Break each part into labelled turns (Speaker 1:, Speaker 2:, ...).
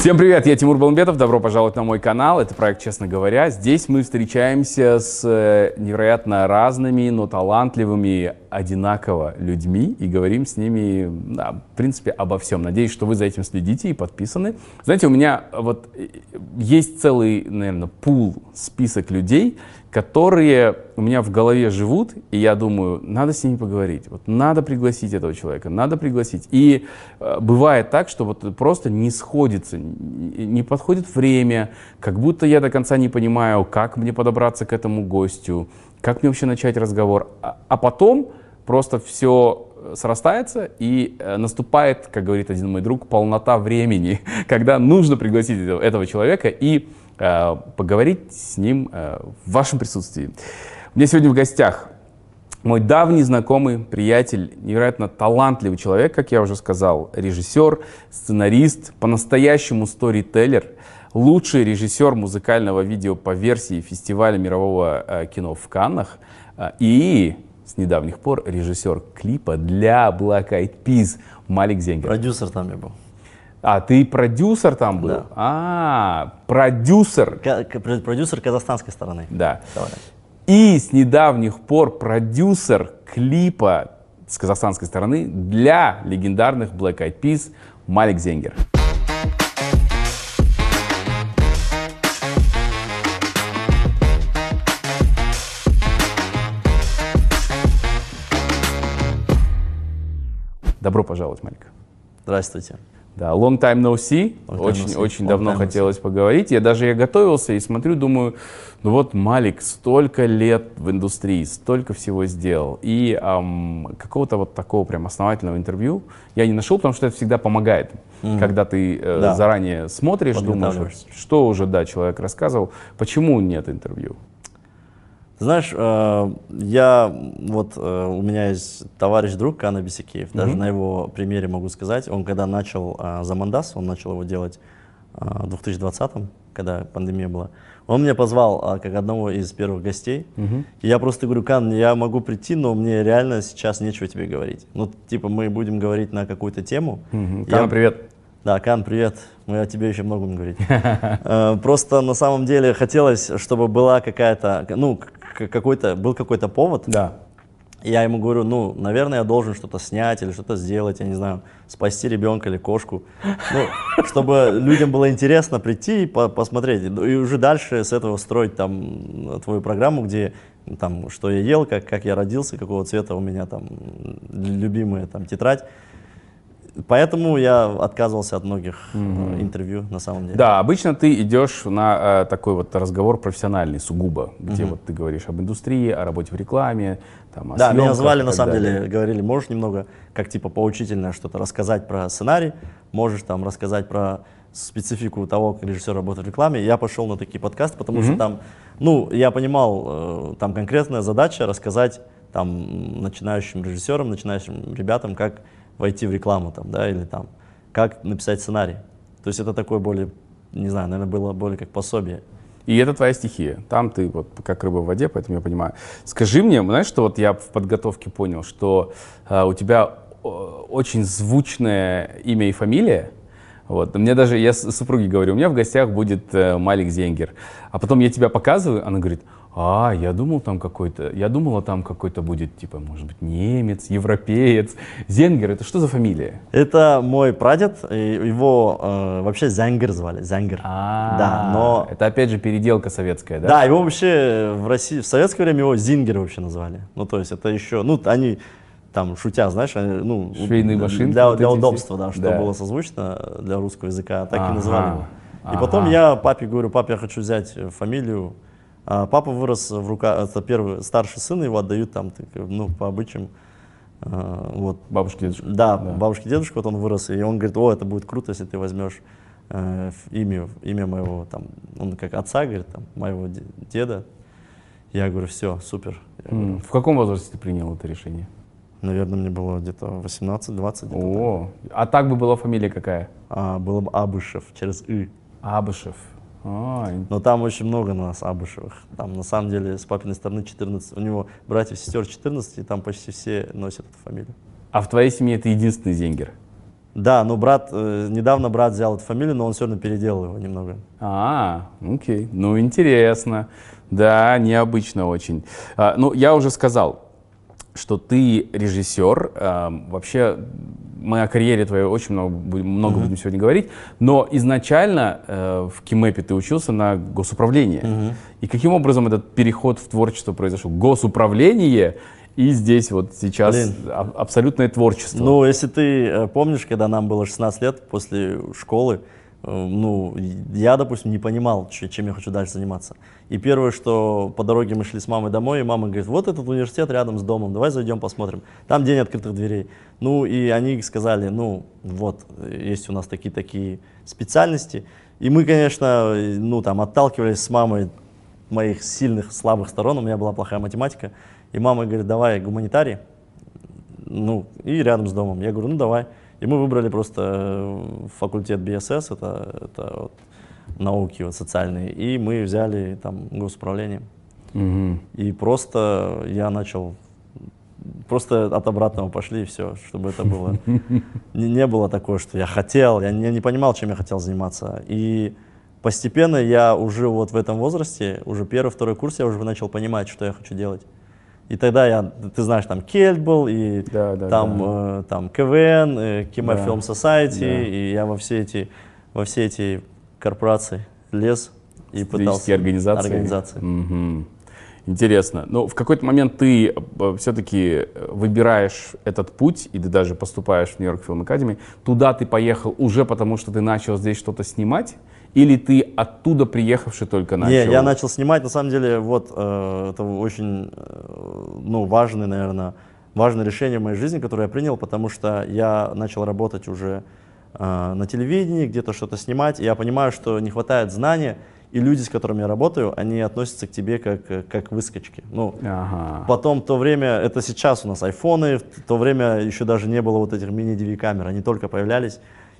Speaker 1: Всем привет, я Тимур Балмбетов, добро пожаловать на мой канал, это проект «Честно говоря». Здесь мы встречаемся с невероятно разными, но талантливыми, одинаково людьми и говорим с ними, да, в принципе, обо всем. Надеюсь, что вы за этим следите и подписаны. Знаете, у меня вот есть целый, наверное, список людей, которые у меня в голове живут, и я думаю, надо с ними поговорить, вот надо пригласить этого человека, надо пригласить. И бывает так, что вот просто не сходится, не подходит время, как будто я до конца не понимаю, как мне подобраться к этому гостю, как мне вообще начать разговор. А потом просто все срастается, и наступает, как говорит один мой друг, полнота времени, когда нужно пригласить этого человека и поговорить с ним в вашем присутствии. У меня сегодня в гостях мой давний знакомый, приятель, невероятно талантливый человек, как я уже сказал, режиссер, сценарист, по-настоящему сторителлер, лучший режиссер музыкального видео по версии фестиваля мирового кино в Каннах и с недавних пор режиссер клипа для Black Eyed Peas Малик Зенгер.
Speaker 2: Продюсер там я был.
Speaker 1: А, ты продюсер там был?
Speaker 2: Да.
Speaker 1: Продюсер.
Speaker 2: Продюсер казахстанской стороны.
Speaker 1: Да.
Speaker 2: Давай.
Speaker 1: И с недавних пор продюсер клипа с казахстанской стороны для легендарных Black Eyed Peas Малик Зенгер. Добро пожаловать, Малик.
Speaker 2: Здравствуйте.
Speaker 1: Да, long time no see. Очень давно хотелось поговорить. Я готовился и смотрю, думаю, ну вот Малик столько лет в индустрии, столько всего сделал. И какого-то вот такого прям основательного интервью я не нашел, потому что это всегда помогает. Когда ты заранее смотришь, думаешь, что уже, человек рассказывал, почему нет интервью.
Speaker 2: Знаешь, у меня есть товарищ-друг Кан Бисекеев, даже на его примере могу сказать, он когда начал Замандас, он начал его делать в 2020-м, когда пандемия была, он меня позвал как одного из первых гостей, и я просто говорю: Кан, я могу прийти, но мне реально сейчас нечего тебе говорить. Ну, типа, мы будем говорить на какую-то тему.
Speaker 1: Кан, привет.
Speaker 2: Да, Кан, привет. Мы о тебе еще много будем говорить. Просто на самом деле хотелось, чтобы была какая-то, был какой-то повод.
Speaker 1: Да.
Speaker 2: Я ему говорю, наверное, я должен что-то снять или что-то сделать, я не знаю, спасти ребенка или кошку. Чтобы людям было интересно прийти и посмотреть. И уже дальше с этого строить там твою программу, где там, что я ел, как я родился, какого цвета у меня там любимая там тетрадь. Поэтому я отказывался от многих интервью, на самом деле.
Speaker 1: Да, обычно ты идешь на такой вот разговор профессиональный, сугубо, где вот ты говоришь об индустрии, о работе в рекламе, там, о
Speaker 2: Да,
Speaker 1: съемках,
Speaker 2: меня звали, на самом
Speaker 1: далее.
Speaker 2: деле, говорили, можешь немного, как типа поучительно что-то рассказать про сценарий, можешь там рассказать про специфику того, как режиссер работает в рекламе. Я пошел на такие подкасты, потому что там, я понимал, там конкретная задача рассказать там начинающим режиссерам, начинающим ребятам, как войти в рекламу там, да, или там, как написать сценарий. То есть это такое более, не знаю, наверное, было более как пособие.
Speaker 1: И это твоя стихия. Там ты вот как рыба в воде, поэтому я понимаю. Скажи мне, знаешь, что вот я в подготовке понял, что у тебя очень звучное имя и фамилия. Вот. Мне даже, я супруге говорю, у меня в гостях будет Малик Зенгер. А потом я тебя показываю, она говорит: я думала, там какой-то будет, типа, может быть, немец, европеец. Зенгер, это что за фамилия?
Speaker 2: Это мой прадед, его вообще Зенгер звали, Зенгер. Да, но...
Speaker 1: Это опять же переделка советская, да?
Speaker 2: Да, его вообще в России, в советское время его Зингер вообще называли. Ну, то есть это еще, они там шутя, знаешь,
Speaker 1: швейные машинки.
Speaker 2: Для удобства, да, что было созвучно для русского языка, так и называли его. И потом я папе говорю: пап, я хочу взять фамилию. Папа вырос в руках, это первый старший сын, его отдают там, по обычаям. Вот.
Speaker 1: Бабушки, дедушка.
Speaker 2: Да, бабушки, дедушка, вот он вырос, и он говорит: это будет круто, если ты возьмешь имя моего, там, он как отца, говорит, там, моего деда. Я говорю: все, супер.
Speaker 1: В каком возрасте ты принял это решение?
Speaker 2: Наверное, мне было где-то 18-20.
Speaker 1: А так бы была фамилия какая?
Speaker 2: Было бы Абышев, через «ы».
Speaker 1: Абышев.
Speaker 2: Но там очень много нас Абышевых. Там на самом деле с папиной стороны 14. У него братьев и сестер 14, и там почти все носят эту фамилию.
Speaker 1: А в твоей семье ты единственный Зенгер?
Speaker 2: Да, но брат, недавно брат взял эту фамилию, но он все равно переделал его немного.
Speaker 1: Окей. Ну, интересно. Да, необычно очень. Ну, я уже сказал, что ты режиссер. Вообще, мы о карьере твоей очень много будем сегодня говорить. Но изначально в КИМЭПе ты учился на госуправление. И каким образом этот переход в творчество произошел? Госуправление и здесь вот сейчас абсолютное творчество.
Speaker 2: Ну, если ты помнишь, когда нам было 16 лет после школы, ну, я, допустим, не понимал, чем я хочу дальше заниматься. И первое, что по дороге мы шли с мамой домой, и мама говорит, вот этот университет рядом с домом, давай зайдем посмотрим. Там день открытых дверей. Ну, и они сказали, ну, вот, есть у нас такие специальности. И мы, конечно, ну, там, отталкивались с мамой моих сильных, слабых сторон, у меня была плохая математика. И мама говорит, давай гуманитарий, ну, и рядом с домом. Я говорю, ну, давай. И мы выбрали просто факультет БСС, это вот науки вот, социальные, и мы взяли там госуправление. И просто я начал, просто от обратного пошли, и все, чтобы это было. Не было такого, что я хотел, я не понимал, чем я хотел заниматься. И постепенно я уже вот в этом возрасте, уже первый, второй курс, я уже начал понимать, что я хочу делать. И тогда ты знаешь, там Кельт был, и там КВН, КИМЭП Film Society, и я во все эти корпорации лез и пытался.
Speaker 1: Организации. Угу. Интересно. Но в какой-то момент ты все-таки выбираешь этот путь, и ты даже поступаешь в Нью-Йорк Film Academy. Туда ты поехал уже потому, что ты начал здесь что-то снимать? Или ты оттуда приехавший только начал?
Speaker 2: Не, я начал снимать. На самом деле, вот это очень важное, наверное, важное решение в моей жизни, которое я принял, потому что я начал работать уже на телевидении, где-то что-то снимать, и я понимаю, что не хватает знания, и люди, с которыми я работаю, они относятся к тебе как к выскочке. Ну, потом в то время, это сейчас у нас айфоны, в то время еще даже не было вот этих мини-DV камер, они только появлялись.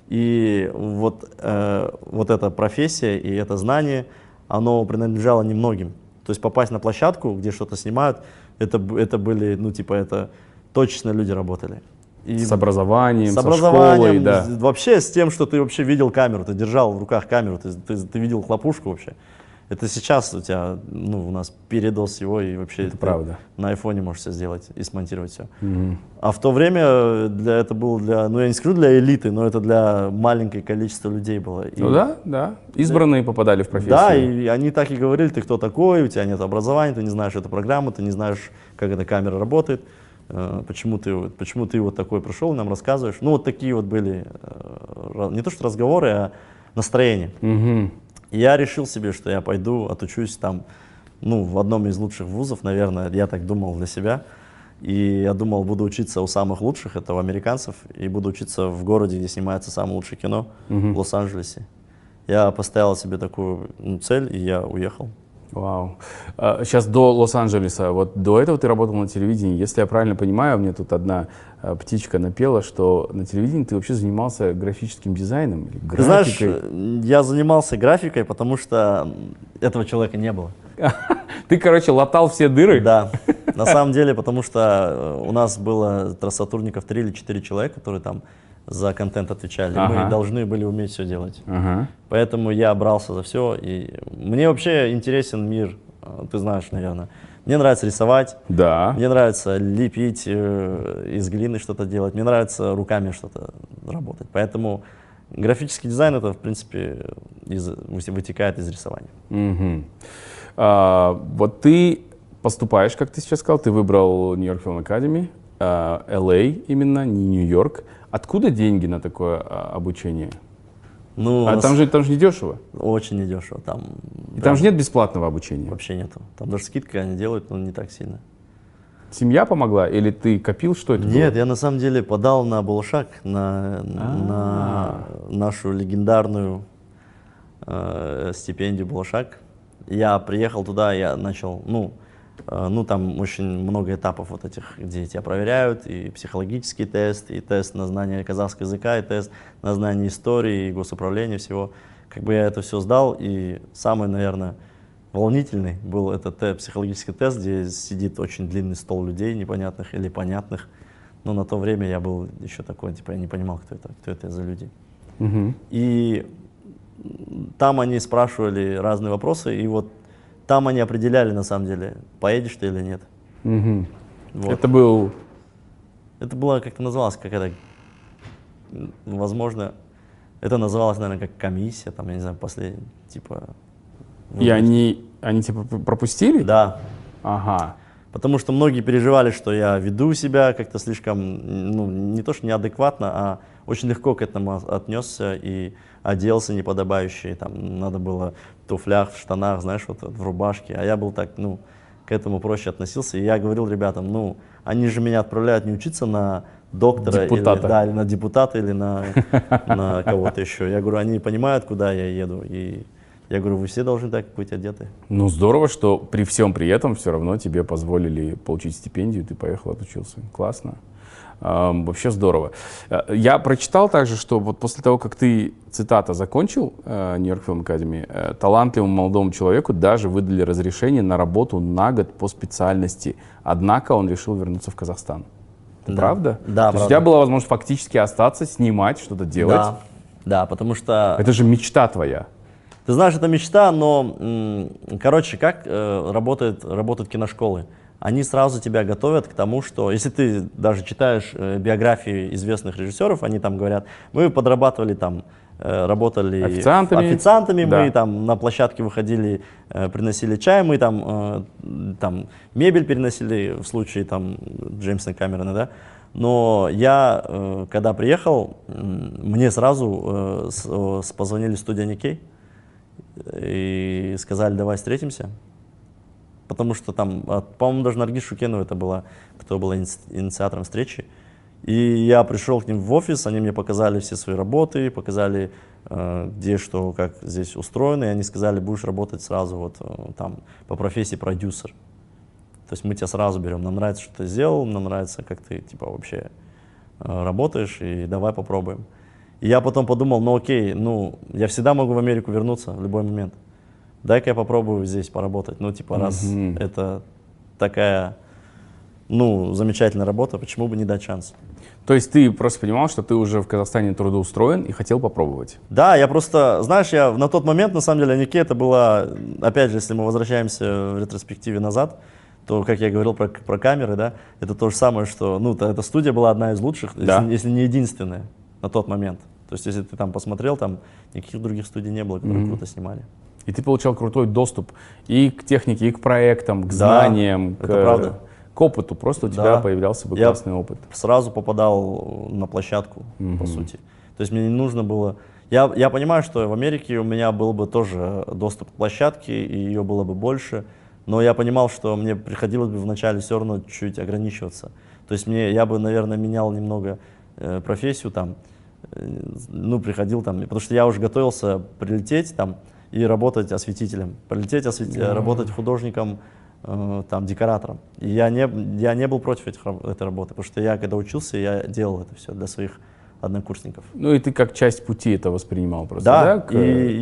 Speaker 2: И вот эта профессия и это знание, оно принадлежало немногим. То есть попасть на площадку, где что-то снимают, это были, ну типа это точечно люди работали.
Speaker 1: И с образованием,
Speaker 2: со школой,
Speaker 1: да.
Speaker 2: Вообще с тем, что ты вообще видел камеру, ты держал в руках камеру, ты видел хлопушку вообще. Это сейчас у тебя, ну, у нас передоз всего, и вообще
Speaker 1: это правда.
Speaker 2: На айфоне можешь все сделать и смонтировать все. А в то время это было ну я не скажу для элиты, но это для маленького количества людей было.
Speaker 1: Ну да. Избранные попадали в профессию.
Speaker 2: Да, и они так и говорили, ты кто такой, у тебя нет образования, ты не знаешь эту программу, ты не знаешь, как эта камера работает. Почему ты вот такой пришел, нам рассказываешь. Ну вот такие вот были, не то что разговоры, а настроения. И я решил себе, что я пойду, отучусь там, ну, в одном из лучших вузов, наверное, я так думал для себя. И я думал, буду учиться у самых лучших, это у американцев, и буду учиться в городе, где снимается самое лучшее кино, в Лос-Анджелесе. Я поставил себе такую цель, и я уехал.
Speaker 1: Вау. Сейчас до Лос-Анджелеса, вот до этого ты работал на телевидении. Если я правильно понимаю, мне тут одна птичка напела, что на телевидении ты вообще занимался графическим дизайном или графикой.
Speaker 2: Знаешь, я занимался графикой, потому что этого человека не было.
Speaker 1: Ты, короче, латал все дыры?
Speaker 2: Да, на самом деле, потому что у нас было сотрудников 3 или 4 человека, которые там за контент отвечали. Мы должны были уметь все делать. Поэтому я брался за все. И мне вообще интересен мир, ты знаешь, наверное. Мне нравится рисовать, мне нравится лепить, из глины что-то делать, мне нравится руками что-то работать. Поэтому графический дизайн, это, в принципе, вытекает из рисования.
Speaker 1: Вот ты поступаешь, как ты сейчас сказал, ты выбрал Нью-Йорк Film Academy, LA именно, не Нью-Йорк. Откуда деньги на такое обучение?
Speaker 2: Ну,
Speaker 1: там же не дешево?
Speaker 2: Очень недешево.
Speaker 1: Там же нет бесплатного обучения?
Speaker 2: Вообще нету. Там даже скидки они делают, но не так сильно.
Speaker 1: Семья помогла или ты копил, что это было?
Speaker 2: Нет, я на самом деле подал на Болшак, на нашу легендарную стипендию Болшак. Я приехал туда, я начал, там очень много этапов вот этих, где тебя проверяют, и психологический тест, и тест на знание казахского языка, и тест на знание истории, и госуправления, всего. Как бы я это все сдал, и самый, наверное, волнительный был этот психологический тест, где сидит очень длинный стол людей непонятных или понятных, но на то время я был еще такой, типа, я не понимал, кто это за люди.
Speaker 1: Мгм.
Speaker 2: И там они спрашивали разные вопросы, и вот там они определяли, на самом деле, поедешь ты или нет.
Speaker 1: Мгм.
Speaker 2: Вот.
Speaker 1: Это был...
Speaker 2: Это было, как-то называлось, какая-то, возможно, это называлось, наверное, как комиссия, там, я не знаю, последний, типа...
Speaker 1: И они типа пропустили?
Speaker 2: Да,
Speaker 1: Ага.
Speaker 2: потому что многие переживали, что я веду себя как-то слишком, ну, не то что неадекватно, а очень легко к этому отнесся и оделся неподобающе, и там надо было в туфлях, в штанах, знаешь, вот в рубашке, а я был так, ну, к этому проще относился, и я говорил ребятам, ну, они же меня отправляют не учиться на доктора,
Speaker 1: Депутата.
Speaker 2: или на депутата, или на кого-то еще. Я говорю, они понимают, куда я еду, и я говорю, вы все должны так быть одеты.
Speaker 1: Ну, здорово, что при всем при этом все равно тебе позволили получить стипендию, ты поехал, отучился. Классно. Вообще здорово. Я прочитал также, что вот после того, как ты, цитата, закончил Нью-Йорк Film Academy, талантливому молодому человеку даже выдали разрешение на работу на год по специальности. Однако он решил вернуться в Казахстан. Это
Speaker 2: Да.
Speaker 1: правда?
Speaker 2: Да,
Speaker 1: То есть у
Speaker 2: правда.
Speaker 1: тебя была возможность фактически остаться, снимать, что-то делать.
Speaker 2: Да, да, потому что...
Speaker 1: Это же мечта твоя.
Speaker 2: Ты знаешь, это мечта, но, короче, как работают киношколы? Они сразу тебя готовят к тому, что, если ты даже читаешь биографии известных режиссеров, они там говорят, мы подрабатывали там, работали
Speaker 1: Официантами. Да.
Speaker 2: мы там на площадке выходили, приносили чай, мы там мебель переносили в случае там Джеймса Кэмерона, да. Но я, когда приехал, мне сразу позвонили студия Никей и сказали, давай встретимся. Потому что там, по-моему, даже Наргиз Шукенова это была, кто был инициатором встречи. И я пришел к ним в офис, они мне показали все свои работы, показали, где что, как здесь устроено, и они сказали, будешь работать сразу вот там по профессии продюсер. То есть мы тебя сразу берем, нам нравится, что ты сделал, нам нравится, как ты типа вообще работаешь, и давай попробуем. И я потом подумал, ну окей, ну я всегда могу в Америку вернуться в любой момент. Дай-ка я попробую здесь поработать. Ну типа раз это такая, ну, замечательная работа, почему бы не дать шанс?
Speaker 1: То есть ты просто понимал, что ты уже в Казахстане трудоустроен и хотел попробовать?
Speaker 2: Да, я просто, знаешь, я на тот момент, на самом деле, Нике это было, опять же, если мы возвращаемся в ретроспективе назад, то, как я говорил про камеры, да, это то же самое, что, ну, эта студия была одна из лучших,
Speaker 1: Да.
Speaker 2: если не единственная на тот момент. То есть, если ты там посмотрел, там никаких других студий не было, которые круто снимали.
Speaker 1: И ты получал крутой доступ и к технике, и к проектам, к
Speaker 2: Да,
Speaker 1: знаниям,
Speaker 2: это правда.
Speaker 1: к опыту. Просто у тебя
Speaker 2: Да.
Speaker 1: появлялся бы
Speaker 2: Я
Speaker 1: классный опыт.
Speaker 2: сразу попадал на площадку, по сути. То есть мне не нужно было... Я понимаю, что в Америке у меня был бы тоже доступ к площадке, и ее было бы больше, но я понимал, что мне приходилось бы вначале все равно чуть ограничиваться. То есть я бы, наверное, менял немного профессию там, ну, приходил там, потому что я уже готовился прилететь там и работать осветителем, работать художником, там, декоратором. И я не был против этой работы, потому что я, когда учился, я делал это все для своих однокурсников.
Speaker 1: Ну и ты как часть пути это воспринимал просто, да?
Speaker 2: Да,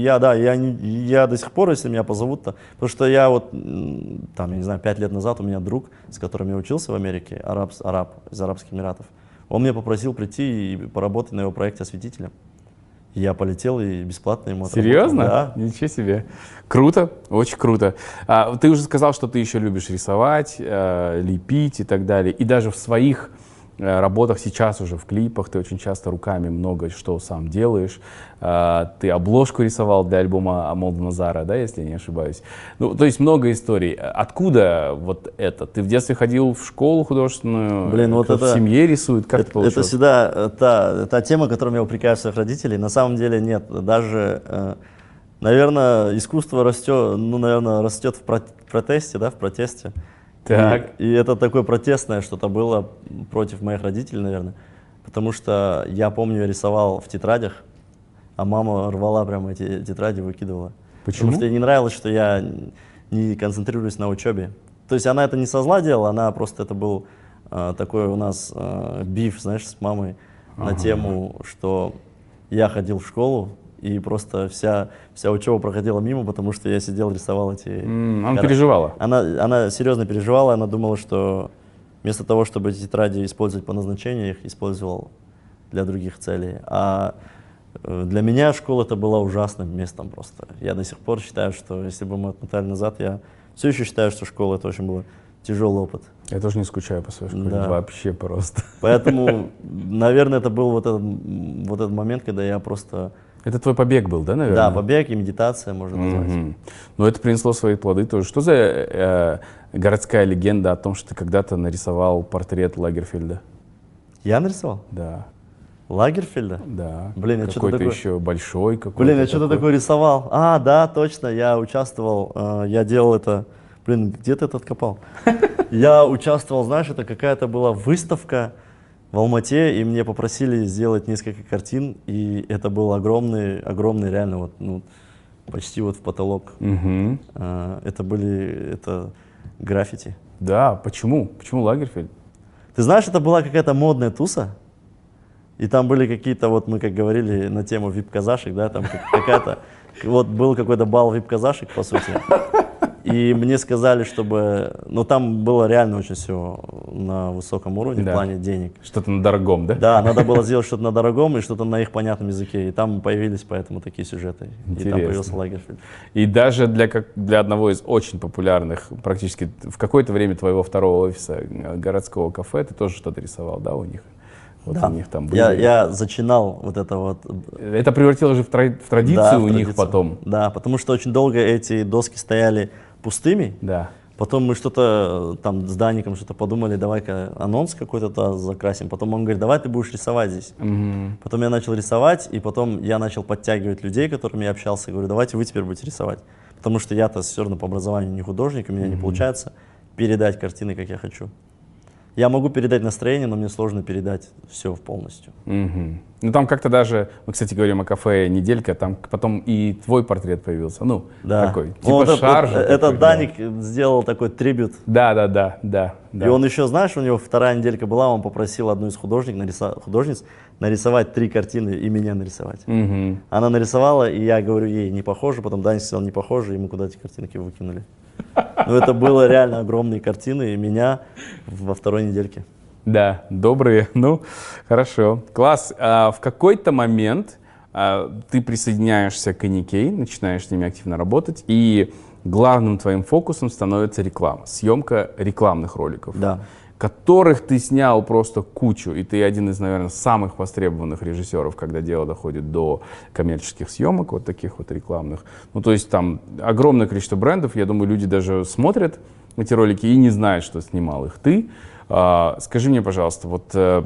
Speaker 2: я до сих пор, если меня позовут, то, потому что я вот, там, я не знаю, 5 лет назад у меня друг, с которым я учился в Америке, араб из Арабских Эмиратов, он меня попросил прийти и поработать на его проекте осветителем. И я полетел и бесплатно ему отработал.
Speaker 1: Серьезно?
Speaker 2: Да.
Speaker 1: Ничего себе. Круто, очень круто. Ты уже сказал, что ты еще любишь рисовать, лепить и так далее. И даже в своих работах сейчас уже, в клипах, ты очень часто руками много что сам делаешь. Ты обложку рисовал для альбома Молдоназара, да, если я не ошибаюсь. Ну, то есть много историй. Откуда вот это? Ты в детстве ходил в школу художественную?
Speaker 2: Блин, вот
Speaker 1: в
Speaker 2: это...
Speaker 1: семье рисуют? Как это получилось?
Speaker 2: Это всегда та тема, которой я упрекаю своих родителей. На самом деле нет. Даже, наверное, искусство растет в протесте, да, в протесте.
Speaker 1: Так.
Speaker 2: И это такое протестное что-то было против моих родителей, наверное. Потому что я помню, я рисовал в тетрадях, а мама рвала прямо эти тетради, выкидывала.
Speaker 1: Почему?
Speaker 2: Потому что ей не нравилось, что я не концентрируюсь на учебе. То есть она это не со зла делала, она просто, это был такой у нас биф, знаешь, с мамой на тему, что я ходил в школу, и просто вся учеба проходила мимо, потому что я сидел, рисовал эти...
Speaker 1: Она переживала?
Speaker 2: Она серьезно переживала, она думала, что вместо того, чтобы эти тетради использовать по назначению, я их использовал для других целей. А для меня школа это была ужасным местом просто. Я до сих пор считаю, что если бы мы отмотали назад, я все еще считаю, что школа это очень был тяжелый опыт.
Speaker 1: Я тоже не скучаю по своей школе,
Speaker 2: Да.
Speaker 1: вообще просто.
Speaker 2: Поэтому, наверное, это был вот этот момент, когда я просто...
Speaker 1: Это твой побег был, да, наверное?
Speaker 2: Да, побег и медитация, можно назвать.
Speaker 1: Мгм. Но это принесло свои плоды тоже. Что за городская легенда о том, что ты когда-то нарисовал портрет Лагерфельда?
Speaker 2: Я нарисовал?
Speaker 1: Да,
Speaker 2: Лагерфельда?
Speaker 1: да.
Speaker 2: Блин, я что-то
Speaker 1: Какой-то
Speaker 2: такое...
Speaker 1: еще большой какой-то.
Speaker 2: Блин, я что-то такое рисовал. А, да, точно, я участвовал, я делал это... Блин, где ты это откопал? Я участвовал, знаешь, это какая-то была выставка в Алмате, и мне попросили сделать несколько картин, и это был огромный, реально, вот, ну, почти вот в потолок.
Speaker 1: Мгм.
Speaker 2: Это граффити.
Speaker 1: Да, почему? Почему Лагерфельд?
Speaker 2: Ты знаешь, это была какая-то модная туса, и там были какие-то, вот мы как говорили на тему вип-казашек, да, там какая-то, вот был какой-то бал вип-казашек, по сути. И мне сказали, чтобы... Ну, там было реально очень все на высоком уровне
Speaker 1: Да.
Speaker 2: в плане денег.
Speaker 1: Что-то на дорогом, да?
Speaker 2: Да, надо было сделать что-то на дорогом и что-то на их понятном языке. И там появились поэтому такие сюжеты. И
Speaker 1: Интересно.
Speaker 2: там появился Лагерфельд.
Speaker 1: И даже для одного из очень популярных, практически в какое-то время твоего второго офиса городского кафе, ты тоже что-то рисовал, да, у них? Вот
Speaker 2: Да.
Speaker 1: у них там были.
Speaker 2: Я зачинал вот это вот...
Speaker 1: Это превратилось же в традицию
Speaker 2: Да, в
Speaker 1: у них
Speaker 2: традицию.
Speaker 1: потом.
Speaker 2: Да, потому что очень долго эти доски стояли пустыми.
Speaker 1: Да.
Speaker 2: Потом мы что-то там с Даником что-то подумали, давай-ка анонс какой-то туда закрасим. Потом он говорит, давай ты будешь рисовать здесь.
Speaker 1: Мгм.
Speaker 2: Потом я начал рисовать, и потом я начал подтягивать людей, с которыми я общался. Говорю, давайте вы теперь будете рисовать. Потому что я-то все равно по образованию не художник, у меня не получается передать картины, как я хочу. Я могу передать настроение, но мне сложно передать все полностью.
Speaker 1: Мгм. Ну там как-то даже, мы, кстати, говорим о кафе «Неделька», там потом и твой портрет появился, ну,
Speaker 2: Да.
Speaker 1: такой, типа
Speaker 2: Вот
Speaker 1: шаржа.
Speaker 2: это
Speaker 1: такой, да.
Speaker 2: Даник сделал такой трибют.
Speaker 1: Да.
Speaker 2: И он еще, знаешь, у него вторая неделька была, он попросил одну из художниц нарисовать 3 картины и меня нарисовать.
Speaker 1: Мгм.
Speaker 2: Она нарисовала, и я говорю ей, не похоже, потом Даник сказал, не похоже, и мы куда эти картинки выкинули. Но это было реально огромные картины, и меня во второй недельке.
Speaker 1: Да, добрые, ну, хорошо, класс. В какой-то момент ты присоединяешься к Аникей, начинаешь с ними активно работать, и главным твоим фокусом становится реклама, съемка рекламных роликов,
Speaker 2: Да.
Speaker 1: которых ты снял просто кучу, и ты один из, наверное, самых востребованных режиссеров, когда дело доходит до коммерческих съемок, вот таких вот рекламных. Ну, то есть там огромное количество брендов, я думаю, люди даже смотрят эти ролики и не знают, что снимал их ты. Скажи мне, пожалуйста, вот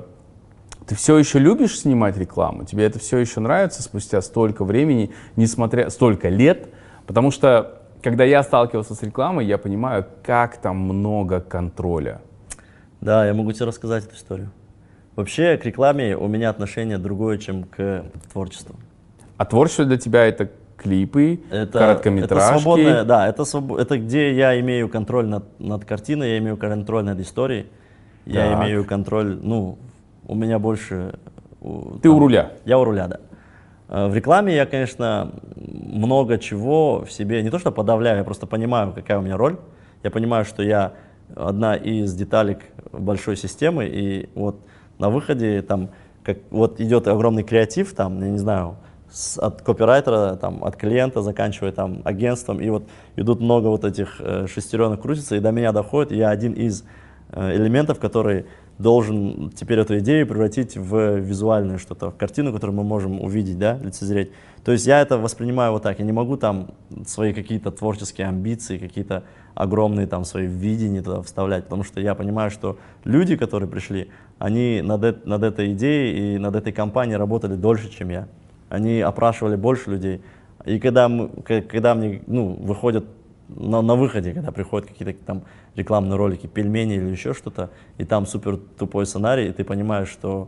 Speaker 1: ты все еще любишь снимать рекламу? Тебе это все еще нравится спустя столько времени, несмотря столько лет? Потому что, когда я сталкивался с рекламой, я понимаю, как там много контроля.
Speaker 2: Да, я могу тебе рассказать эту историю. Вообще к рекламе у меня отношение другое, чем к творчеству.
Speaker 1: А творчество для тебя это клипы,
Speaker 2: Это
Speaker 1: короткометражки?
Speaker 2: свободное, да, это где я имею контроль над картиной, я имею контроль над историей, я
Speaker 1: Так.
Speaker 2: имею контроль, ну, у меня больше...
Speaker 1: Ты у руля?
Speaker 2: Я у руля, да. В рекламе я, конечно, много чего в себе, не то что подавляю, я просто понимаю, какая у меня роль. Я понимаю, что я одна из деталек большой системы, и вот на выходе там, как вот идет огромный креатив, там, я не знаю, от копирайтера, там, от клиента, заканчивая там агентством, и вот идут много вот этих шестеренок крутится, и до меня доходит, и я один из элементов, который должен теперь эту идею превратить в визуальное что-то, в картину, которую мы можем увидеть, да, лицезреть. То есть я это воспринимаю вот так, я не могу там свои какие-то творческие амбиции, какие-то огромные там свои видения туда вставлять, потому что я понимаю, что люди, которые пришли, они над этой идеей и над этой компанией работали дольше, чем я. Они опрашивали больше людей. И когда мне выходят на выходе, когда приходят какие-то там рекламные ролики, пельмени или еще что-то, и там супер тупой сценарий, и ты понимаешь, что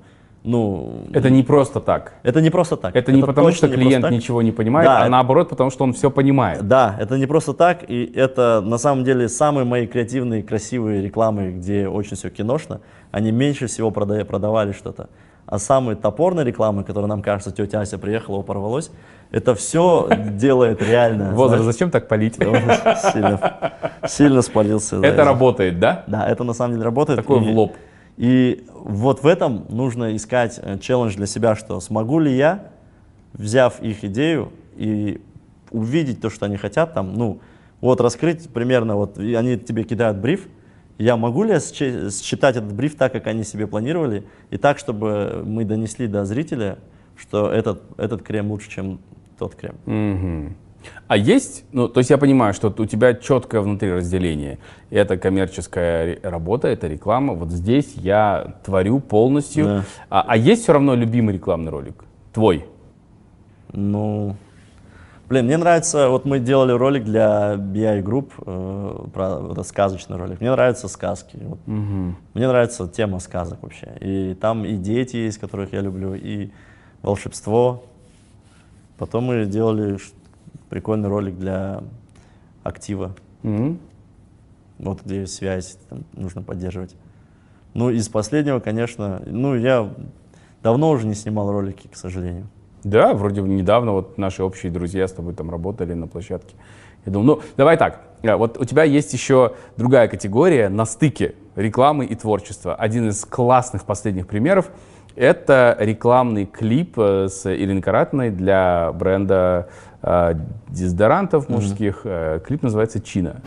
Speaker 1: это не просто так.
Speaker 2: Это не просто так.
Speaker 1: Это не потому, что клиент ничего не понимает,
Speaker 2: да,
Speaker 1: а наоборот, потому что он все понимает.
Speaker 2: Да, это не просто так, и это на самом деле самые мои креативные, красивые рекламы, где очень все киношно, они меньше всего продавали что-то. А самые топорные рекламы, которые нам кажется, тетя Ася приехала, порвалось, это все делает реально.
Speaker 1: Возраст, зачем так палить?
Speaker 2: Сильно спалился.
Speaker 1: Это работает, да?
Speaker 2: Да, это на самом деле работает.
Speaker 1: Такой в лоб.
Speaker 2: И вот в этом нужно искать челлендж для себя, что смогу ли я, взяв их идею и увидеть то, что они хотят, там, ну, вот раскрыть примерно, вот они тебе кидают бриф, я могу ли считать этот бриф так, как они себе планировали, и так, чтобы мы донесли до зрителя, что этот крем лучше, чем тот крем.
Speaker 1: Угу. А есть, ну, то есть я понимаю, что у тебя четкое внутри разделение. Это коммерческая работа, это реклама. Вот здесь я творю полностью. Да. А есть все равно любимый рекламный ролик? Твой?
Speaker 2: Ну, блин, мне нравится, вот мы делали ролик для BI Group, это сказочный ролик. Мне нравятся сказки. Вот. Угу. Мне нравится тема сказок вообще. И там и дети есть, которых я люблю, и волшебство. Потом мы делали прикольный ролик для актива. Вот где связь там нужно поддерживать. Ну, из последнего, конечно, ну, я давно уже не снимал ролики, к сожалению.
Speaker 1: Да, вроде недавно вот наши общие друзья с тобой там работали на площадке. Я думаю, ну, давай так, вот у тебя есть еще другая категория на стыке рекламы и творчества. Один из классных последних примеров — это рекламный клип с Ириной Каратиной для бренда дезодорантов мужских. Клип называется «Чина».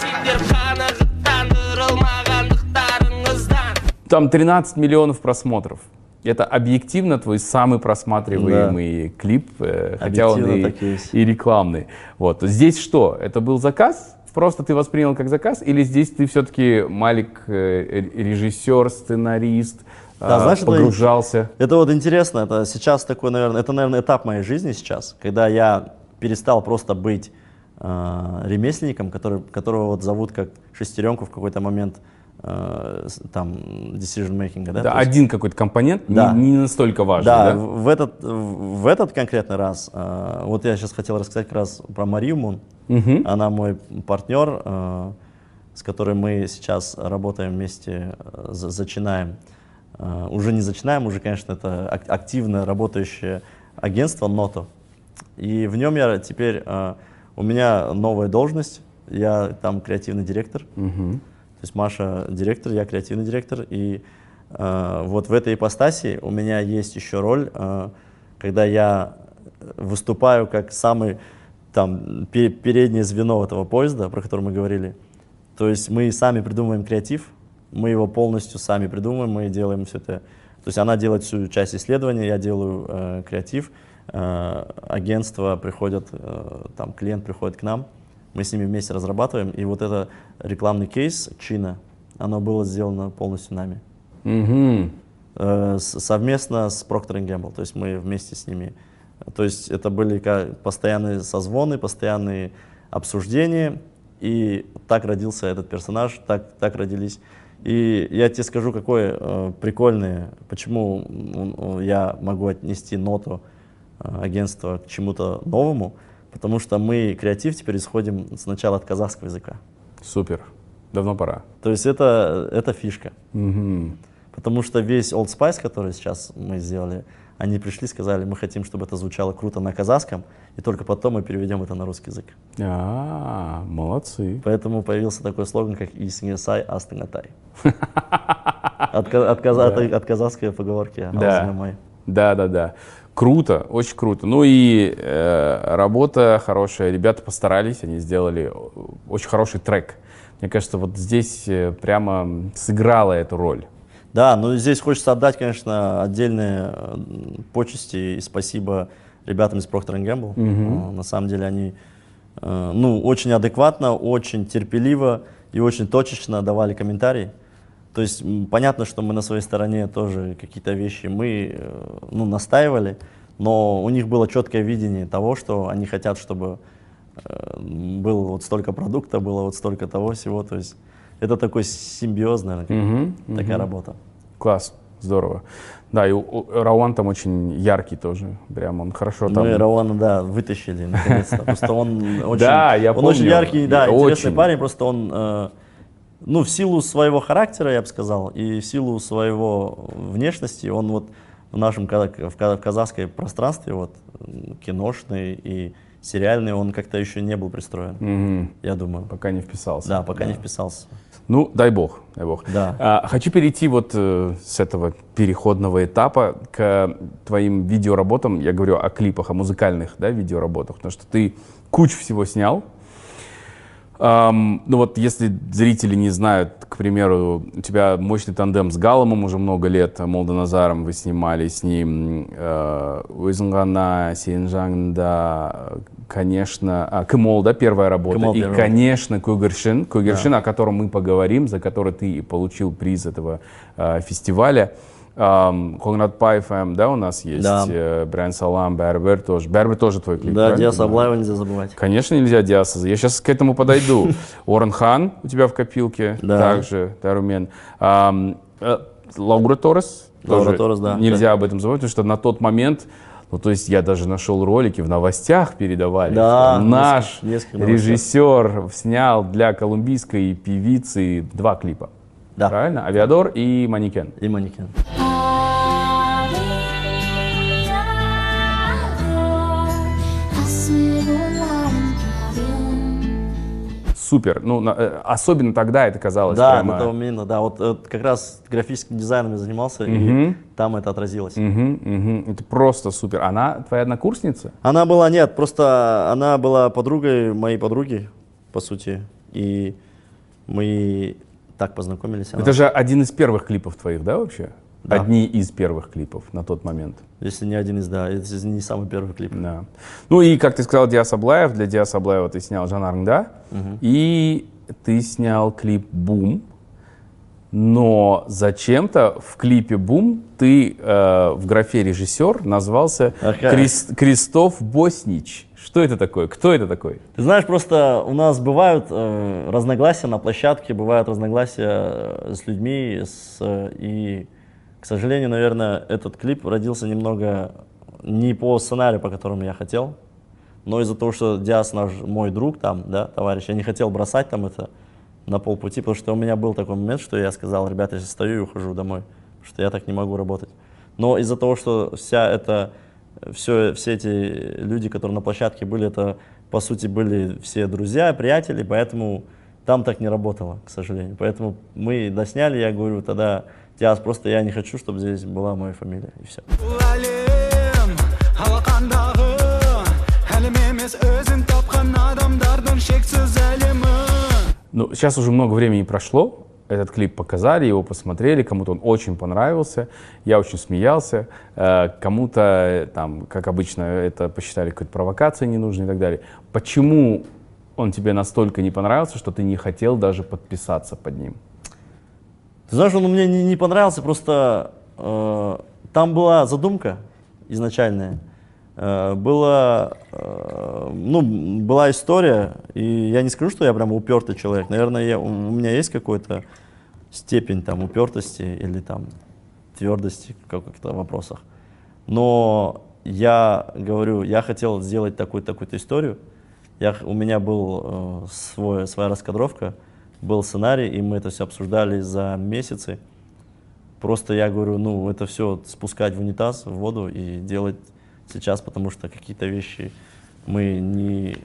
Speaker 1: Там 13 миллионов просмотров. Это объективно твой самый просматриваемый клип, хотя он и рекламный. Вот. Здесь что? Это был заказ? Просто ты воспринял как заказ? Или здесь ты все-таки Малик, режиссер, сценарист, да, знаешь, погружался?
Speaker 2: Это вот интересно. Это сейчас такой, наверное, этап моей жизни сейчас, когда я перестал просто быть ремесленником, которого вот зовут как шестеренку в какой-то момент там decision making. Да,
Speaker 1: один какой-то компонент,
Speaker 2: да,
Speaker 1: не настолько важный.
Speaker 2: Да,
Speaker 1: да?
Speaker 2: В этот конкретный раз, вот я сейчас хотел рассказать как раз про Марию Мун. Она мой партнер, с которой мы сейчас работаем вместе, зачинаем. Уже не зачинаем, уже, конечно, это активно работающее агентство Ното. И в нем я теперь, у меня новая должность, я там креативный директор. То есть Маша директор, я креативный директор. И вот в этой ипостаси у меня есть еще роль, когда я выступаю как самый там переднее звено этого поезда, про который мы говорили. То есть мы сами придумываем креатив, мы его полностью сами придумываем, мы делаем все это. То есть она делает всю часть исследования, я делаю креатив, агентство приходит, там клиент приходит к нам, мы с ними вместе разрабатываем, и вот это рекламный кейс Чина, оно было сделано полностью нами. Совместно с Procter & Gamble, то есть мы вместе с ними. То есть это были постоянные созвоны, постоянные обсуждения, и так родился этот персонаж, так родились. И я тебе скажу, какое прикольное, почему я могу отнести Ноту агентство к чему-то новому, потому что мы креатив теперь исходим сначала от казахского языка.
Speaker 1: Супер, давно пора.
Speaker 2: То есть это фишка. Потому что весь Old Spice, который сейчас мы сделали, они пришли, сказали, мы хотим, чтобы это звучало круто на казахском, и только потом мы переведем это на русский язык.
Speaker 1: Молодцы.
Speaker 2: Поэтому появился такой слоган, как «Исингесай астынгатай». От казахской поговорки.
Speaker 1: Да. Круто, очень круто. Ну и работа хорошая. Ребята постарались, они сделали очень хороший трек. Мне кажется, вот здесь прямо сыграла эту роль.
Speaker 2: Да, но здесь хочется отдать, конечно, отдельные почести и спасибо ребятам из Procter & Gamble. На самом деле они очень адекватно, очень терпеливо и очень точечно давали комментарии. То есть понятно, что мы на своей стороне тоже какие-то вещи мы настаивали, но у них было четкое видение того, что они хотят, чтобы было вот столько продукта, было вот столько того всего. То есть это такой симбиоз, наверное, такая работа.
Speaker 1: Класс, здорово. Да, и Рауан там очень яркий тоже, прям он хорошо там.
Speaker 2: Мы Рауана, да, вытащили наконец-то. Просто он очень,
Speaker 1: да, я помню,
Speaker 2: очень яркий, да, интересный
Speaker 1: очень.
Speaker 2: парень, просто он, в силу своего характера, я бы сказал, и в силу своего внешности, он вот в нашем в казахской пространстве, вот, киношный и сериальный, он как-то еще не был пристроен, я думаю.
Speaker 1: Пока не вписался.
Speaker 2: Да, пока не вписался.
Speaker 1: Ну, дай бог, дай бог.
Speaker 2: Да.
Speaker 1: Хочу перейти вот с этого переходного этапа к твоим видеоработам. Я говорю о клипах, о музыкальных, да, видеоработах, потому что ты кучу всего снял. Ну вот, если зрители не знают, к примеру, у тебя мощный тандем с Галомом уже много лет, Молданазаром вы снимали с ним, Уизунгана, Синжангда, конечно, Кымол, да, первая работа,
Speaker 2: Кымол,
Speaker 1: и,
Speaker 2: первая.
Speaker 1: конечно, Куйгыршин,
Speaker 2: Да.
Speaker 1: о котором мы поговорим, за который ты получил приз этого фестиваля. Когнатбаев, да, у нас есть,
Speaker 2: Да.
Speaker 1: Брайан Салам, Бербер тоже твой клип,
Speaker 2: Да,
Speaker 1: правильно?
Speaker 2: Диаса Аблаева нельзя забывать.
Speaker 1: Конечно, нельзя Диаса. Я сейчас к этому подойду. Орен Хан у тебя в копилке,
Speaker 2: Да.
Speaker 1: также Тарумен. Лаура Торрес.
Speaker 2: Лаура
Speaker 1: тоже
Speaker 2: Торрес, да.
Speaker 1: Нельзя об этом забывать, потому что на тот момент, ну, то есть я даже нашел ролики, в новостях передавали,
Speaker 2: Да,
Speaker 1: что наш
Speaker 2: несколько новостей.
Speaker 1: режиссер снял для колумбийской певицы 2 клипа.
Speaker 2: Да.
Speaker 1: Правильно? «Авиадор» и «Манекен».
Speaker 2: И «Манекен».
Speaker 1: Супер. Ну, особенно тогда это казалось
Speaker 2: Да,
Speaker 1: прямо...
Speaker 2: до того момента, да. Вот как раз графическим дизайном я занимался, и там это отразилось.
Speaker 1: Это просто супер. Она твоя однокурсница?
Speaker 2: Она была, нет, просто она была подругой моей подруги, по сути. И мы так познакомились.
Speaker 1: Это же один из первых клипов твоих, да, вообще?
Speaker 2: Да.
Speaker 1: Одни из первых клипов на тот момент.
Speaker 2: Если не один из, да, это не самый первый клип.
Speaker 1: Да. Ну и, как ты сказал, Диас Аблаев. Для Диаса Аблаева ты снял «Жанарнгда». И ты снял клип «Бум». Но зачем-то в клипе «Бум» ты в графе «режиссер» назвался Кристоф Боснич. Что это такое? Кто это такой?
Speaker 2: Ты знаешь, просто у нас бывают разногласия на площадке, бывают разногласия с людьми, и, к сожалению, наверное, этот клип родился немного не по сценарию, по которому я хотел, но из-за того, что Диас наш мой друг там, да, товарищ, я не хотел бросать там это на полпути, потому что у меня был такой момент, что я сказал: ребята, я сейчас стою и ухожу домой, потому что я так не могу работать. Но из-за того, что все эти люди, которые на площадке были, это, по сути, были все друзья, приятели, поэтому там так не работало, к сожалению. Поэтому мы досняли, я говорю, тогда, Диас, просто я не хочу, чтобы здесь была моя фамилия, и все.
Speaker 1: Ну, сейчас уже много времени прошло. Этот клип показали, его посмотрели, кому-то он очень понравился, я очень смеялся, кому-то, там, как обычно, это посчитали какой-то провокацией ненужной и так далее. Почему он тебе настолько не понравился, что ты не хотел даже подписаться под ним?
Speaker 2: Ты знаешь, он мне не понравился, просто там была задумка изначальная, была история, и я не скажу, что я прям упертый человек. Наверное, у меня есть какой-то степень там упертости или там твердости в каких-то вопросах. Но я говорю, я хотел сделать такую-то историю. У меня был своя раскадровка, был сценарий, и мы это все обсуждали за месяцы. Просто я говорю, ну, это все спускать в унитаз, в воду и делать сейчас, потому что какие-то вещи мы не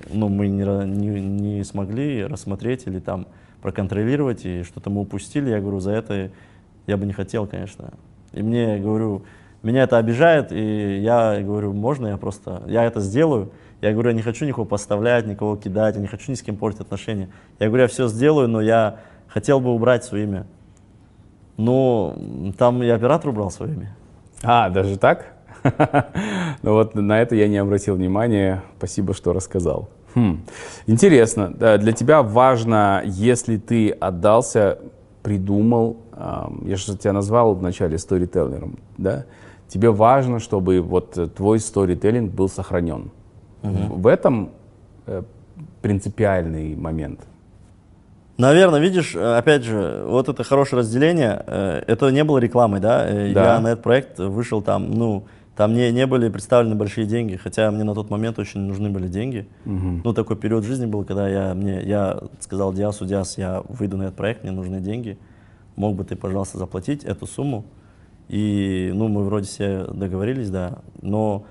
Speaker 2: смогли рассмотреть или там проконтролировать, и что-то мы упустили. Я говорю, за это я бы не хотел, конечно. И мне, говорю, меня это обижает, и я говорю, можно я это сделаю. Я говорю, я не хочу никого подставлять, никого кидать, я не хочу ни с кем портить отношения. Я говорю, я все сделаю, но я хотел бы убрать свое имя. Но там и оператор убрал свое имя.
Speaker 1: А, даже так? Ну вот на это я не обратил внимания. Спасибо, что рассказал. Интересно. Для тебя важно, если ты отдался, придумал, я же тебя назвал вначале сторителлером, да? Тебе важно, чтобы вот твой сторителлинг был сохранен. В этом принципиальный момент.
Speaker 2: Наверное, видишь, опять же, вот это хорошее разделение, это не было рекламой, да? Я на этот проект вышел там, там не были представлены большие деньги, хотя мне на тот момент очень нужны были деньги. Ну, такой период жизни был, когда я сказал Диасу, Диас, я выйду на этот проект, мне нужны деньги, мог бы ты, пожалуйста, заплатить эту сумму, И, ну, мы вроде все договорились, да, но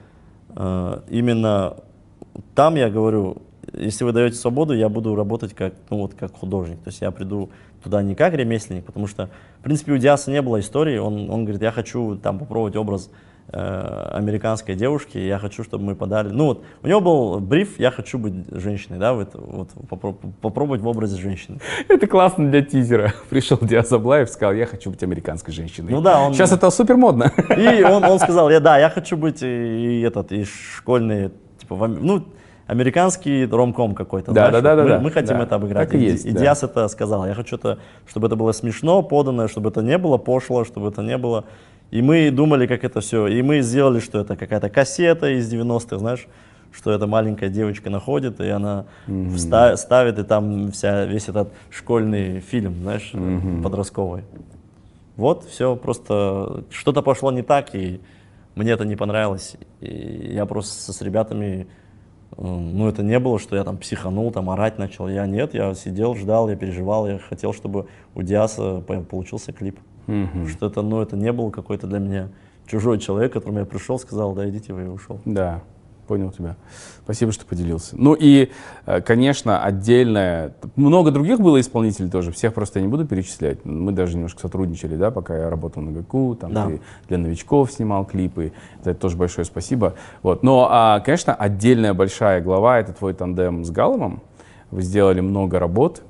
Speaker 2: именно там я говорю, если вы даете свободу, я буду работать как, ну, вот, как художник. То есть я приду туда не как ремесленник, потому что, в принципе, у Диаса не было истории. Он говорит, я хочу там попробовать образ американской девушки, я хочу, чтобы мы подали. Ну вот, у него был бриф, я хочу быть женщиной, да, вот попробовать в образе женщины.
Speaker 1: Это классно для тизера. Пришел Диас Аблаев, сказал, я хочу быть американской женщиной.
Speaker 2: Ну да,
Speaker 1: сейчас это супер модно.
Speaker 2: И он сказал, я хочу быть и школьный, типа, ну, американский ромком какой-то.
Speaker 1: Да.
Speaker 2: Мы хотим это обыграть. И Диас это сказал, я хочу, чтобы это было смешно подано, чтобы это не было пошло, чтобы это не было. И мы думали, как это все. И мы сделали, что это какая-то кассета из 90-х, знаешь, что эта маленькая девочка находит, и она ставит, и там весь этот школьный фильм, знаешь, подростковый. Вот, все, просто что-то пошло не так, и мне это не понравилось. И я просто с ребятами, ну, это не было, что я там психанул, там орать начал. Я сидел, ждал, я переживал, я хотел, чтобы у Диаса получился клип. Что это, ну, это не был какой-то для меня чужой человек, к которому я пришел, сказал, да, идите вы, и ушел.
Speaker 1: Да, понял тебя. Спасибо, что поделился. Ну и, конечно, отдельное, много других было исполнителей тоже, всех просто я не буду перечислять. Мы даже немножко сотрудничали, да, пока я работал на ГКУ, там ты для новичков снимал клипы, за это тоже большое спасибо. Вот. Но, конечно, отдельная большая глава — это твой тандем с Галломом. Вы сделали много работ.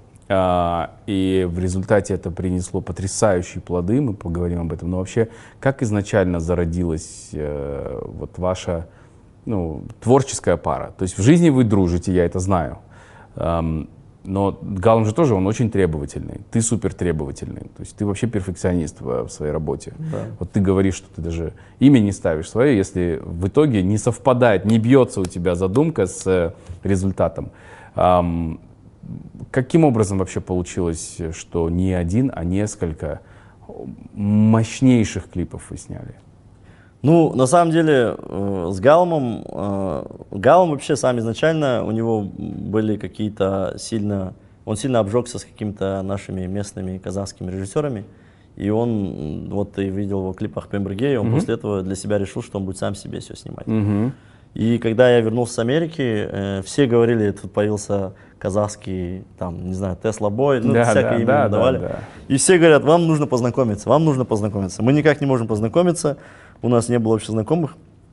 Speaker 1: И в результате это принесло потрясающие плоды, мы поговорим об этом. Но вообще, как изначально зародилась вот ваша, ну, творческая пара? То есть в жизни вы дружите, я это знаю. Но Галлом же тоже, он очень требовательный. Ты супер требовательный. То есть ты вообще перфекционист в своей работе.
Speaker 2: Да.
Speaker 1: Вот ты говоришь, что ты даже имя не ставишь свое, если в итоге не совпадает, не бьется у тебя задумка с результатом. Каким образом вообще получилось, что не один, а несколько мощнейших клипов вы сняли?
Speaker 2: Ну, на самом деле, с Галломом, Галлом вообще сам изначально, у него были какие-то он сильно обжегся с какими-то нашими местными казахскими режиссерами. И он, вот ты видел его в клипах Пемберге, и он после этого для себя решил, что он будет сам себе все снимать. И когда я вернулся с Америки, все говорили, тут появился казахский, там, не знаю, Тесла Бой, ну, всякие имена давали. И все говорят, вам нужно познакомиться, вам нужно познакомиться. Мы никак не можем познакомиться, у нас не было общих знакомых.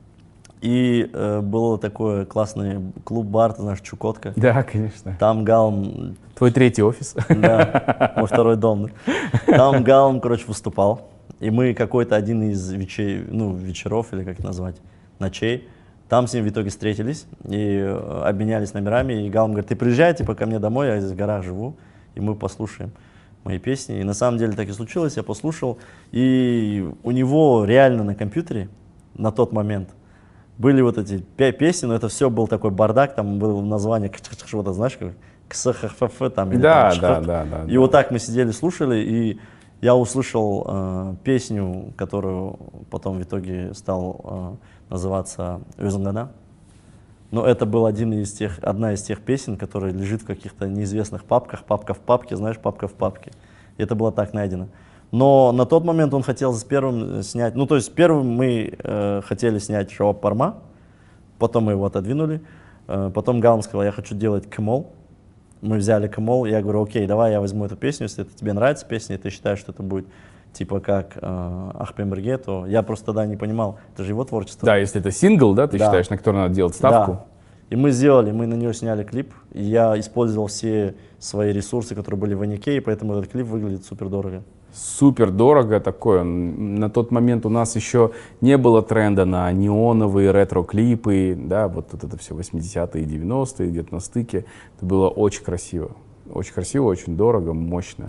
Speaker 2: И был такой классный клуб-бар, ты знаешь, Чукотка.
Speaker 1: Да, конечно.
Speaker 2: Там Галлом...
Speaker 1: Твой третий офис.
Speaker 2: Да, мой второй дом. Там Галлом, короче, выступал. И мы какой-то один из вечеров, или как это назвать, ночей, там с ним в итоге встретились и обменялись номерами. И Галлом говорит, ты приезжай, типа, ко мне домой, я здесь в горах живу, и мы послушаем мои песни. И на самом деле так и случилось, я послушал. И у него реально на компьютере на тот момент были вот эти 5 песен, но это все был такой бардак, там было название, что-то, знаешь, как КСХФФ там.
Speaker 1: Да.
Speaker 2: И вот так мы сидели, слушали, и я услышал песню, которую потом в итоге стал называться «Өзіңғана». Но это был одна из тех песен, которая лежит в каких-то неизвестных папках, папка в папке, знаешь, папка в папке. И это было так найдено. Но на тот момент он хотел с первым снять, ну то есть первым мы хотели снять «Жауап Парма», потом мы его отодвинули, потом Галлом сказал, я хочу делать «Кэмол». Мы взяли «Кэмол», я говорю, окей, давай я возьму эту песню, если это тебе нравится песня, и ты считаешь, что это будет типа как Ах Пемберге, то я просто тогда не понимал, это же его творчество.
Speaker 1: Да, если это сингл, да, ты считаешь, на который надо делать ставку?
Speaker 2: Да. И мы на нее сняли клип, и я использовал все свои ресурсы, которые были в Анике, и поэтому этот клип выглядит супер дорого.
Speaker 1: Супер дорого такое. На тот момент у нас еще не было тренда на неоновые ретро-клипы, да, вот это все 80-е и 90-е, где-то на стыке. Это было очень красиво. Очень красиво, очень дорого, мощно.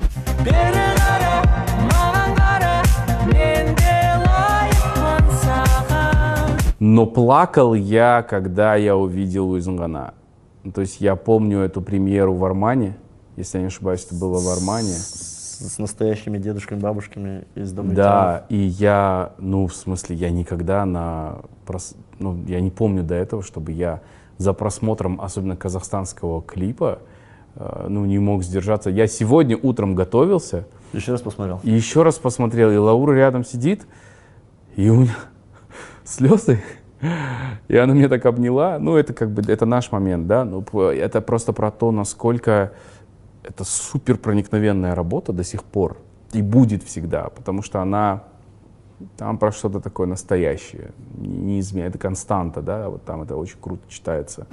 Speaker 1: Но плакал я, когда я увидел «Өзіңғана». То есть я помню эту премьеру в Армане, если я не ошибаюсь, это было в Армане.
Speaker 2: С настоящими дедушками, бабушками из дома.
Speaker 1: Да, и я, в смысле, я никогда я не помню до этого, чтобы я за просмотром, особенно казахстанского клипа, не мог сдержаться. Я сегодня утром готовился.
Speaker 2: Еще раз посмотрел.
Speaker 1: И еще раз посмотрел, и Лаура рядом сидит. И у меня слезы, и она меня так обняла. Ну, это как бы, это наш момент, да, но это просто про то, насколько это супер проникновенная работа до сих пор и будет всегда, потому что она там про что-то такое настоящее, неизменное, это константа, да, вот там это очень круто читается.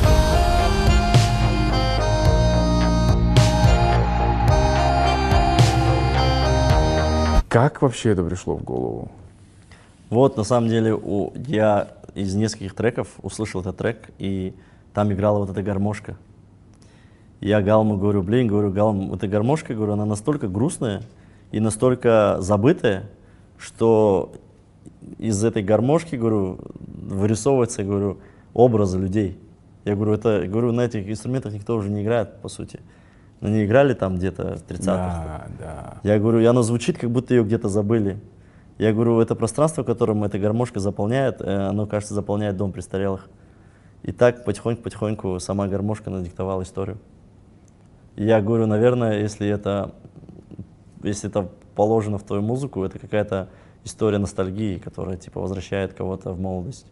Speaker 1: Как вообще это пришло в голову?
Speaker 2: Вот, на самом деле, я из нескольких треков услышал этот трек, и там играла вот эта гармошка. Я Галму говорю, говорю, Галм, эта гармошка, говорю, она настолько грустная и настолько забытая, что из этой гармошки, говорю, вырисовываются, говорю, образы людей. Я говорю, говорю, на этих инструментах никто уже не играет, по сути. Они играли там где-то в 30-х.
Speaker 1: Да, да.
Speaker 2: Я говорю, и оно звучит, как будто ее где-то забыли. Я говорю, это пространство, которым эта гармошка заполняет, оно, кажется, заполняет дом престарелых. И так потихоньку сама гармошка надиктовала историю. И я говорю, наверное, если это положено в твою музыку, это какая-то история ностальгии, которая типа возвращает кого-то в молодость.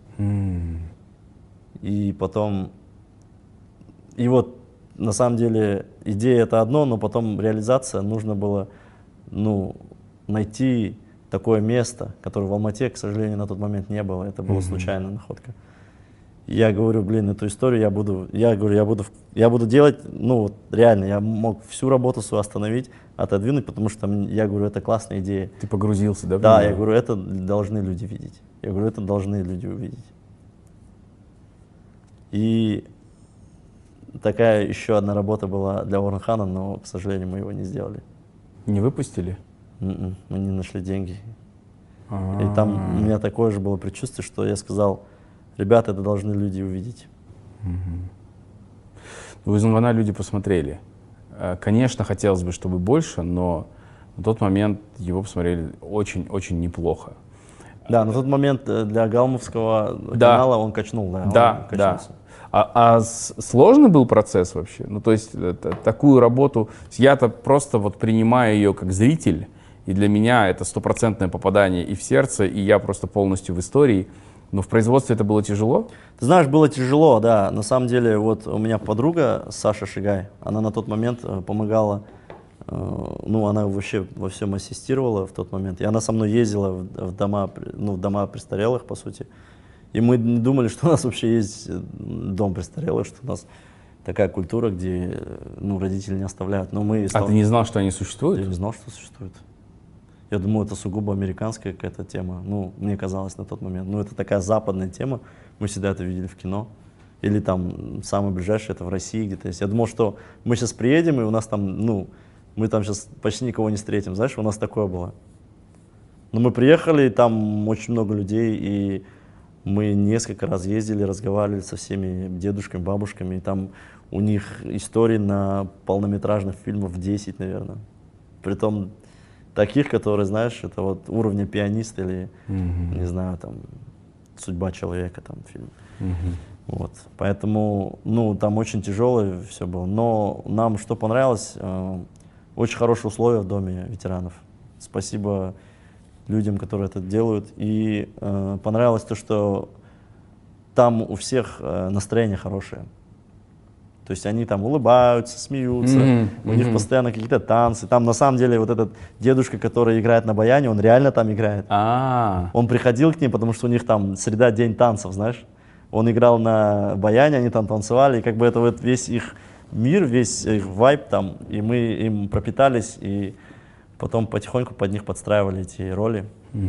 Speaker 2: И потом, и вот на самом деле идея это одно, но потом реализация, нужно было, ну, найти такое место, которое в Алмате, к сожалению, на тот момент не было. Это была случайная находка. Я говорю, блин, эту историю я буду делать, ну, вот, реально, я мог всю работу свою остановить, отодвинуть, потому что, я говорю, это классная идея.
Speaker 1: Ты погрузился, да?
Speaker 2: Да, я говорю, это должны люди видеть. Я говорю, это должны люди увидеть. И такая еще одна работа была для Оренхана, но, к сожалению, мы его не сделали.
Speaker 1: Не выпустили?
Speaker 2: Мы не нашли деньги. И там у меня такое же было предчувствие, что я сказал, ребята, это должны люди увидеть.
Speaker 1: У Звона люди посмотрели. Конечно, хотелось бы, чтобы больше, но на тот момент его посмотрели очень-очень неплохо.
Speaker 2: Да, на тот момент для галмовского канала он качнул, да.
Speaker 1: Да. Сложный был процесс вообще? Ну, то есть такую работу, я-то просто вот принимаю ее как зритель, и для меня это стопроцентное попадание и в сердце, и я просто полностью в истории. Но в производстве это было тяжело?
Speaker 2: Ты знаешь, было тяжело, да. На самом деле, вот у меня подруга Саша Шигай, она на тот момент помогала, ну, она вообще во всем ассистировала в тот момент. И она со мной ездила в дома престарелых, по сути. И мы не думали, что у нас вообще есть дом престарелых, что у нас такая культура, где, ну, родители не оставляют. Но мы
Speaker 1: ты не знал, что они существуют?
Speaker 2: Я не знал, что существует. Я думал, это сугубо американская какая-то тема. Ну, мне казалось на тот момент. Ну, это такая западная тема. Мы всегда это видели в кино. Или там самое ближайшее, это в России где-то есть. Я думал, что мы сейчас приедем, и у нас там, ну, мы там сейчас почти никого не встретим. Знаешь, у нас такое было. Но мы приехали, и там очень много людей, и мы несколько раз ездили, разговаривали со всеми дедушками, бабушками. И там у них истории на полнометражных фильмов 10, наверное. Притом таких, которые, знаешь, это вот уровня «Пианист» или, не знаю, там, «Судьба человека», там, фильм. Вот. Поэтому, ну, там очень тяжелое все было. Но нам что понравилось, очень хорошие условия в доме ветеранов. Спасибо людям, которые это делают. И понравилось то, что там у всех настроение хорошее. То есть они там улыбаются, смеются, у них постоянно какие-то танцы. Там на самом деле вот этот дедушка, который играет на баяне, он реально там играет. Он приходил к ним, потому что у них там среда, день танцев, знаешь. Он играл на баяне, они там танцевали, и как бы это вот весь их мир, весь их вайб там, и мы им пропитались, и потом потихоньку под них подстраивали эти роли.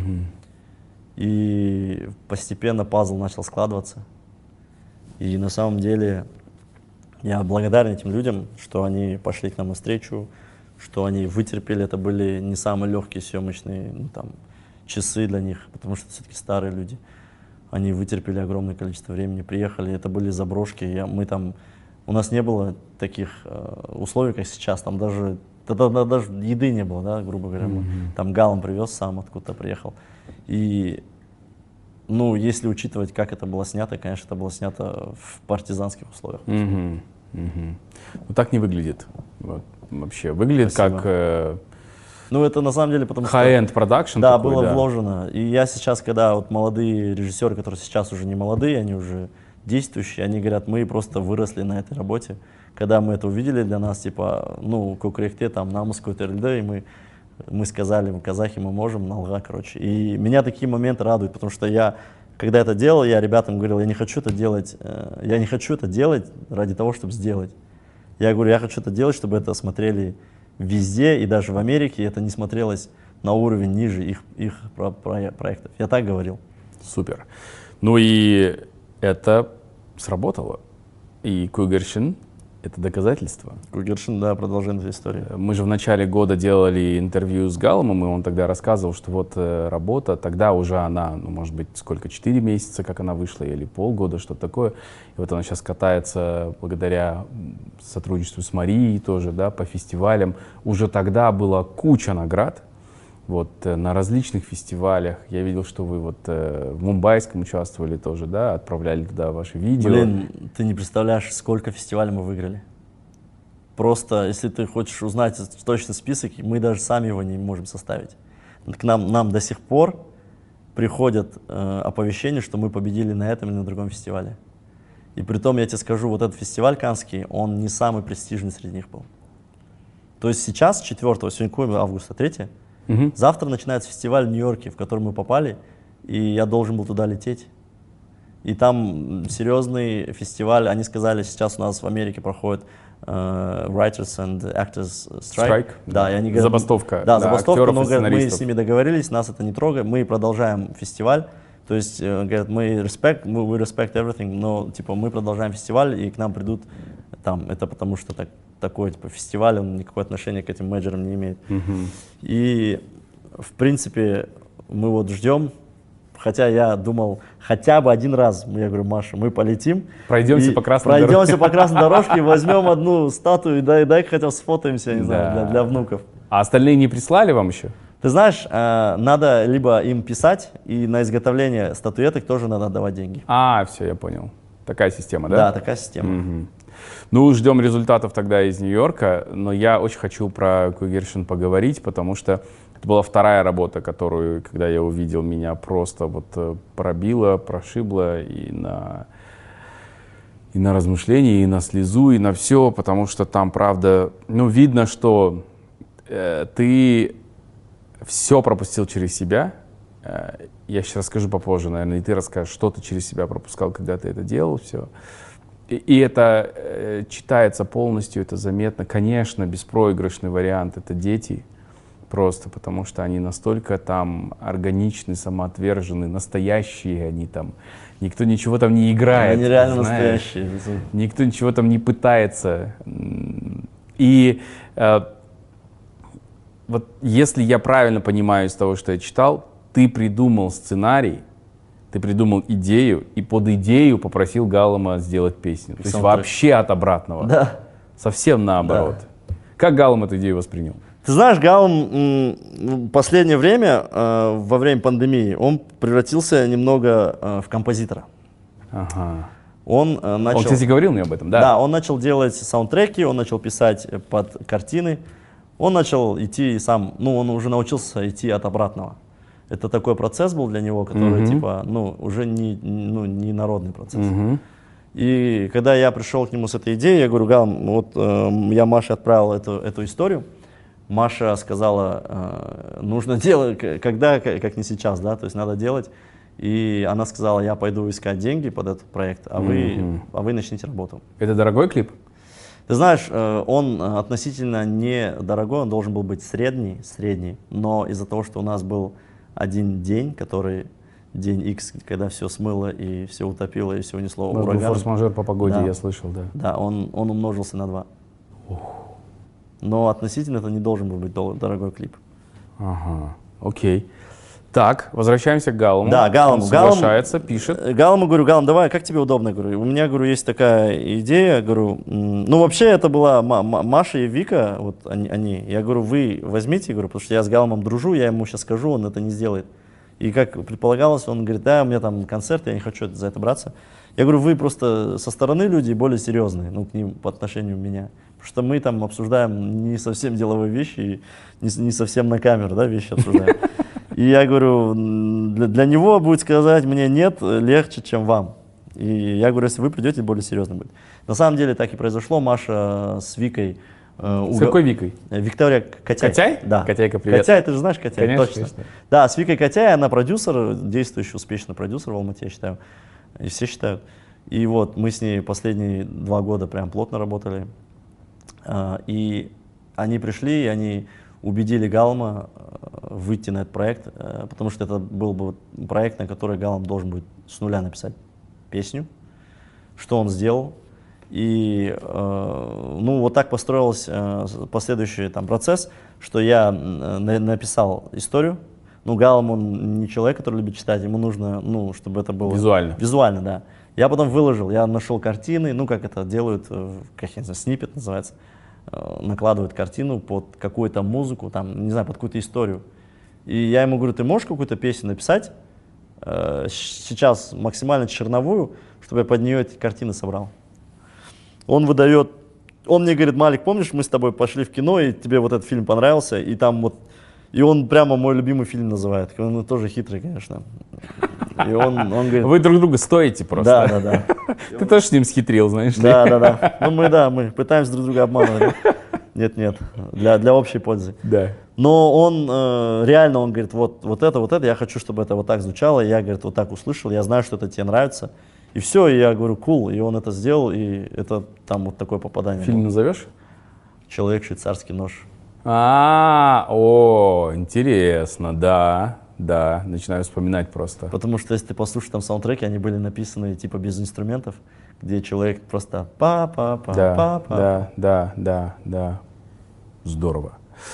Speaker 2: И постепенно пазл начал складываться. И на самом деле я благодарен этим людям, что они пошли к нам навстречу, что они вытерпели. Это были не самые легкие съемочные, ну, там, часы для них, потому что все-таки старые люди. Они вытерпели огромное количество времени, приехали, это были заброшки. У нас не было таких условий, как сейчас. Там даже еды не было, да, грубо говоря. Там Галам привез сам, откуда-то приехал. И, ну, если учитывать, как это было снято, конечно, это было снято в партизанских условиях.
Speaker 1: Ну, так не выглядит. Вот, вообще. Выглядит спасибо. Как
Speaker 2: Ну, это на самом деле потому что...
Speaker 1: High-end продакшн
Speaker 2: Да,
Speaker 1: такой,
Speaker 2: было
Speaker 1: да.
Speaker 2: вложено. И я сейчас, когда вот молодые режиссеры, которые сейчас уже не молодые, они уже действующие, они говорят, мы просто выросли на этой работе. Когда мы это увидели, для нас, типа, ну, кукрехте, там, намус көтерілді, и мы сказали, мы казахи, мы можем, налга, короче. И меня такие моменты радуют, потому что я, когда это делал, я ребятам говорил, я не хочу это делать ради того, чтобы сделать. Я говорю, я хочу это делать, чтобы это смотрели везде, и даже в Америке это не смотрелось на уровень ниже их проектов. Я так говорил.
Speaker 1: Супер. Ну и это сработало. И Кугершин — это доказательство.
Speaker 2: Кугершин, да, продолжение этой истории.
Speaker 1: Мы же в начале года делали интервью с Галломом, и он тогда рассказывал, что вот работа, тогда уже она, ну, может быть, сколько, 4 месяца, как она вышла, или полгода, что-то такое. И вот она сейчас катается благодаря сотрудничеству с Марией тоже, да, по фестивалям. Уже тогда была куча наград. Вот на различных фестивалях. Я видел, что вы вот в Мумбайском участвовали тоже, да, отправляли туда ваши видео.
Speaker 2: Блин, ты не представляешь, сколько фестивалей мы выиграли. Просто, если ты хочешь узнать точный список, мы даже сами его не можем составить. К нам до сих пор приходят оповещения, что мы победили на этом или на другом фестивале. И при том, я тебе скажу, вот этот фестиваль каннский, он не самый престижный среди них был. То есть сейчас, 4 сегодня августа, 3 завтра начинается фестиваль в Нью-Йорке, в который мы попали, и я должен был туда лететь. И там серьезный фестиваль, они сказали, сейчас у нас в Америке проходит Writers and Actors Strike. Да, и они говорят,
Speaker 1: забастовка.
Speaker 2: Да, забастовка, но говорят, мы
Speaker 1: сценаристов.
Speaker 2: с ними договорились, нас это не трогает, мы продолжаем фестиваль. То есть, говорят, we respect everything, но типа мы продолжаем фестиваль, и к нам придут там, это потому что такой типа фестиваль, он никакого отношения к этим менеджерам не имеет. И в принципе мы вот ждем, хотя я думал, хотя бы один раз, я говорю, Маша, мы полетим.
Speaker 1: Пройдемся по красной
Speaker 2: дорожке, возьмем одну статую и дай хотя бы сфотаемся, не знаю, для внуков.
Speaker 1: А остальные не прислали вам еще?
Speaker 2: Ты знаешь, надо либо им писать, и на изготовление статуэток тоже надо отдавать деньги.
Speaker 1: А, все, я понял. Такая система, да?
Speaker 2: Да, такая система.
Speaker 1: Угу. Ну, ждем результатов тогда из Нью-Йорка, но я очень хочу про Кугершин поговорить, потому что это была вторая работа, которую, когда я увидел, меня просто вот пробило, прошибло и на размышления, и на слезу, и на все, потому что там, правда, ну, видно, что ты все пропустил через себя. Я сейчас расскажу попозже, наверное, и ты расскажешь, что ты через себя пропускал, когда ты это делал, все. И это читается полностью, это заметно. Конечно, беспроигрышный вариант — это дети, просто потому что они настолько там органичны, самоотвержены, настоящие они там. Никто ничего там не играет.
Speaker 2: Они реально
Speaker 1: знаешь.
Speaker 2: настоящие.
Speaker 1: Никто ничего там не пытается. И вот если я правильно понимаю из того, что я читал, ты придумал сценарий, ты придумал идею, и под идею попросил Галлома сделать песню. То есть вообще от обратного.
Speaker 2: Да.
Speaker 1: Совсем наоборот. Да. Как Галлом эту идею воспринял?
Speaker 2: Ты знаешь, Галлом в последнее время, во время пандемии, он превратился немного в композитора.
Speaker 1: Ага.
Speaker 2: Он,
Speaker 1: кстати, говорил мне об этом, да?
Speaker 2: Да, он начал делать саундтреки, он начал писать под картины. Он начал идти сам, ну, он уже научился идти от обратного. Это такой процесс был для него, который, типа, ну, уже не народный процесс. И когда я пришел к нему с этой идеей, я говорю, Галлом, вот я Маше отправил эту историю. Маша сказала, нужно делать, когда, как не сейчас, да, то есть надо делать. И она сказала, я пойду искать деньги под этот проект, а вы начните работу.
Speaker 1: Это дорогой клип?
Speaker 2: Ты знаешь, он относительно недорогой, он должен был быть средний, но из-за того, что у нас был один день, который день X, когда все смыло и все утопило и все унесло ураганом.
Speaker 1: Форс-мажор по погоде,
Speaker 2: да.
Speaker 1: Я слышал, да.
Speaker 2: Да, он умножился на 2. Но относительно это не должен был быть дорогой клип.
Speaker 1: Ага, окей. Так, возвращаемся к Галлому.
Speaker 2: Да, Галлом.
Speaker 1: Он соглашается, пишет.
Speaker 2: Галлому говорю, Галлом, давай, как тебе удобно? Говорю, у меня, говорю, есть такая идея, говорю, ну вообще это была Маша и Вика, вот они. Я говорю, вы возьмите, говорю, потому что я с Галломом дружу, я ему сейчас скажу, он это не сделает. И как предполагалось, он говорит, да, у меня там концерт, я не хочу за это браться. Я говорю, вы просто со стороны люди более серьезные, ну, к ним по отношению меня. Потому что мы там обсуждаем не совсем деловые вещи, и не совсем на камеру, да, вещи обсуждаем. И я говорю, для него будет сказать мне нет легче, чем вам. И я говорю, если вы придете, более серьезно будет. На самом деле так и произошло. Маша с Викой.
Speaker 1: С какой Викой?
Speaker 2: Виктория Котяй.
Speaker 1: Котяй?
Speaker 2: Да.
Speaker 1: Котяйка, привет.
Speaker 2: Котяй, ты же знаешь Котяй?
Speaker 1: Конечно,
Speaker 2: Точно.
Speaker 1: конечно.
Speaker 2: Да, с Викой Котяй, она продюсер, действующий успешный продюсер в Алмате, я считаю. И все считают. И вот мы с ней последние 2 года прям плотно работали. И они пришли, и они убедили Галама выйти на этот проект, потому что это был бы проект, на который Галам должен будет с нуля написать песню, что он сделал. И ну, вот так построился последующий там процесс, что я написал историю. Ну, Галам, он не человек, который любит читать, ему нужно, ну, чтобы это было...
Speaker 1: Визуально.
Speaker 2: Визуально, да. Я потом выложил, я нашел картины, ну, как это делают, как я не знаю, сниппет называется, накладывают картину под какую-то музыку, там, не знаю, под какую-то историю. И я ему говорю, ты можешь какую-то песню написать, сейчас максимально черновую, чтобы я под нее эти картины собрал. Он выдает, он мне говорит, Малик, помнишь, мы с тобой пошли в кино, и тебе вот этот фильм понравился, и там вот, и он прямо мой любимый фильм называет, он тоже хитрый, конечно. И он говорит...
Speaker 1: Вы друг друга стоите просто.
Speaker 2: Да, да, да.
Speaker 1: Ты тоже с ним схитрил, знаешь ли?
Speaker 2: Да, да, да. Ну мы пытаемся друг друга обманывать. Нет, для общей пользы.
Speaker 1: Да.
Speaker 2: Но он реально, он говорит, вот это, я хочу, чтобы это вот так звучало. И я, говорит, вот так услышал, я знаю, что это тебе нравится. И все, и я говорю, cool. И он это сделал, и это там вот такое попадание.
Speaker 1: Фильм назовешь?
Speaker 2: «Человек, швейцарский нож».
Speaker 1: Интересно, да, начинаю вспоминать просто.
Speaker 2: Потому что если ты послушаешь там саундтреки, они были написаны типа без инструментов, где человек просто па-па-па-па-па.
Speaker 1: Да. Здорово.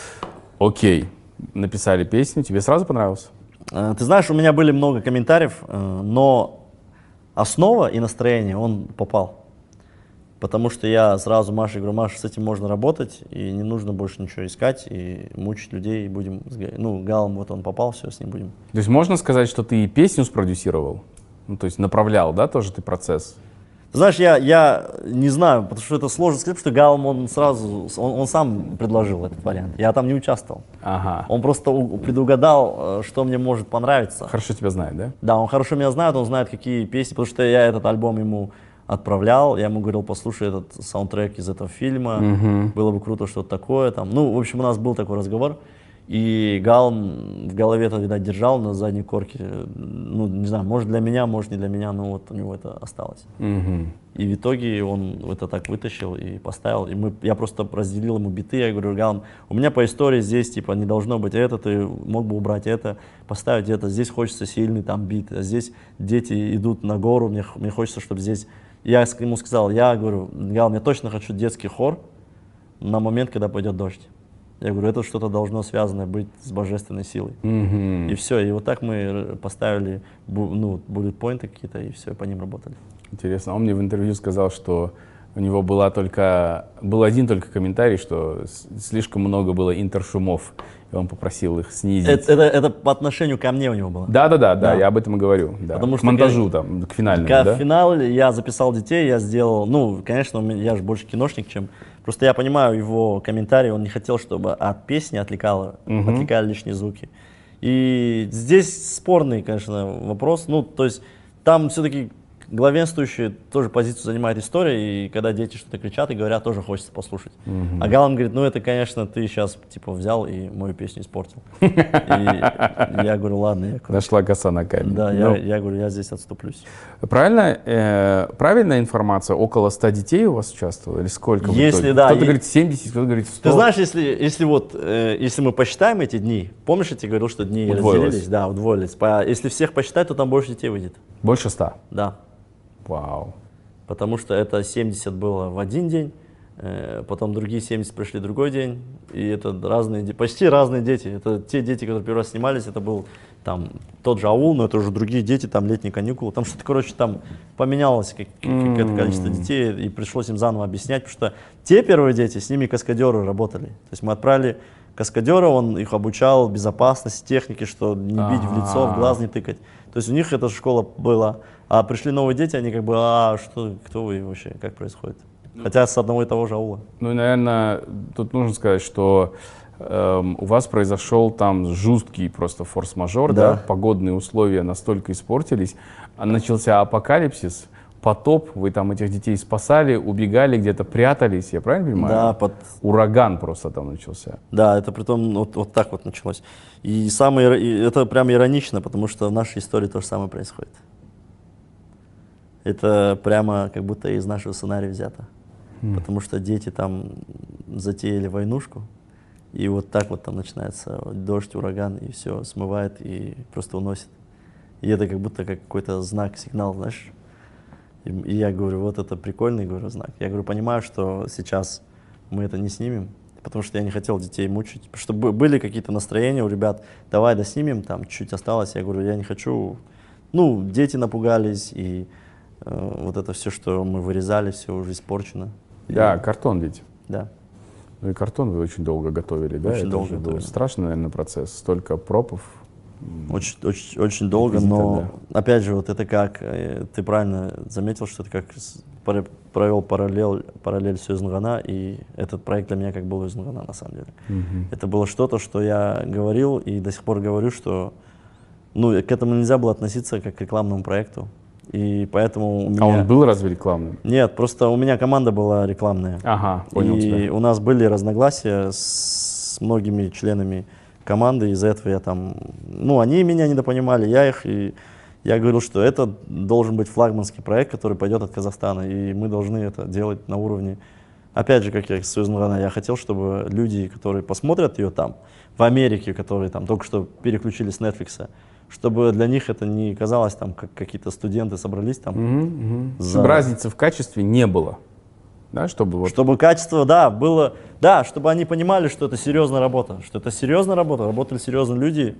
Speaker 1: Окей, написали песню, тебе сразу понравилось?
Speaker 2: Ты знаешь, у меня были много комментариев, но основа и настроение, он попал. Потому что я сразу Маше говорю, Маша, с этим можно работать, и не нужно больше ничего искать, и мучить людей, и будем, ну, Галам, вот он попал, все, с ним будем.
Speaker 1: То есть можно сказать, что ты и песню спродюсировал? Ну, то есть направлял, да, тоже ты процесс?
Speaker 2: Ты знаешь, я не знаю, потому что это сложно сказать, потому что Галам, он сразу, он сам предложил этот вариант, я там не участвовал.
Speaker 1: Ага.
Speaker 2: Он просто предугадал, что мне может понравиться.
Speaker 1: Хорошо тебя знает, да?
Speaker 2: Да, он хорошо меня знает, он знает, какие песни, потому что я этот альбом ему отправлял, я ему говорил, послушай этот саундтрек из этого фильма, было бы круто что-то такое там. Ну, в общем, у нас был такой разговор, и Галам в голове это, видать, держал на задней корке, ну, не знаю, может для меня, может не для меня, но вот у него это осталось. И в итоге он это так вытащил и поставил, и я просто разделил ему биты, я говорю, Галам, у меня по истории здесь, типа, не должно быть это, ты мог бы убрать это, поставить это, здесь хочется сильный там бит, а здесь дети идут на гору, мне хочется, чтобы здесь... Я ему сказал, я говорю, Галам, я точно хочу детский хор на момент, когда пойдет дождь. Я говорю, это что-то должно связано быть с божественной силой. И все, и вот так мы поставили, ну, буллет-пойнты какие-то, и все, по ним работали.
Speaker 1: Интересно. Он мне в интервью сказал, что у него был один только комментарий, что слишком много было интершумов, и он попросил их снизить.
Speaker 2: Это по отношению ко мне у него было.
Speaker 1: Да, я об этом и говорю. Да.
Speaker 2: Потому
Speaker 1: к
Speaker 2: что
Speaker 1: монтажу там, к финальному, да?
Speaker 2: В финале я записал детей, я сделал, ну, конечно, я же больше киношник, чем... Просто я понимаю его комментарий, он не хотел, чтобы от песни отвлекали лишние звуки. И здесь спорный, конечно, вопрос, ну, то есть там все-таки главенствующую тоже позицию занимает история, и когда дети что-то кричат и говорят, тоже хочется послушать. А Галам говорит, ну это, конечно, ты сейчас типа взял и мою песню испортил. И я говорю, ладно.
Speaker 1: Нашла коса на камень.
Speaker 2: Да, я говорю, я здесь отступлюсь.
Speaker 1: Правильная информация, около 100 детей у вас участвовало? Или сколько?
Speaker 2: Если да.
Speaker 1: Кто-то говорит 70, кто-то говорит 100.
Speaker 2: Ты знаешь, если мы посчитаем эти дни, помнишь, я тебе говорил, что дни разделились? Да, удвоились. Если всех посчитать, то там больше детей выйдет.
Speaker 1: Больше 100?
Speaker 2: Да.
Speaker 1: Вау.
Speaker 2: Потому что это 70 было в один день, потом другие 70 пришли в другой день, и это почти разные дети. Это те дети, которые первый раз снимались, это был там тот же аул, но это уже другие дети, там летние каникулы. Там что-то, короче, там поменялось какое-то количество детей, и пришлось им заново объяснять, потому что те первые дети, с ними каскадеры работали. То есть мы отправили каскадера, он их обучал безопасности, технике, что не бить в лицо, в глаз не тыкать. То есть у них эта школа была. А пришли новые дети, они как бы, кто вы вообще, как происходит? Хотя с одного и того же аула.
Speaker 1: Ну и, наверное, тут нужно сказать, что у вас произошел там жуткий просто форс-мажор, да? Погодные условия настолько испортились, начался апокалипсис, потоп, вы там этих детей спасали, убегали, где-то прятались, я правильно понимаю?
Speaker 2: Да,
Speaker 1: ураган просто там начался.
Speaker 2: Да, это притом вот так вот началось. И это прям иронично, потому что в нашей истории то же самое происходит. Это прямо как будто из нашего сценария взято. Потому что дети там затеяли войнушку, и вот так вот там начинается дождь, ураган, и все смывает и просто уносит. И это как будто как какой-то знак, сигнал, знаешь. И я говорю, вот это прикольный, говорю, знак. Я говорю, понимаю, что сейчас мы это не снимем, потому что я не хотел детей мучить. Потому что были какие-то настроения у ребят, давай доснимем, там чуть-чуть осталось. Я говорю, я не хочу. Ну, дети напугались, и вот это все, что мы вырезали, все уже испорчено.
Speaker 1: Да, картон ведь.
Speaker 2: Да.
Speaker 1: Ну и картон вы очень долго готовили, да?
Speaker 2: Очень долго
Speaker 1: был страшный, наверное, процесс. Столько пропов.
Speaker 2: Очень долго, но опять же, вот это как, ты правильно заметил, что это как провел параллель с Юзнгана, и этот проект для меня как был Юзнгана на самом деле. Это было что-то, что я говорил и до сих пор говорю, что к этому нельзя было относиться как к рекламному проекту. И поэтому у меня...
Speaker 1: А он был разве рекламным?
Speaker 2: Нет, просто у меня команда была рекламная.
Speaker 1: Ага, понял тебя.
Speaker 2: И у нас были разногласия с многими членами команды, из-за этого я там... они меня недопонимали, я их, и я говорил, что это должен быть флагманский проект, который пойдет от Казахстана, и мы должны это делать на уровне... Опять же, как я с Юзнгана, я хотел, чтобы люди, которые посмотрят ее там, в Америке, которые там только что переключили с Netflix, чтобы для них это не казалось, там, как какие-то студенты собрались там.
Speaker 1: Чтобы разницы в качестве не было. Да,
Speaker 2: чтобы качество, да, было, да, чтобы они понимали, что это серьезная работа, работали серьезные люди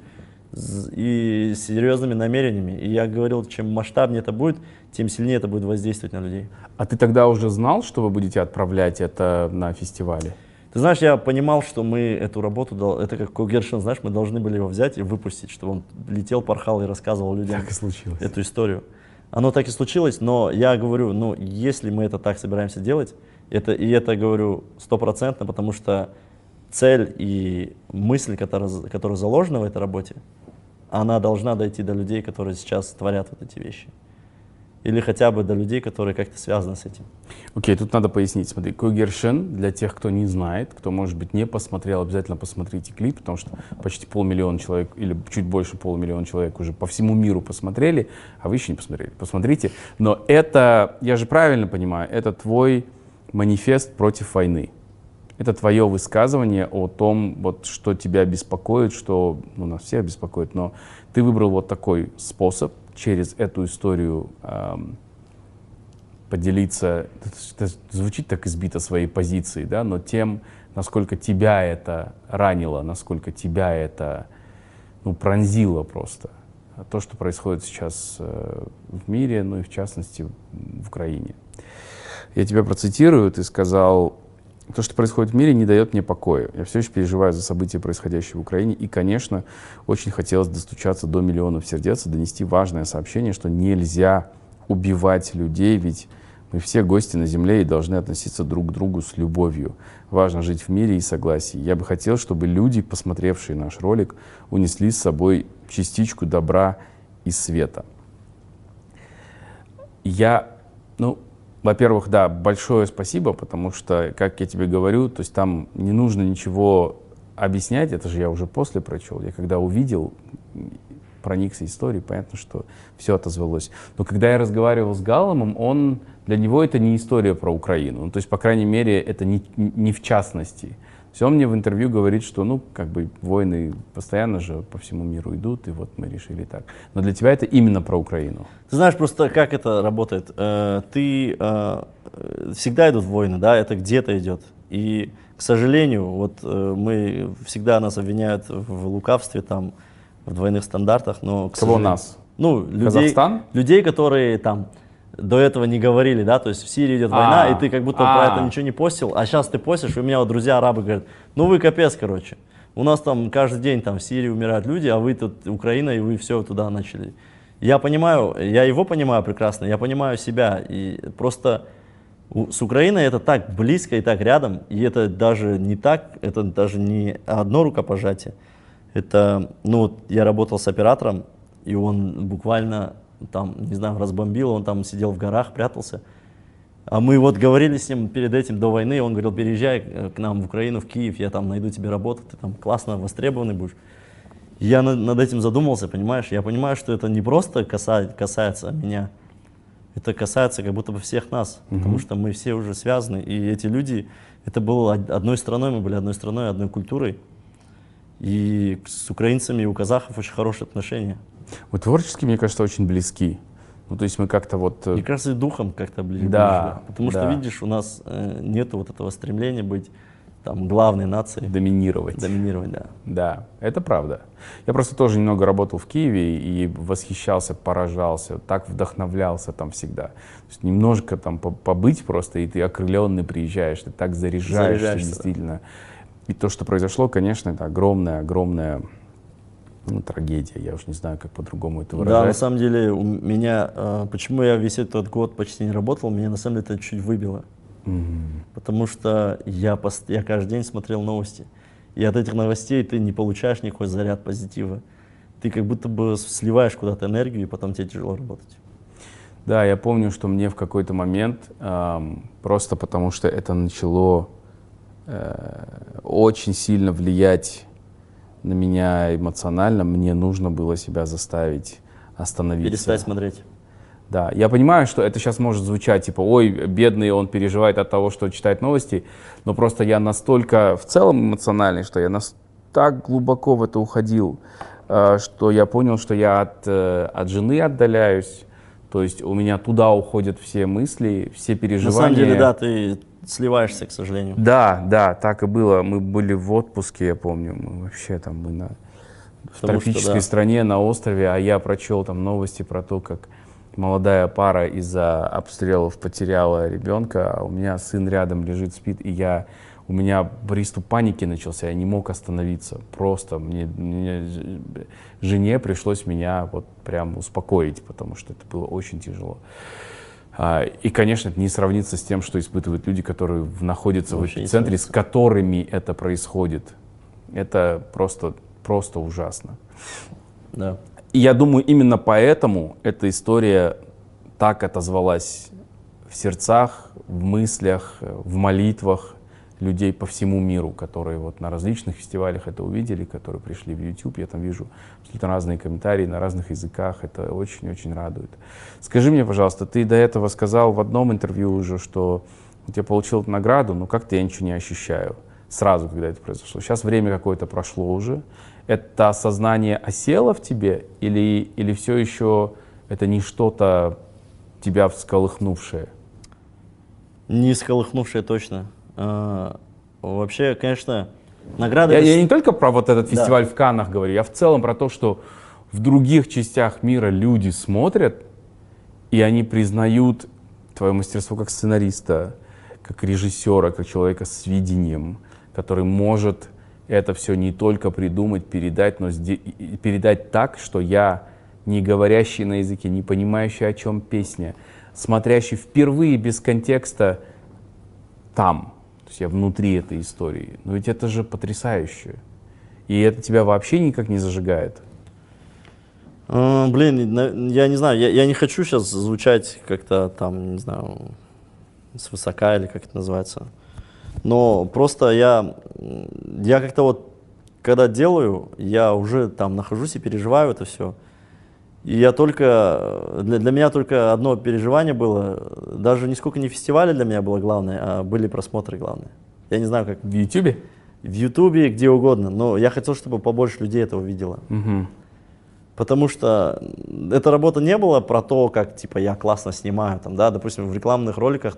Speaker 2: и с серьезными намерениями. И я говорил, чем масштабнее это будет, тем сильнее это будет воздействовать на людей.
Speaker 1: А ты тогда уже знал, что вы будете отправлять это на фестивале?
Speaker 2: Ты знаешь, я понимал, что мы эту работу, это как Когершин, знаешь, мы должны были его взять и выпустить, чтобы он летел, порхал и рассказывал людям эту историю. Оно так и случилось, но я говорю, если мы это так собираемся делать, это говорю 100%, потому что цель и мысль, которая заложена в этой работе, она должна дойти до людей, которые сейчас творят вот эти вещи. Или хотя бы до людей, которые как-то связаны с этим.
Speaker 1: Окей, тут надо пояснить. Смотри, Когершин, для тех, кто не знает, кто, может быть, не посмотрел, обязательно посмотрите клип, потому что почти 500 000 человек, или чуть больше 500 000 человек уже по всему миру посмотрели, а вы еще не посмотрели. Посмотрите. Но это, я же правильно понимаю, это твой манифест против войны. Это твое высказывание о том, что тебя беспокоит, что нас всех беспокоит, но ты выбрал вот такой способ через эту историю поделиться, это звучит так избито своей позицией, да, но тем, насколько тебя это ранило, насколько тебя это пронзило просто. То, что происходит сейчас в мире, и в частности в Украине. Я тебя процитирую, ты сказал: то, что происходит в мире, не дает мне покоя. Я все еще переживаю за события, происходящие в Украине. И, конечно, очень хотелось достучаться до миллионов сердец и донести важное сообщение, что нельзя убивать людей, ведь мы все гости на земле и должны относиться друг к другу с любовью. Важно жить в мире и согласии. Я бы хотел, чтобы люди, посмотревшие наш ролик, унесли с собой частичку добра и света. Во-первых, да, большое спасибо, потому что, как я тебе говорю, то есть там не нужно ничего объяснять, это же я уже после прочел. Я когда увидел, проникся историей, понятно, что все отозвалось. Но когда я разговаривал с Галломом, для него это не история про Украину. То есть, по крайней мере, это не в частности. Он мне в интервью говорит, что, войны постоянно же по всему миру идут, и вот мы решили так. Но для тебя это именно про Украину.
Speaker 2: Ты знаешь просто, как это работает. Всегда идут войны, да, это где-то идет. И, к сожалению, мы всегда нас обвиняют в лукавстве, там, в двойных стандартах, но...
Speaker 1: Кого нас? Казахстан?
Speaker 2: Людей, которые там до этого не говорили, да, то есть в Сирии идет война, и ты как будто про это ничего не постил, а сейчас ты постишь, и у меня друзья арабы говорят, вы капец, короче. У нас там каждый день там в Сирии умирают люди, а вы тут Украина, и вы все туда начали. Я понимаю, я его понимаю прекрасно, я понимаю себя. И просто с Украиной это так близко и так рядом, и это даже не так, это даже не одно рукопожатие. Это, ну, вот я работал с оператором, и он буквально там, не знаю, разбомбил, он там сидел в горах, прятался. А мы вот говорили с ним перед этим, до войны, он говорил, переезжай к нам в Украину, в Киев, я там найду тебе работу, ты там классно востребованный будешь. Я над этим задумался, понимаешь, я понимаю, что это не просто касается меня, это касается как будто бы всех нас, потому что мы все уже связаны, и эти люди, это было одной страной, мы были одной страной, одной культурой, и с украинцами и у казахов очень хорошие отношения.
Speaker 1: Мы творчески, мне кажется, очень близки. Ну, то есть мы как-то вот...
Speaker 2: Мне кажется, и духом как-то ближе.
Speaker 1: Да,
Speaker 2: потому
Speaker 1: да.
Speaker 2: что, видишь, у нас нет вот этого стремления быть там главной нацией.
Speaker 1: Доминировать.
Speaker 2: Доминировать, да.
Speaker 1: Да, это правда. Я просто тоже немного работал в Киеве и восхищался, поражался, так вдохновлялся там всегда. То есть немножко там побыть просто, и ты окрыленный приезжаешь, ты так заряжаешься действительно. И то, что произошло, конечно, это огромная трагедия. Я уж не знаю, как по-другому это выражать.
Speaker 2: Да, на самом деле у меня, почему я весь этот год почти не работал, меня на самом деле это чуть выбило. Потому что я каждый день смотрел новости. И от этих новостей ты не получаешь никакой заряд позитива. Ты как будто бы сливаешь куда-то энергию, и потом тебе тяжело работать.
Speaker 1: Да, я помню, что мне в какой-то момент, просто потому что это начало очень сильно влиять на меня эмоционально, мне нужно было себя заставить остановиться.
Speaker 2: Перестать смотреть.
Speaker 1: Да, я понимаю, что это сейчас может звучать, типа, ой, бедный, он переживает от того, что читает новости, но просто я настолько в целом эмоциональный, что я так глубоко в это уходил, что я понял, что я от жены отдаляюсь, то есть у меня туда уходят все мысли, все переживания.
Speaker 2: На самом деле, да, ты сливаешься, к сожалению.
Speaker 1: Да, так и было. Мы были в отпуске, я помню, мы вообще там в тропической стране, на острове, а я прочел там новости про то, как молодая пара из-за обстрелов потеряла ребенка, а у меня сын рядом лежит, спит, и у меня приступ паники начался, я не мог остановиться. Просто мне жене пришлось меня вот прям успокоить, потому что это было очень тяжело. И, конечно, это не сравнится с тем, что испытывают люди, которые находятся в эпицентре, с которыми это происходит. Это просто ужасно.
Speaker 2: Да.
Speaker 1: И я думаю, именно поэтому эта история так отозвалась в сердцах, в мыслях, в молитвах людей по всему миру, которые вот на различных фестивалях это увидели, которые пришли в YouTube. Я там вижу абсолютно разные комментарии на разных языках. Это очень-очень радует. Скажи мне, пожалуйста, ты до этого сказал в одном интервью уже, что я получил эту награду, но как-то я ничего не ощущаю сразу, когда это произошло. Сейчас время какое-то прошло уже. Это осознание осело в тебе или все еще это не что-то тебя всколыхнувшее?
Speaker 2: Не всколыхнувшее точно. Вообще, конечно, награды...
Speaker 1: Я не только про вот этот фестиваль в Каннах говорю, я в целом про то, что в других частях мира люди смотрят, и они признают твое мастерство как сценариста, как режиссера, как человека с видением, который может это все не только придумать, передать, но передать так, что я, не говорящий на языке, не понимающий, о чем песня, смотрящий впервые без контекста там. То есть я внутри этой истории. Но ведь это же потрясающе. И это тебя вообще никак не зажигает.
Speaker 2: Блин, я не знаю, я не хочу сейчас звучать как-то там, не знаю, свысока или как это называется. Но просто я как-то вот, когда делаю, я уже там нахожусь и переживаю это все. И я для меня только одно переживание было, даже нисколько не фестиваля для меня было главное, а были просмотры главные. Я не знаю, как...
Speaker 1: В Ютубе?
Speaker 2: В Ютубе, где угодно, но я хотел, чтобы побольше людей этого видело.
Speaker 1: Угу.
Speaker 2: Потому что эта работа не была про то, как типа я классно снимаю, там, да, допустим, в рекламных роликах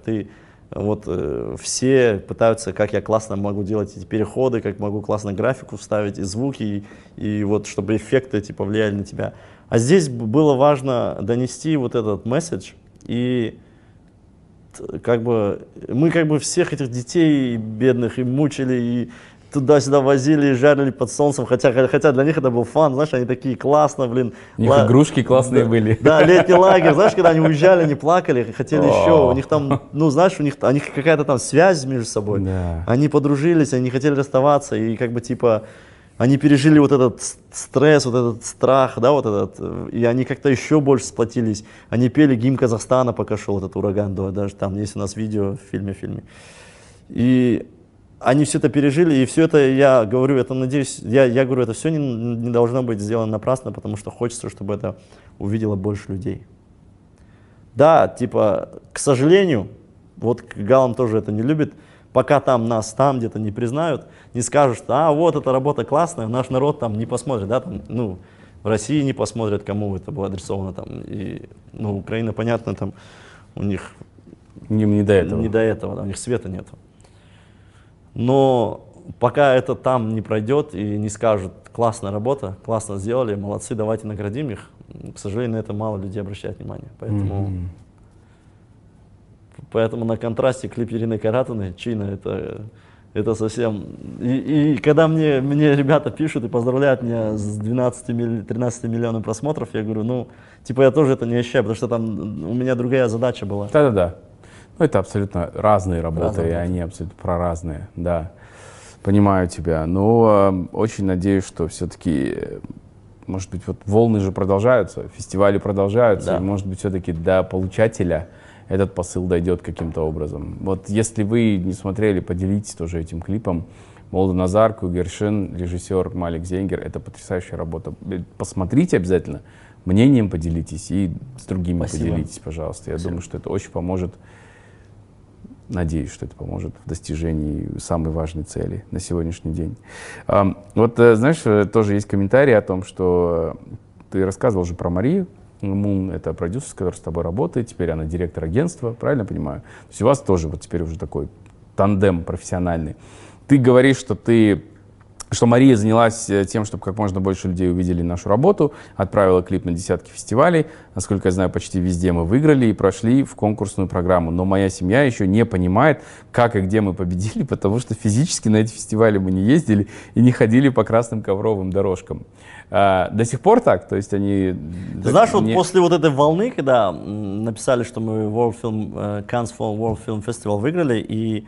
Speaker 2: все пытаются, как я классно могу делать эти переходы, как могу классно графику вставить и звуки, и вот чтобы эффекты типа влияли на тебя. А здесь было важно донести вот этот месседж, и мы всех этих детей бедных и мучили, и туда-сюда возили, жарили под солнцем, хотя для них это был фан, знаешь, они такие классно, блин.
Speaker 1: У них игрушки классные были.
Speaker 2: Да, летний лагерь, знаешь, когда они уезжали, они плакали, хотели еще, у них там, ну, знаешь, у них какая-то там связь между собой, они подружились, они не хотели расставаться, и как бы типа, они пережили вот этот стресс, вот этот страх, да, вот этот, и они как-то еще больше сплотились, они пели гимн Казахстана, пока шел этот ураган, даже там есть у нас видео в фильме, и они все это пережили, и все это, я говорю, это, надеюсь, я говорю, это все не должно быть сделано напрасно, потому что хочется, чтобы это увидело больше людей. Да, типа, к сожалению, вот Галам тоже это не любит, пока нас там где-то не признают, не скажут, что, вот эта работа классная, наш народ там не посмотрит, да, там, ну, в России не посмотрят, кому это было адресовано, там, и, ну, Украина, понятно, там, у них
Speaker 1: не до этого.
Speaker 2: Не до этого, да, у них света нету. Но пока это там не пройдет и не скажут, классная работа, классно сделали, молодцы, давайте наградим их, к сожалению, на это мало людей обращает внимание. Поэтому на контрасте клип Ирины Каратуны, Чина, это совсем... И когда мне ребята пишут и поздравляют меня с 13 миллионами просмотров, я говорю, ну, типа я тоже это не ощущаю, потому что там у меня другая задача была.
Speaker 1: Да-да-да. Ну, это абсолютно разные работы, и они абсолютно проразные, да. Понимаю тебя. Но очень надеюсь, что все-таки, может быть, вот волны же продолжаются, фестивали продолжаются, и, может быть, все-таки до получателя этот посыл дойдет каким-то образом. Вот если вы не смотрели, поделитесь тоже этим клипом. Молдоназар, Кугершин, режиссер Малик Зенгер. Это потрясающая работа. Посмотрите обязательно, мнением поделитесь и с другими поделитесь, пожалуйста. Я думаю, что это очень поможет. Надеюсь, что это поможет в достижении самой важной цели на сегодняшний день. Вот, знаешь, тоже есть комментарий о том, что ты рассказывал же про Марию Мун, это продюсер, который с тобой работает, теперь она директор агентства, правильно понимаю? То есть у вас тоже вот теперь уже такой тандем профессиональный. Ты говоришь, что Мария занялась тем, чтобы как можно больше людей увидели нашу работу, отправила клип на десятки фестивалей. Насколько я знаю, почти везде мы выиграли и прошли в конкурсную программу. Но моя семья еще не понимает, как и где мы победили, потому что физически на эти фестивали мы не ездили и не ходили по красным ковровым дорожкам. До сих пор так? То есть они...
Speaker 2: Ты знаешь, вот после вот этой волны, когда написали, что мы Cannes World Film Festival выиграли, и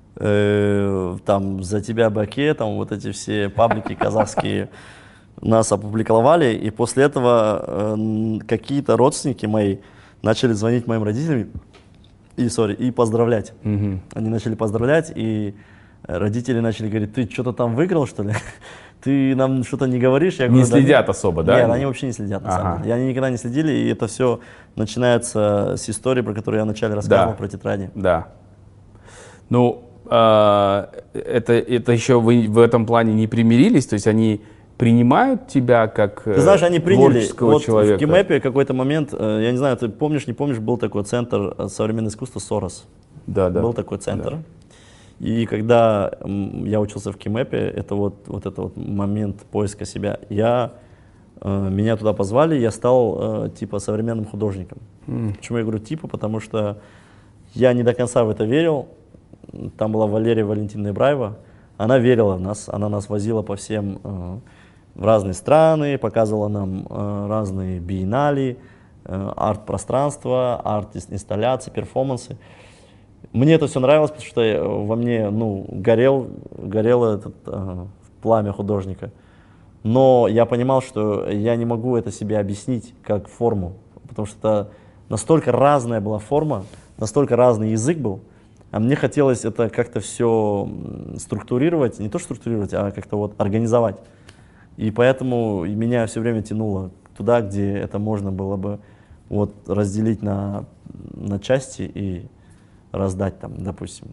Speaker 2: там «За тебя, Баке», там вот эти все паблики казахские нас опубликовали, и после этого какие-то родственники мои начали звонить моим родителям и поздравлять. Они начали поздравлять, и родители начали говорить, ты что-то там выиграл, что ли? Ты нам что-то не говоришь? Я говорю,
Speaker 1: не следят особо, да?
Speaker 2: Нет, они вообще не следят, на самом деле. Они никогда не следили, и это все начинается с истории, про которую я вначале рассказывал, про тетради.
Speaker 1: Да. Ну, это еще вы в этом плане не примирились? То есть они принимают тебя как
Speaker 2: Ты знаешь, они приняли. Вот
Speaker 1: человека?
Speaker 2: В КИМЭПе какой-то момент, я не знаю, ты помнишь, не помнишь, был такой центр современного искусства «Сорос».
Speaker 1: Да.
Speaker 2: Был такой центр. Да. И когда я учился в КИМЭПе, это вот этот момент поиска себя, меня туда позвали, я стал типа современным художником. Почему я говорю типа? Потому что я не до конца в это верил. Там была Валерия Валентиновна Ибраева, она верила в нас, она нас возила по всем в разные страны, показывала нам разные биеннале, арт-пространства, арт-инсталляции, перформансы. Мне это все нравилось, потому что во мне горело это пламя художника. Но я понимал, что я не могу это себе объяснить как форму, потому что это настолько разная была форма, настолько разный язык был. А мне хотелось это как-то все структурировать, не то структурировать, а как-то вот организовать. И поэтому меня все время тянуло туда, где это можно было бы вот разделить на части и раздать там, допустим.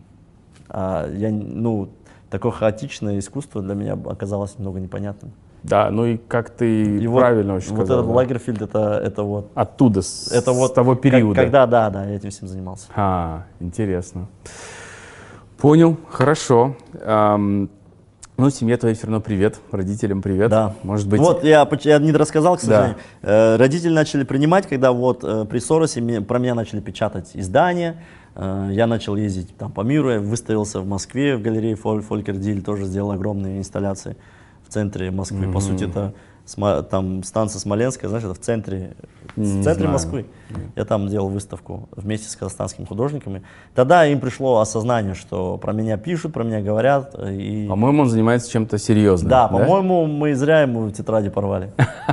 Speaker 2: Такое хаотичное искусство для меня оказалось немного непонятным.
Speaker 1: Да, ну и как ты правильно очень сказал.
Speaker 2: Вот этот Лагерфельд, это вот...
Speaker 1: Оттуда, с того периода.
Speaker 2: Когда, я этим всем занимался.
Speaker 1: Интересно. Понял, хорошо. Ну, семье твоей все равно привет, родителям привет.
Speaker 2: Да.
Speaker 1: Может быть...
Speaker 2: Вот я не рассказал, к сожалению. Родители начали принимать, когда вот при Соросе про меня начали печатать издания. Я начал ездить там по миру, я выставился в Москве в галерее Фолькер Диль, тоже сделал огромные инсталляции в центре Москвы. По сути, это там станция Смоленская, знаешь, это в центре Москвы. Я там делал выставку вместе с казахстанскими художниками. Тогда им пришло осознание, что про меня пишут, про меня говорят. И...
Speaker 1: По-моему, он занимается чем-то серьезным.
Speaker 2: Да, по-моему, мы зря ему тетради порвали.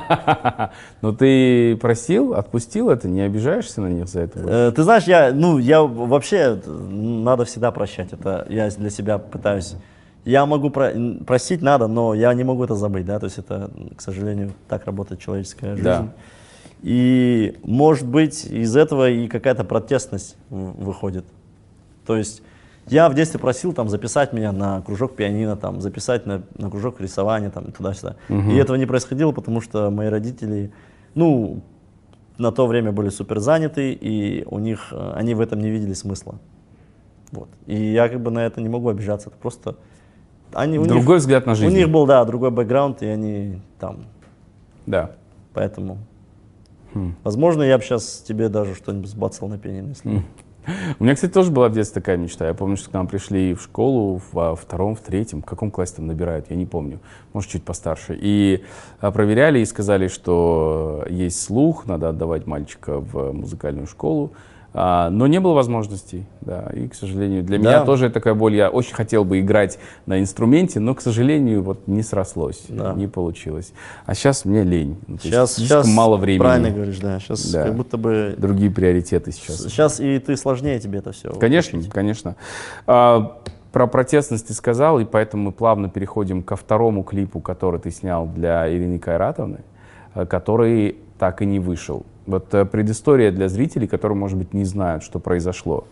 Speaker 1: Но ты просил, отпустил это, не обижаешься на них за это?
Speaker 2: Ты знаешь, я вообще, надо всегда прощать. Это я для себя пытаюсь. Я могу простить надо, но я не могу это забыть, да, то есть это, к сожалению, так работает человеческая жизнь.
Speaker 1: Да.
Speaker 2: И, может быть, из этого и какая-то протестность выходит. То есть я в детстве просил там записать меня на кружок пианино, там, записать на кружок рисования, там, туда-сюда. И этого не происходило, потому что мои родители, ну, на то время были супер заняты, и они в этом не видели смысла. Вот. И я как бы на это не могу обижаться, это просто...
Speaker 1: Другой взгляд на жизнь.
Speaker 2: У них был, да, другой бэкграунд, и они там.
Speaker 1: Да.
Speaker 2: Поэтому, возможно, я бы сейчас тебе даже что-нибудь сбацал на пианино, если...
Speaker 1: У меня, кстати, тоже была в детстве такая мечта. Я помню, что к нам пришли в школу во втором, в третьем, в каком классе там набирают, я не помню, может, чуть постарше. И проверяли и сказали, что есть слух, надо отдавать мальчика в музыкальную школу. Но не было возможностей, да, и, к сожалению, для меня тоже такая боль. Я очень хотел бы играть на инструменте, но, к сожалению, вот не срослось, не получилось. А сейчас мне лень.
Speaker 2: Сейчас
Speaker 1: слишком мало времени.
Speaker 2: Правильно говоришь, да. Сейчас как будто бы...
Speaker 1: Другие приоритеты сейчас.
Speaker 2: Сейчас и ты сложнее тебе это все.
Speaker 1: Конечно, конечно. Про протестность ты сказал, и поэтому мы плавно переходим ко второму клипу, который ты снял для Ирины Кайратовны, который так и не вышел. Вот предыстория для зрителей, которые, может быть, не знают, что произошло.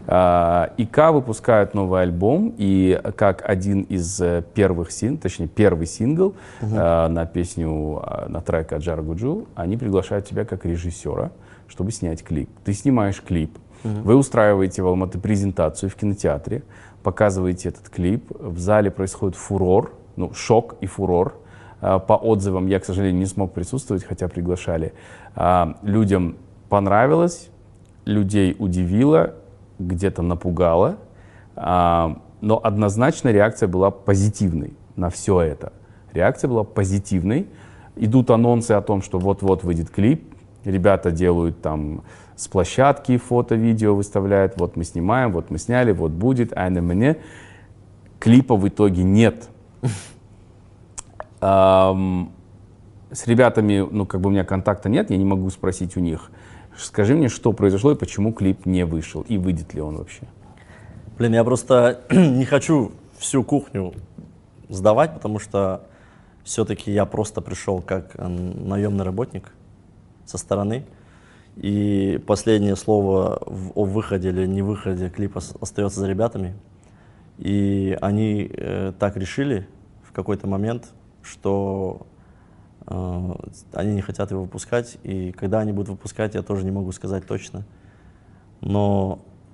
Speaker 1: ИК выпускают новый альбом, и как один из первых точнее, первый сингл на песню, на трек Аджара Гуджу, они приглашают тебя как режиссера, чтобы снять клип. Ты снимаешь клип, вы устраиваете в Алматы презентацию в кинотеатре, показываете этот клип, в зале происходит фурор, ну, шок и фурор. По отзывам я, к сожалению, не смог присутствовать, хотя приглашали. Людям понравилось, людей удивило, где-то напугало, но однозначно реакция была позитивной на все это. Реакция была позитивной. Идут анонсы о том, что вот-вот выйдет клип, ребята делают там с площадки фото, видео выставляют, вот мы снимаем, вот мы сняли, вот будет, а на мне. Клипа в итоге нет. С ребятами, ну, как бы у меня контакта нет, я не могу спросить у них. Скажи мне, что произошло и почему клип не вышел, и выйдет ли он вообще?
Speaker 2: Блин, я просто не хочу всю кухню сдавать, потому что все-таки я просто пришел как наемный работник со стороны. И последнее слово о выходе или не выходе клипа остается за ребятами. И они так решили в какой-то момент, что они не хотят его выпускать, и когда они будут выпускать, я тоже не могу сказать точно. Но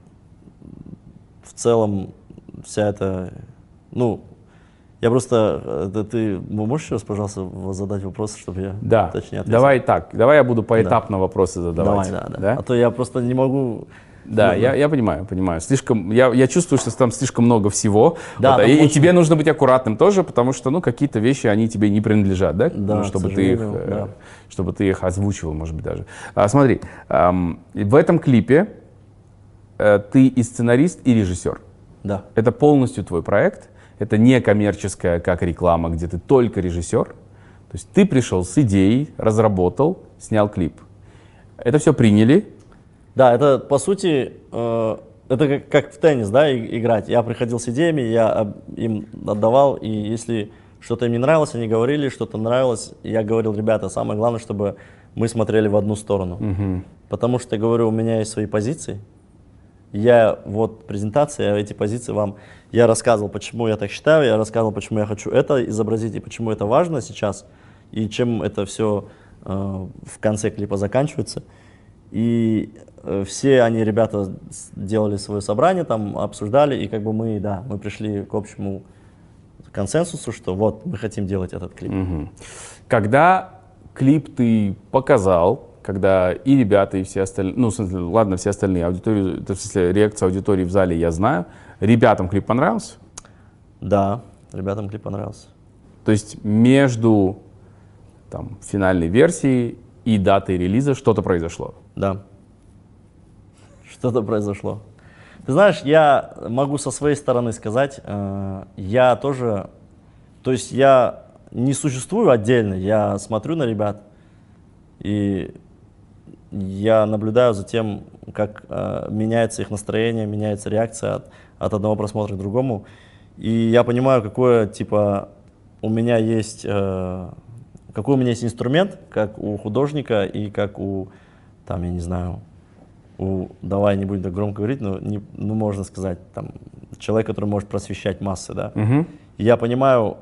Speaker 2: в целом вся эта, ну, я просто, ты можешь еще раз, пожалуйста, задать вопрос, чтобы я точнее ответил?
Speaker 1: Давай так, давай я буду поэтапно вопросы задавать.
Speaker 2: Давай, да. А то я просто не могу...
Speaker 1: Да, я понимаю. Слишком, я чувствую, что там слишком много всего.
Speaker 2: Да,
Speaker 1: вот, и тебе нужно быть аккуратным тоже, потому что, ну, какие-то вещи, они тебе не принадлежат, да?
Speaker 2: Да,
Speaker 1: чтобы ты их озвучивал, может быть, даже. Смотри, в этом клипе ты и сценарист, и режиссер.
Speaker 2: Да.
Speaker 1: Это полностью твой проект. Это не коммерческая, как реклама, где ты только режиссер. То есть ты пришел с идеей, разработал, снял клип. Это все приняли.
Speaker 2: Да, это по сути, это как в теннис, да, играть. Я приходил с идеями, я им отдавал, и если что-то им не нравилось, они говорили, что-то нравилось, я говорил, ребята, самое главное, чтобы мы смотрели в одну сторону. Потому что, говорю, у меня есть свои позиции. Вот презентация, эти позиции вам, я рассказывал, почему я так считаю, я рассказывал, почему я хочу это изобразить, и почему это важно сейчас, и чем это все в конце клипа заканчивается. И все они, ребята, делали свое собрание, там обсуждали, и как бы мы пришли к общему консенсусу, что вот мы хотим делать этот клип.
Speaker 1: Когда клип ты показал, когда и ребята, и все остальные, ну, в смысле, ладно, все остальные, аудиторию, в смысле, реакция аудитории в зале я знаю, ребятам клип понравился?
Speaker 2: Да, ребятам клип понравился.
Speaker 1: То есть между там, финальной версией и датой релиза что-то произошло?
Speaker 2: Да, что-то произошло. Ты знаешь, я могу со своей стороны сказать, я тоже, то есть я не существую отдельно, я смотрю на ребят, и я наблюдаю за тем, как меняется их настроение, меняется реакция от одного просмотра к другому, и я понимаю, какое, типа, у меня есть, какой у меня есть инструмент, как у художника и как у, там, я не знаю, давай не будем так громко говорить, но ну, можно сказать, там, человек, который может просвещать массы, да. И я понимаю,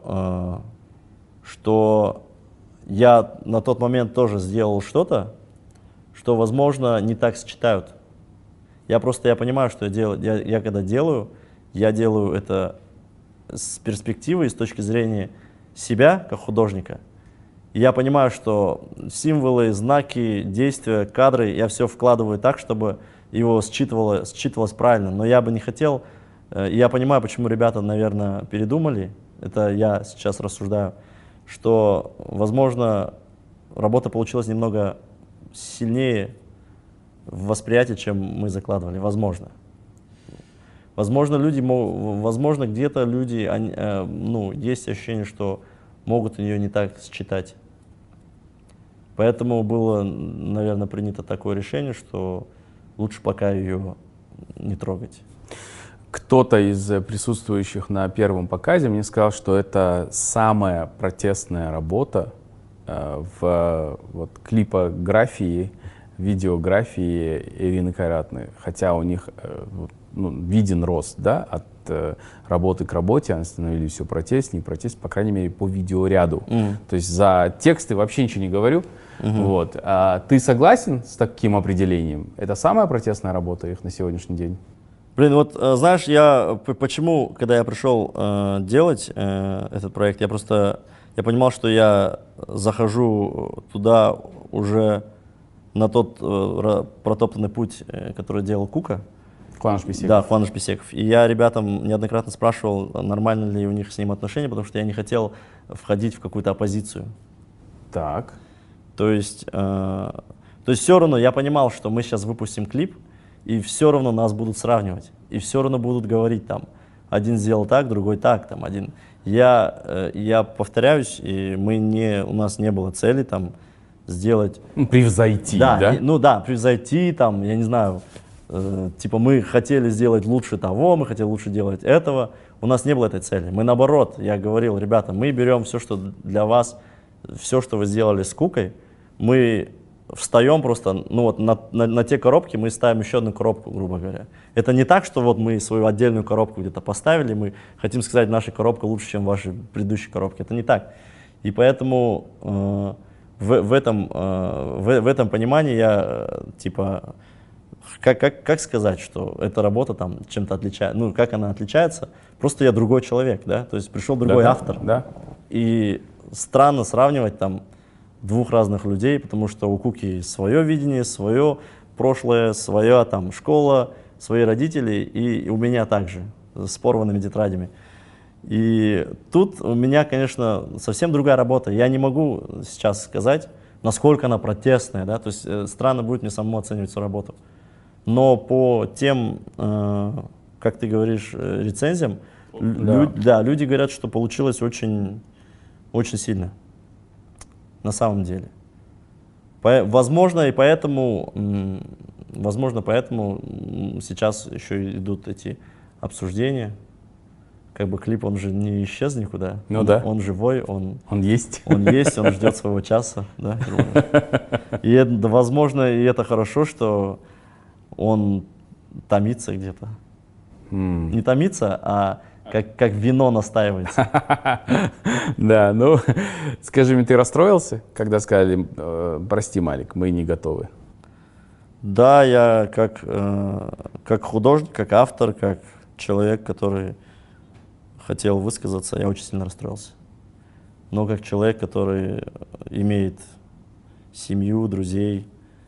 Speaker 2: что я на тот момент тоже сделал что-то, что, возможно, не так считают. Я понимаю, что я делаю, я когда делаю, я делаю это с перспективы и с точки зрения себя, как художника. И я понимаю, что символы, знаки, действия, кадры я все вкладываю так, чтобы его считывалось правильно. Но я бы не хотел, и я понимаю, почему ребята, наверное, передумали, это я сейчас рассуждаю, что, возможно, работа получилась немного сильнее в восприятии, чем мы закладывали, возможно. Возможно, возможно, где-то люди, ну, есть ощущение, что могут ее не так считать. Поэтому было, наверное, принято такое решение, что лучше пока ее не трогать.
Speaker 1: Кто-то из присутствующих на первом показе мне сказал, что это самая протестная работа в вот, клипографии, видеографии Ирины Кайратны. Хотя у них ну, виден рост, да, от работы к работе, они становились все протестнее, по крайней мере, по видеоряду. То есть за тексты вообще ничего не говорю. Вот. Ты согласен с таким определением? Это самая протестная работа их на сегодняшний день?
Speaker 2: Блин, вот знаешь, почему, когда я пришел делать этот проект, я понимал, что я захожу туда уже на тот протоптанный путь, который делал Кука.
Speaker 1: Куаныш Бейсеков.
Speaker 2: Да, Куаныш Бейсеков. И я ребятам неоднократно спрашивал, нормально ли у них с ним отношения, потому что я не хотел входить в какую-то оппозицию.
Speaker 1: Так.
Speaker 2: То есть все равно я понимал, что мы сейчас выпустим клип, и все равно нас будут сравнивать. И все равно будут говорить там, один сделал так, другой так, там один. Я повторяюсь, и у нас не было цели там сделать...
Speaker 1: Превзойти, да?
Speaker 2: Ну да, превзойти, там, я не знаю, типа мы хотели сделать лучше того, мы хотели лучше делать этого. У нас не было этой цели. Мы наоборот, я говорил, ребята, мы берем все, что для вас, все, что вы сделали с Кукой, мы встаем просто, ну вот на те коробки мы ставим еще одну коробку, грубо говоря. Это не так, что вот мы свою отдельную коробку где-то поставили, мы хотим сказать, наша коробка лучше, чем ваши предыдущие коробки. Это не так. И поэтому в этом понимании я, типа, как сказать, что эта работа там чем-то отличается, ну, как она отличается? Просто я другой человек, да, то есть пришел другой автор.
Speaker 1: Да.
Speaker 2: И странно сравнивать там двух разных людей, потому что у Куки свое видение, свое прошлое, своя там школа, свои родители, и у меня также с порванными тетрадями. И тут у меня, конечно, совсем другая работа. Я не могу сейчас сказать, насколько она протестная, да, то есть странно будет мне самому оценивать свою работу. Но по тем, как ты говоришь, рецензиям, люди говорят, что получилось очень, очень сильно. На самом деле. Возможно, поэтому сейчас еще идут эти обсуждения. Как бы клип, он же не исчез никуда.
Speaker 1: Ну да.
Speaker 2: Он живой, он
Speaker 1: есть.
Speaker 2: Он есть, он ждет своего часа. Да, и возможно, и это хорошо, что он томится где-то. Не томится, а как вино настаивается.
Speaker 1: Да, ну, скажи мне, ты расстроился, когда сказали, прости, Малик, мы не готовы?
Speaker 2: Да, я как художник, как автор, как человек, который хотел высказаться, я очень сильно расстроился. Но как человек, который имеет семью, друзей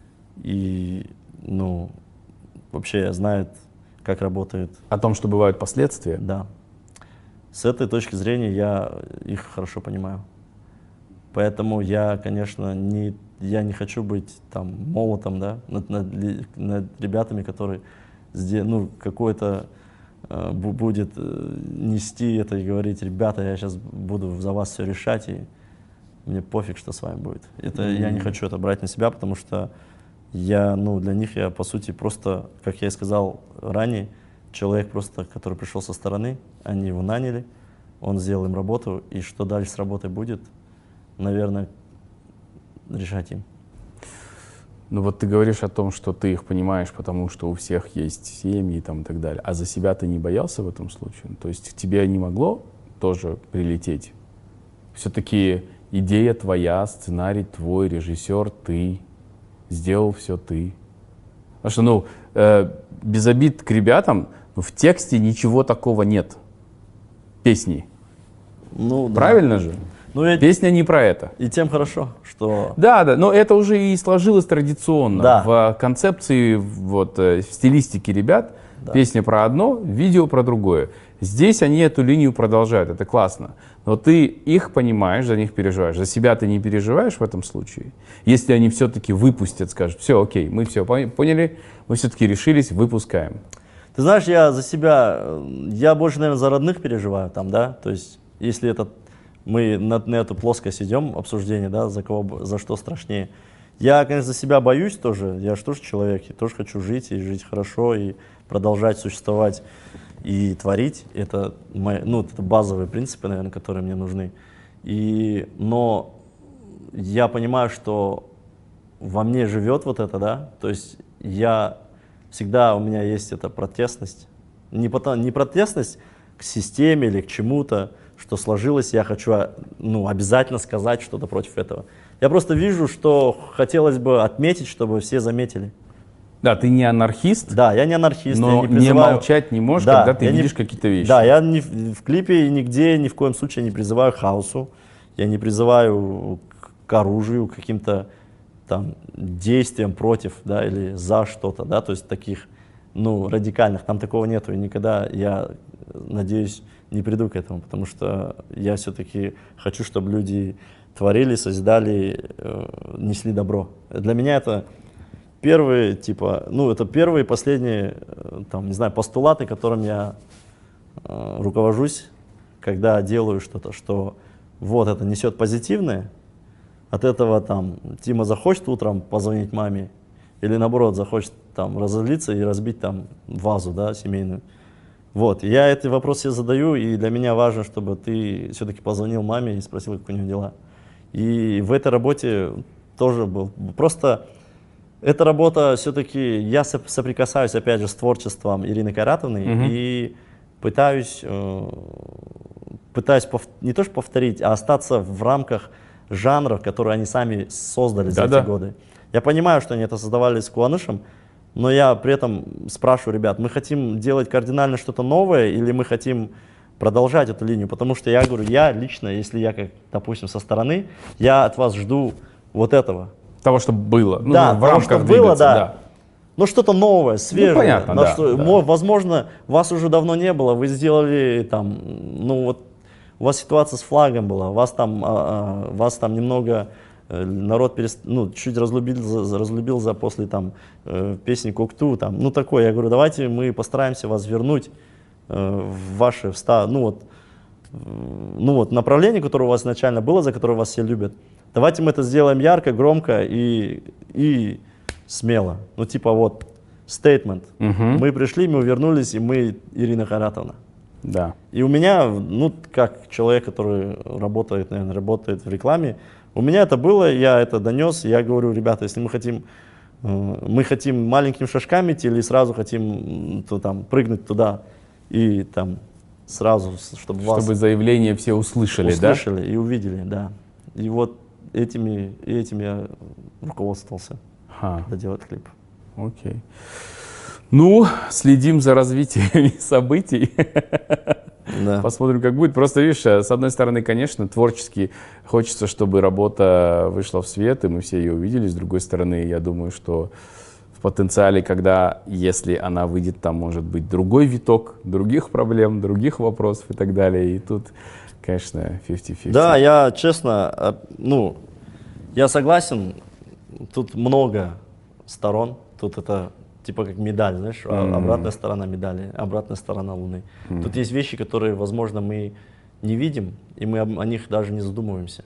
Speaker 2: и, ну, вообще знает, как работает.
Speaker 1: О том, что бывают последствия?
Speaker 2: Да. С этой точки зрения я их хорошо понимаю. Поэтому я, конечно, я не хочу быть там молотом, да, над ребятами, которые ну, какой-то будет нести это и говорить: ребята, я сейчас буду за вас все решать, и мне пофиг, что с вами будет. Я не хочу это брать на себя, потому что ну, для них я, по сути, просто, как я и сказал ранее, человек просто, который пришел со стороны, они его наняли, он сделал им работу, и что дальше с работой будет, наверное, решать им.
Speaker 1: Ну вот ты говоришь о том, что ты их понимаешь, потому что у всех есть семьи там, и так далее. А за себя ты не боялся в этом случае? То есть к тебе не могло тоже прилететь? Все-таки идея твоя, сценарий твой, режиссер ты, сделал все ты. Потому что, ну, без обид к ребятам, в тексте ничего такого нет. Песни.
Speaker 2: Ну,
Speaker 1: Правильно же?
Speaker 2: Ну,
Speaker 1: Песня не про это.
Speaker 2: И тем хорошо, что...
Speaker 1: Да, но это уже и сложилось традиционно.
Speaker 2: Да.
Speaker 1: В концепции, вот, в стилистике ребят,
Speaker 2: Да.
Speaker 1: Песня про одно, видео про другое. Здесь они эту линию продолжают, это классно. Но ты их понимаешь, за них переживаешь. За себя ты не переживаешь в этом случае? Если они все-таки выпустят, скажут: все, окей, мы все поняли, мы все-таки решились, выпускаем.
Speaker 2: Ты знаешь, я за себя, я больше, наверное, за родных переживаю там, да, то есть, если мы на эту плоскость идем, обсуждение, да, за что страшнее. Я, конечно, за себя боюсь тоже, я же тоже человек, я тоже хочу жить, и жить хорошо, и продолжать существовать, и творить. Это это базовые принципы, наверное, которые мне нужны. Но я понимаю, что во мне живет вот это, да, то есть всегда у меня есть эта протестность, не протестность к системе или к чему-то, что сложилось, я хочу обязательно сказать что-то против этого. Я просто вижу, что хотелось бы отметить, чтобы все заметили.
Speaker 1: Да, ты не анархист.
Speaker 2: Да, я не анархист.
Speaker 1: Но
Speaker 2: я не призываю...
Speaker 1: молчать не можешь,
Speaker 2: да,
Speaker 1: когда ты видишь какие-то вещи.
Speaker 2: Да, я в клипе нигде, ни в коем случае не призываю к хаосу, я не призываю к оружию, к каким-то там действиям против, да, или за что-то, да, то есть таких, радикальных, там такого нету, и никогда, я надеюсь, не приду к этому, потому что я все-таки хочу, чтобы люди творили, созидали, несли добро. Для меня это первые, это первые и последние, постулаты, которым я руковожусь, когда делаю что-то, что вот это несет позитивное, от этого Тима захочет утром позвонить маме, или наоборот захочет разозлиться и разбить вазу, да, семейную. Вот, я эти вопросы себе задаю, и для меня важно, чтобы ты все-таки позвонил маме и спросил, как у нее дела. И в этой работе тоже был. Просто эта работа все-таки, я соприкасаюсь опять же с творчеством Ирины Кайратовны и пытаюсь не то что повторить, а остаться в рамках жанров, которые они сами создали за эти годы. Я понимаю, что они это создавали с Куанышем, но я при этом спрашиваю ребят: мы хотим делать кардинально что-то новое или мы хотим продолжать эту линию? Потому что я говорю, я лично, если я, допустим, со стороны, я от вас жду вот этого.
Speaker 1: Того, чтобы было.
Speaker 2: Да,
Speaker 1: в рамках
Speaker 2: было, да. Но что-то новое, свежее.
Speaker 1: Понятно, да.
Speaker 2: Возможно, вас уже давно не было, вы сделали у вас ситуация с флагом была, вас там немного народ чуть разлюбил после песни «Кокту», такое. Я говорю, давайте мы постараемся вас вернуть в ваши направление, которое у вас изначально было, за которое вас все любят. Давайте мы это сделаем ярко, громко и смело. Statement. Мы пришли, мы вернулись, и мы Ирина Кайратовна.
Speaker 1: Да.
Speaker 2: И у меня, как человек, который работает в рекламе, у меня это было, я это донес, я говорю, ребята, если мы хотим маленькими шажками идти или сразу хотим прыгнуть туда и сразу, чтобы
Speaker 1: заявление все услышали,
Speaker 2: и увидели, да. И вот этим я руководствовался, когда делать клип.
Speaker 1: Окей. Следим за развитием событий.
Speaker 2: Да.
Speaker 1: Посмотрим, как будет. Просто, видишь, с одной стороны, конечно, творчески хочется, чтобы работа вышла в свет, и мы все ее увидели. С другой стороны, я думаю, что в потенциале, когда, если она выйдет, там может быть другой виток, других проблем, других вопросов и так далее. И тут, конечно, 50-50.
Speaker 2: Да, я честно, ну, я согласен, тут много сторон, тут это типа как медаль, знаешь, обратная сторона медали, обратная сторона Луны. Тут есть вещи, которые, возможно, мы не видим, и мы о них даже не задумываемся.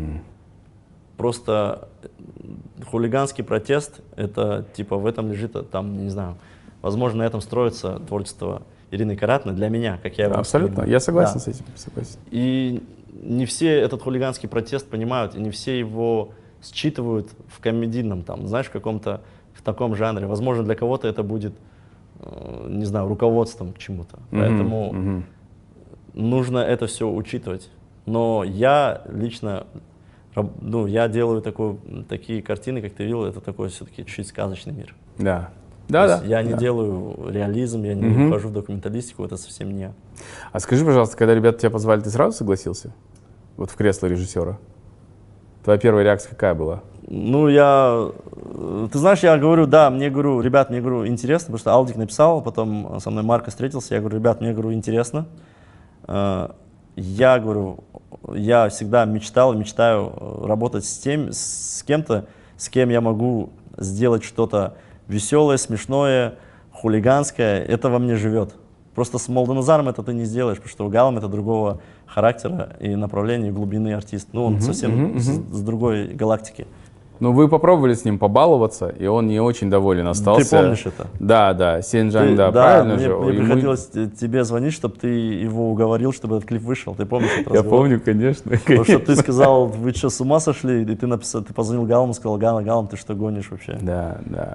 Speaker 2: Просто хулиганский протест, это типа в этом лежит, там, не знаю, возможно, на этом строится творчество Ирины Каратной для меня, как я его
Speaker 1: Абсолютно, я согласен с этим, согласен.
Speaker 2: И не все этот хулиганский протест понимают, и не все его считывают в комедийном, там, знаешь, в каком-то, в таком жанре. Возможно, для кого-то это будет, не знаю, руководством к чему-то. Поэтому нужно это все учитывать. Но я лично, ну, я делаю такие картины, как ты видел, это такой все-таки чуть сказочный мир.
Speaker 1: Да. Да.
Speaker 2: Я не делаю реализм, я не ухожу в документалистику, это совсем не я.
Speaker 1: А скажи, пожалуйста, когда ребята тебя позвали, ты сразу согласился? Вот в кресло режиссера? Твоя первая реакция какая была?
Speaker 2: Ну, ты знаешь, я говорю, да, ребят, мне, говорю, интересно, потому что Алдик написал, потом со мной Марко встретился, я говорю, ребят, мне, говорю, интересно. Я говорю, я всегда мечтал и мечтаю работать с кем-то, с кем я могу сделать что-то веселое, смешное, хулиганское, это во мне живет. Просто с Молдоназаром это ты не сделаешь, потому что Галам это другого характера и направления, и глубины артист. Ну, он совсем с другой галактики.
Speaker 1: Ну, вы попробовали с ним побаловаться, и он не очень доволен остался.
Speaker 2: Ты помнишь это?
Speaker 1: Да, Синджан, да, правильно же.
Speaker 2: Мне приходилось тебе звонить, чтобы ты его уговорил, чтобы этот клип вышел. Ты помнишь этот разговор?
Speaker 1: Я помню, конечно.
Speaker 2: Потому что ты сказал, вы что, с ума сошли? И ты позвонил Галаму, сказал, Галам, ты что гонишь вообще?
Speaker 1: Да.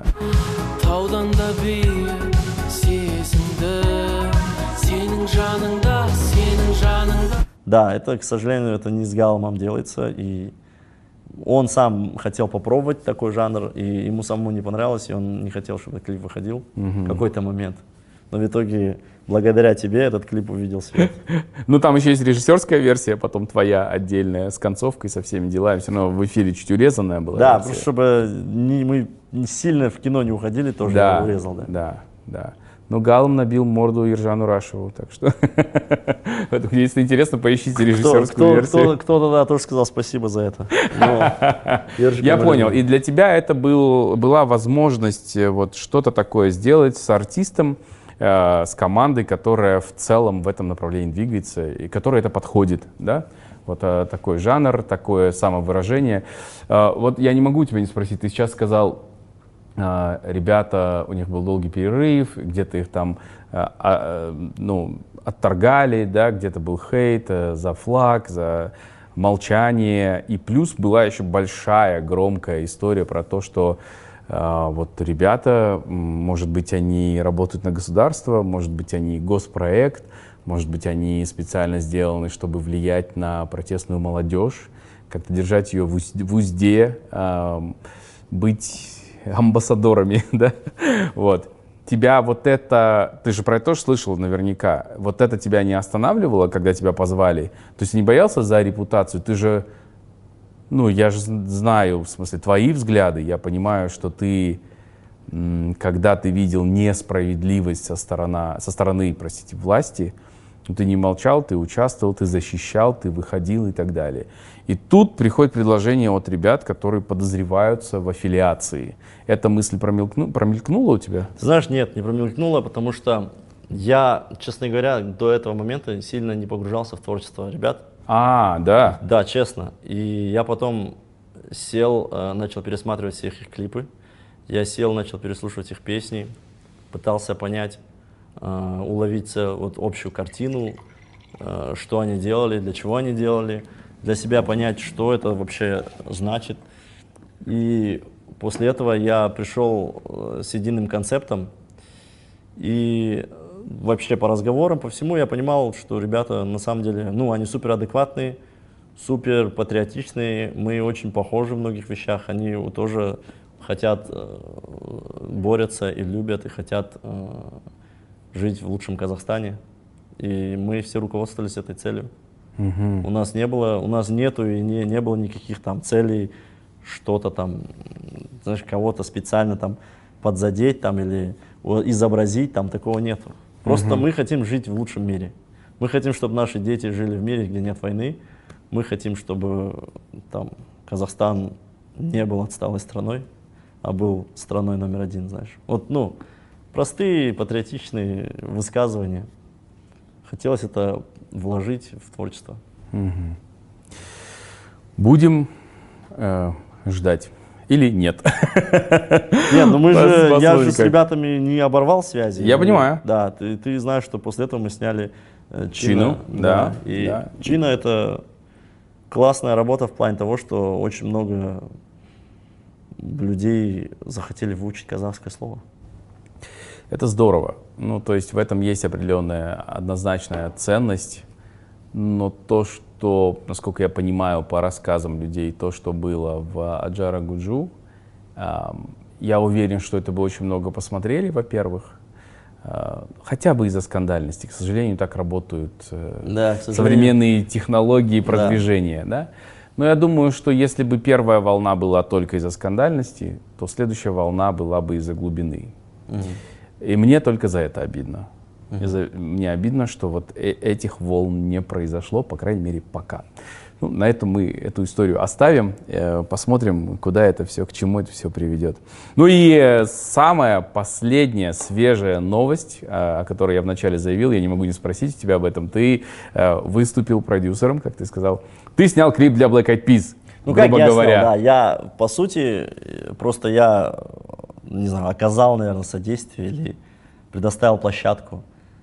Speaker 2: Да, это, к сожалению, это не с Галамом делается, и он сам хотел попробовать такой жанр, и ему самому не понравилось, и он не хотел, чтобы этот клип выходил в какой-то момент. Но в итоге, благодаря тебе, этот клип увидел свет.
Speaker 1: Ну, там еще есть режиссерская версия, потом твоя отдельная, с концовкой, со всеми делами. Все равно в эфире чуть урезанная была.
Speaker 2: Да, просто чтобы мы сильно в кино не уходили, тоже я урезал.
Speaker 1: Да. Но Галам набил морду Ержану Рашеву, так что, если интересно, поищите режиссерскую версию.
Speaker 2: Кто-то тоже сказал спасибо за это.
Speaker 1: Я понял, и для тебя это была возможность вот что-то такое сделать с артистом, с командой, которая в целом в этом направлении двигается, и которой это подходит, да? Вот такой жанр, такое самовыражение. Вот я не могу тебя не спросить, ты сейчас сказал, ребята, у них был долгий перерыв, где-то их там отторгали, да, где-то был хейт за флаг, за молчание. И плюс была еще большая, громкая история про то, что вот ребята, может быть, они работают на государство, может быть, они госпроект, может быть, они специально сделаны, чтобы влиять на протестную молодежь, как-то держать ее в узде, быть амбассадорами, да, вот. Тебя вот это, ты же про это тоже слышал наверняка, вот это тебя не останавливало, когда тебя позвали? То есть не боялся за репутацию? Ты же, ну, я же знаю, в смысле, твои взгляды, я понимаю, что ты, когда ты видел несправедливость со стороны, простите, власти, ты не молчал, ты участвовал, ты защищал, ты выходил и так далее. И тут приходит предложение от ребят, которые подозреваются в аффилиации. Эта мысль промелькнула у тебя?
Speaker 2: Ты знаешь, нет, не промелькнула, потому что я, честно говоря, до этого момента сильно не погружался в творчество ребят.
Speaker 1: Да?
Speaker 2: Да, честно. И я потом сел, начал пересматривать все их клипы. Я сел, начал переслушивать их песни, пытался понять, уловить вот общую картину, что они делали, для чего они делали, для себя понять, что это вообще значит. И после этого я пришел с единым концептом, и вообще по разговорам, по всему я понимал, что ребята на самом деле, ну, они супер адекватные, супер патриотичные, мы очень похожи в многих вещах, они тоже хотят, борются и любят, и хотят жить в лучшем Казахстане. И мы все руководствовались этой целью. У нас нету и не было никаких там целей что-то там, знаешь, кого-то специально там подзадеть там или изобразить, там такого нету. Просто мы хотим жить в лучшем мире. Мы хотим, чтобы наши дети жили в мире, где нет войны. Мы хотим, чтобы там Казахстан не был отсталой страной, а был страной номер один, знаешь. Вот, ну, простые патриотичные высказывания. Хотелось это вложить в творчество.
Speaker 1: Будем ждать. Или нет?
Speaker 2: Нет, ну я же с ребятами не оборвал связи.
Speaker 1: Я понимаю.
Speaker 2: Да, ты знаешь, что после этого мы сняли
Speaker 1: Чину. Да.
Speaker 2: И Чина — это классная работа в плане того, что очень много людей захотели выучить казахское слово.
Speaker 1: Это здорово. Ну, то есть в этом есть определенная однозначная ценность. Но то, что, насколько я понимаю по рассказам людей, то, что было в Аджара Гуджу, я уверен, что это бы очень много посмотрели, во-первых. Хотя бы из-за скандальности. К сожалению, так работают современные технологии продвижения. Да? Но я думаю, что если бы первая волна была только из-за скандальности, то следующая волна была бы из-за глубины. И мне только за это обидно. Мне обидно, что вот этих волн не произошло, по крайней мере, пока. Ну, на этом мы эту историю оставим, посмотрим, куда это все, к чему это все приведет. Ну и самая последняя свежая новость, о которой я вначале заявил, я не могу не спросить тебя об этом. Ты выступил продюсером, как ты сказал. Ты снял клип для Black Eyed Peas,
Speaker 2: ну, грубо говоря. Снял, да, я, по сути, просто не знаю, оказал, наверное, содействие или предоставил площадку,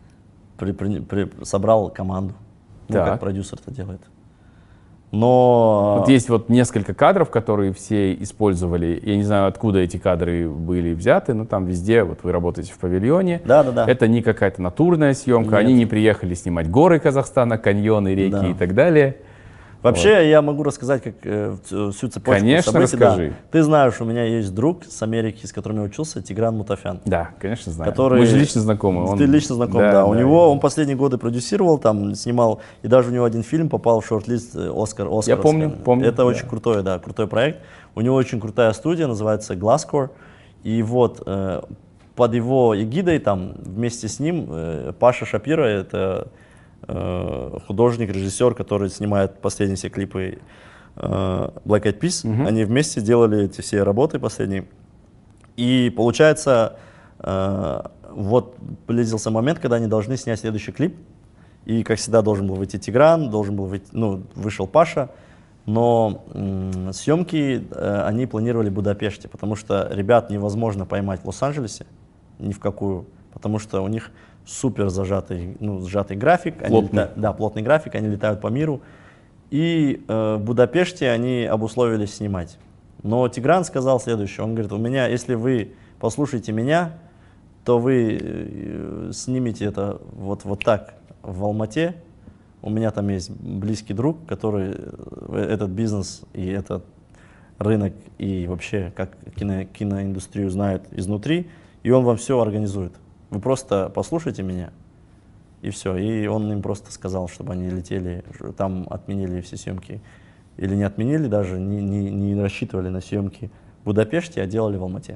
Speaker 2: собрал команду, ну, как продюсер это делает. Но...
Speaker 1: Вот есть вот несколько кадров, которые все использовали. Я не знаю, откуда эти кадры были взяты, но там везде, вот вы работаете в павильоне.
Speaker 2: Да.
Speaker 1: Это не какая-то натурная съемка. Нет. Они не приехали снимать горы Казахстана, каньоны, реки и так далее.
Speaker 2: Вообще, вот. Я могу рассказать как всю цепочку
Speaker 1: конечно,
Speaker 2: событий.
Speaker 1: Расскажи.
Speaker 2: Да. Ты знаешь, у меня есть друг с Америки, с которым я учился, Тигран Мутафян.
Speaker 1: Да, конечно, знаю. Мы же лично знакомы.
Speaker 2: Ты лично знаком, да. Он последние годы продюсировал, там снимал, и даже у него один фильм попал в шорт-лист Оскар.
Speaker 1: Я помню.
Speaker 2: Это очень крутой проект. У него очень крутая студия, называется Glasscore. И вот под его эгидой, там, вместе с ним, Паша Шапира, это... художник, режиссер, который снимает последние все клипы Black Eyed Peas. Они вместе делали эти все работы последние. И получается, вот близился момент, когда они должны снять следующий клип. И, как всегда, должен был выйти Тигран, вышел Паша. Но съемки они планировали в Будапеште, потому что ребят невозможно поймать в Лос-Анджелесе ни в какую, потому что у них супер сжатый график, плотный график, они летают по миру. И в Будапеште они обусловились снимать. Но Тигран сказал следующее, он говорит, если вы послушаете меня, то вы снимете это вот так в Алмате. У меня там есть близкий друг, который этот бизнес и этот рынок и вообще как киноиндустрию знает изнутри, и он вам все организует. Вы просто послушайте меня, и все. И он им просто сказал, чтобы они летели, там отменили все съемки. Или не отменили даже, не рассчитывали на съемки в Будапеште, а делали в Алмате.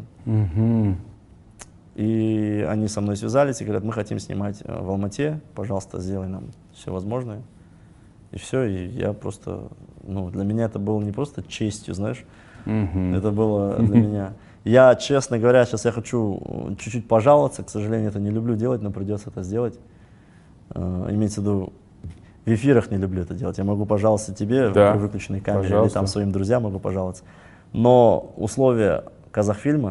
Speaker 2: И они со мной связались и говорят, мы хотим снимать в Алмате, пожалуйста, сделай нам все возможное. И все, и я просто, для меня это было не просто честью, знаешь, это было для меня... Я, честно говоря, сейчас я хочу чуть-чуть пожаловаться, к сожалению, это не люблю делать, но придется это сделать. Имеется в виду, в эфирах не люблю это делать. Я могу пожаловаться тебе при выключенной камере, или там своим друзьям могу пожаловаться. Но условия Казахфильма,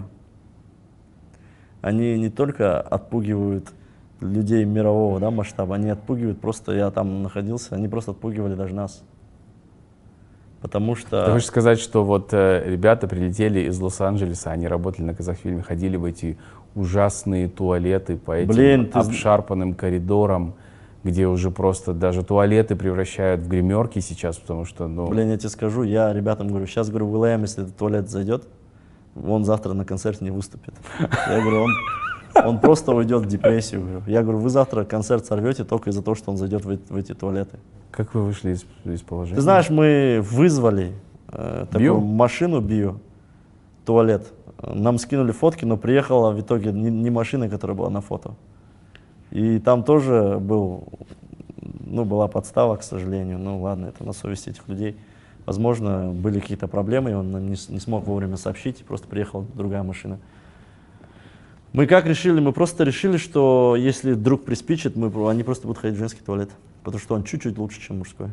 Speaker 2: они не только отпугивают людей мирового масштаба, они отпугивают просто, я там находился, они просто отпугивали даже нас. Потому что...
Speaker 1: Ты хочешь сказать, что вот ребята прилетели из Лос-Анджелеса, они работали на Казахфильме, ходили в эти ужасные туалеты по этим обшарпанным коридорам, где уже просто даже туалеты превращают в гримерки сейчас, потому что,
Speaker 2: я тебе скажу, я ребятам говорю, сейчас, говорю, в ЛМ, если этот туалет зайдет, он завтра на концерте не выступит. Я говорю, Он просто уйдет в депрессию. Я говорю, вы завтра концерт сорвете только из-за того, что он зайдет в эти туалеты.
Speaker 1: Как вы вышли из положения?
Speaker 2: Ты знаешь, мы вызвали такую машину туалет. Нам скинули фотки, но приехала в итоге не машина, которая была на фото. И там тоже была подстава, к сожалению. Ну ладно, это на совести этих людей. Возможно, были какие-то проблемы, и он нам не смог вовремя сообщить, просто приехала другая машина. Мы как решили? Мы просто решили, что если вдруг приспичит, они просто будут ходить в женский туалет. Потому что он чуть-чуть лучше, чем мужской.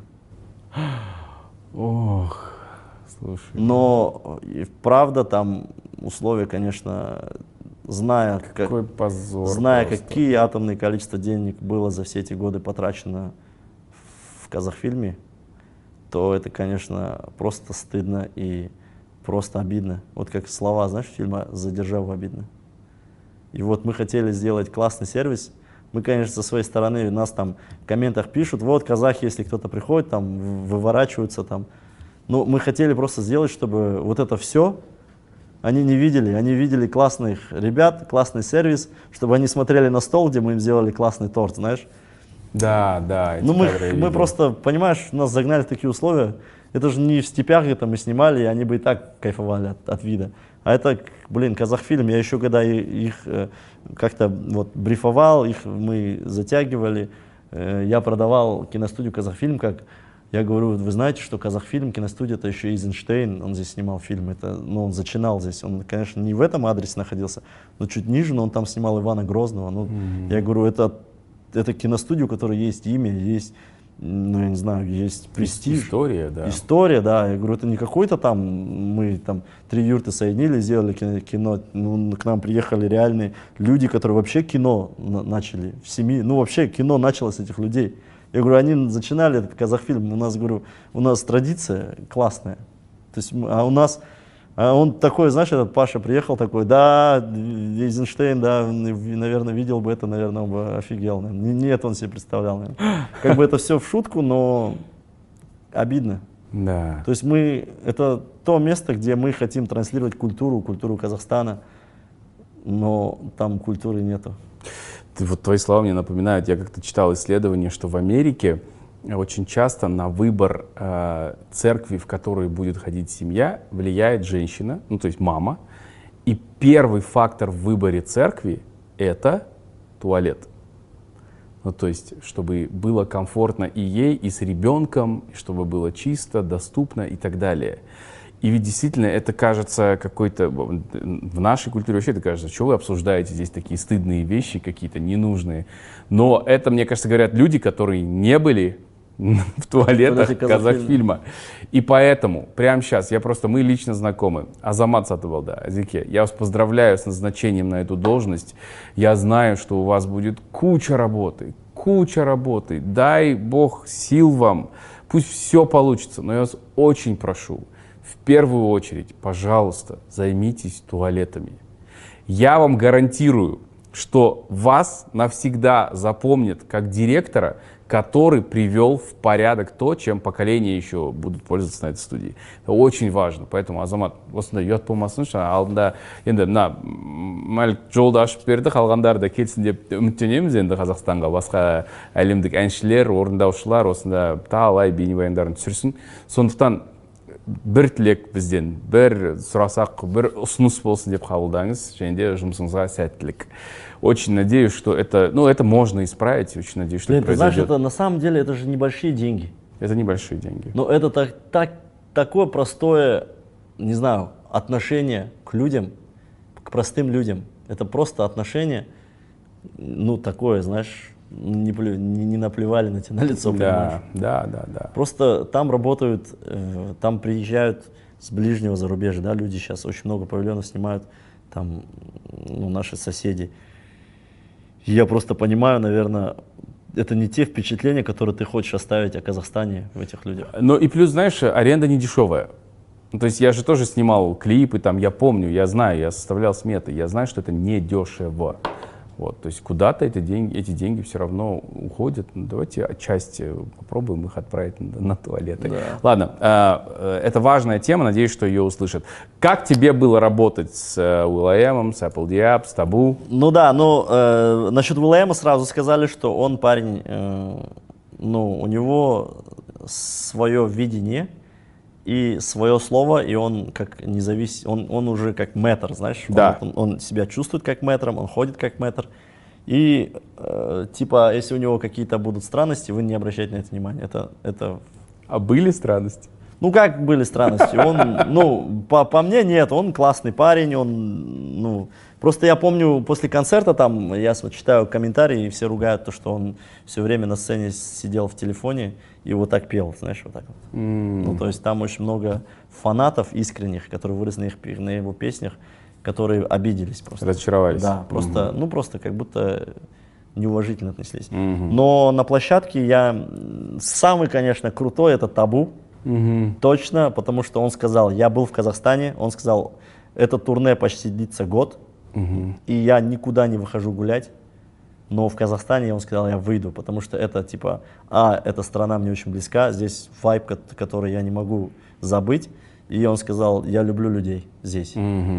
Speaker 1: Ох, слушай.
Speaker 2: Но правда там условия, конечно, зная какие атомные количества денег было за все эти годы потрачено в Казахфильме, то это, конечно, просто стыдно и просто обидно. Вот как слова, знаешь, фильма «За державу обидно». И вот мы хотели сделать классный сервис. Мы, конечно, со своей стороны, нас там в комментах пишут, вот казахи, если кто-то приходит, там выворачиваются там. Но мы хотели просто сделать, чтобы вот это все они не видели. Они видели классных ребят, классный сервис, чтобы они смотрели на стол, где мы им сделали классный торт, знаешь.
Speaker 1: Да.
Speaker 2: Ну мы просто, понимаешь, нас загнали в такие условия. Это же не в степях где-то мы снимали, и они бы и так кайфовали от вида. А это, Казахфильм, я еще когда их как-то брифовал, их мы затягивали, я продавал киностудию Казахфильм, я говорю, вы знаете, что Казахфильм, киностудия, это еще Эйзенштейн, он здесь снимал фильм, он зачинал здесь, он, конечно, не в этом адресе находился, но чуть ниже, но он там снимал Ивана Грозного. Я говорю, это киностудия, у которой есть имя, есть, я не знаю, есть престиж.
Speaker 1: История, да.
Speaker 2: История, да. Я говорю, это не какой-то там, мы там 3 юрты соединили, сделали кино. К нам приехали реальные люди, которые вообще кино начали в семье. Вообще кино началось с этих людей. Я говорю, они начинали этот Казахфильм. У нас традиция классная. То есть, он такой, знаешь, этот Паша приехал такой, да, Эйзенштейн, да, наверное, видел бы это, наверное, он бы офигел. Нет, он себе представлял, наверное. Как бы это все в шутку, но обидно.
Speaker 1: Да.
Speaker 2: То есть это то место, где мы хотим транслировать культуру Казахстана, но там культуры нету.
Speaker 1: Твои слова мне напоминают, я как-то читал исследование, что в Америке очень часто на выбор церкви, в которой будет ходить семья, влияет женщина, то есть мама. И первый фактор в выборе церкви — это туалет. То есть, чтобы было комфортно и ей, и с ребенком, и чтобы было чисто, доступно и так далее. И ведь действительно это кажется какой-то, в нашей культуре вообще это кажется, что вы обсуждаете здесь такие стыдные вещи какие-то, ненужные. Но это, мне кажется, говорят люди, которые не были в туалетах Казахфильма. И поэтому прямо сейчас, мы лично знакомы. Азамат Сатыбалда, Азике, я вас поздравляю с назначением на эту должность. Я знаю, что у вас будет куча работы. Дай Бог сил вам. Пусть все получится. Но я вас очень прошу, в первую очередь, пожалуйста, займитесь туалетами. Я вам гарантирую, что вас навсегда запомнят как директора, который привел в порядок то, чем поколения еще будут пользоваться на этой студии. Это очень важно. Поэтому, Азамат, осындай ұят болмасыншы, алдында енді Мәлік жолды ашып берді, қалғандары да келсін деп үміттенеміз енді Қазақстанға. Басқа әлемдік әншілер, орындаушылар осында талай бейнебаяндарын түсірсін. Сондықтан бір тілек бізден, бір сұрасақ, бір ұсыныс болсын деп қабылдаңыз, және де жұмысыңызға сәттілік. Очень надеюсь, что это можно исправить, очень надеюсь, что это произойдет.
Speaker 2: Знаешь, на самом деле это же небольшие деньги.
Speaker 1: Это небольшие деньги.
Speaker 2: Но это такое простое, не знаю, отношение к людям, к простым людям. Это просто отношение, такое, знаешь, не наплевали на тебя на лицо, понимаешь?
Speaker 1: Да.
Speaker 2: Просто там работают, там приезжают с ближнего зарубежья, да, люди сейчас очень много павильонов снимают, там, наши соседи. И я просто понимаю, наверное, это не те впечатления, которые ты хочешь оставить о Казахстане в этих людях.
Speaker 1: Ну и плюс, знаешь, аренда не дешевая. То есть я же тоже снимал клипы, я помню, я знаю, я составлял сметы, я знаю, что это не дешево. Вот, то есть куда-то эти деньги все равно уходят. Ну, давайте отчасти попробуем их отправить на туалеты.
Speaker 2: Да.
Speaker 1: Ладно, это важная тема, надеюсь, что ее услышат. Как тебе было работать с will.i.am, с Apple Diab, с Табу?
Speaker 2: Ну да, насчет will.i.am сразу сказали, что он парень, у него свое видение и свое слово, и он как он уже как мэтр, знаешь,
Speaker 1: Да.
Speaker 2: он себя чувствует как мэтром, он ходит как мэтр. И типа, если у него какие-то будут странности, вы не обращайте на это внимания. Это...
Speaker 1: А были странности?
Speaker 2: Ну как были странности? Он, по мне нет, он классный парень, он, просто я помню после концерта там, я читаю комментарии, и все ругают то, что он все время на сцене сидел в телефоне и вот так пел, знаешь, вот так вот. Ну то есть там очень много фанатов искренних, которые выросли на его песнях, которые обиделись просто.
Speaker 1: Разочаровались?
Speaker 2: Да, просто, просто как будто неуважительно отнеслись. Но на площадке самый, конечно, крутой это Табу. Точно, потому что он сказал, я был в Казахстане, он сказал, это турне почти длится год, и я никуда не выхожу гулять, но в Казахстане он сказал, я выйду, потому что это типа, эта страна мне очень близка, здесь вайб, который я не могу забыть, и он сказал, я люблю людей здесь.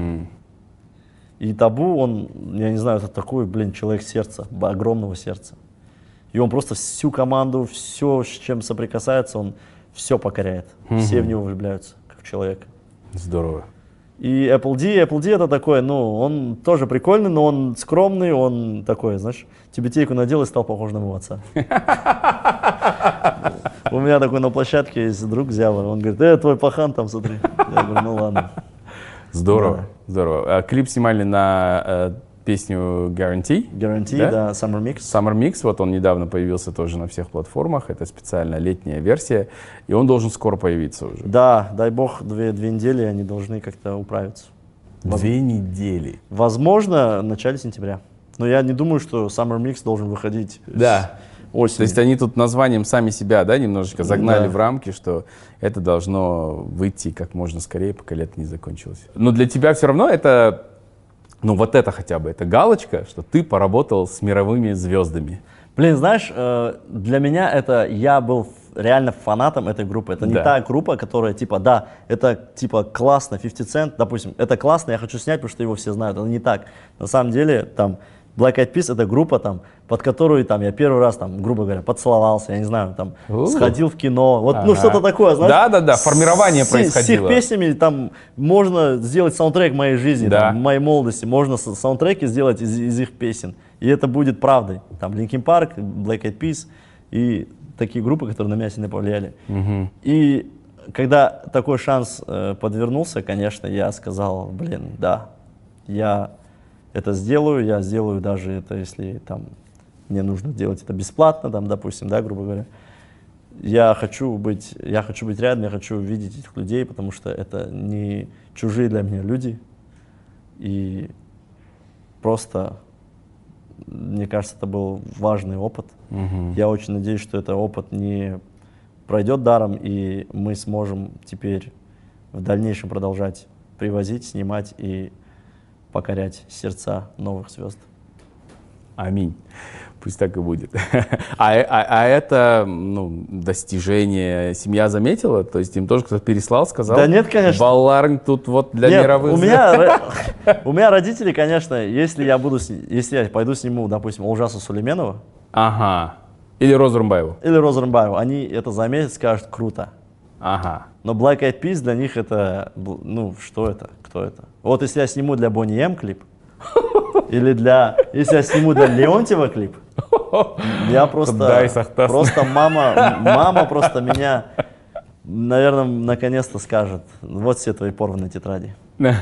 Speaker 2: И Табу, он, я не знаю, это такой, человек сердца, огромного сердца. И он просто всю команду, все, с чем соприкасается, он все покоряет. Все в него влюбляются, как в человека.
Speaker 1: Здорово.
Speaker 2: И Apple D это такой, он тоже прикольный, но он скромный, он такой, знаешь, тюбетейку надел и стал похож на моего отца. У меня такой на площадке есть друг Зява, он говорит, твой пахан там, смотри. Я говорю, ну ладно.
Speaker 1: Здорово, здорово. Клип снимали на песню Guarantee.
Speaker 2: Guarantee, да, Summer Mix.
Speaker 1: Summer Mix, вот он недавно появился тоже на всех платформах. Это специально летняя версия, и он должен скоро появиться уже.
Speaker 2: Да, дай бог, две недели они должны как-то управиться.
Speaker 1: 2 недели.
Speaker 2: Возможно, в начале сентября. Но я не думаю, что Summer Mix должен выходить осенью.
Speaker 1: То есть они тут названием сами себя, немножечко загнали в рамки, что это должно выйти как можно скорее, пока лето не закончилось. Но для тебя все равно это, вот это хотя бы, это галочка, что ты поработал с мировыми звездами.
Speaker 2: Знаешь, для меня я был реально фанатом этой группы. Это не та группа, которая это классно, 50 Cent, допустим, это классно, я хочу снять, потому что его все знают. Это не так. На самом деле, Black Eyed Peas это группа, под которую я первый раз, грубо говоря, поцеловался, я не знаю, сходил в кино, что-то такое, знаешь.
Speaker 1: Да, формирование происходило.
Speaker 2: С их песнями можно сделать саундтрек моей жизни, моей молодости, можно саундтреки сделать из их песен, и это будет правдой. Linkin Park, Black Eyed Peas и такие группы, которые на меня сильно повлияли. И когда такой шанс подвернулся, конечно, я сказал, я это сделаю, я сделаю даже это, если мне нужно делать это бесплатно, допустим, грубо говоря. Я хочу быть рядом, я хочу видеть этих людей, потому что это не чужие для меня люди. И просто, мне кажется, это был важный опыт. Я очень надеюсь, что этот опыт не пройдет даром, и мы сможем теперь в дальнейшем продолжать привозить, снимать и покорять сердца новых звезд.
Speaker 1: Аминь. Пусть так и будет. А это достижение семья заметила? То есть им тоже кто-то переслал, сказал?
Speaker 2: Да нет, конечно.
Speaker 1: Балларн тут для мировых звезд.
Speaker 2: У меня родители, конечно, если я пойду сниму, допустим, Олжаса Сулейменова.
Speaker 1: Ага. Или Розу Рымбаеву.
Speaker 2: Они это заметят, скажут, круто.
Speaker 1: Ага.
Speaker 2: Но Black Eyed Peas для них это, что это, кто это? Вот если я сниму для Boney M клип, или если я сниму для Леонтьева клип, я просто мама просто меня, наверное, наконец-то скажет, вот все твои порванные тетради.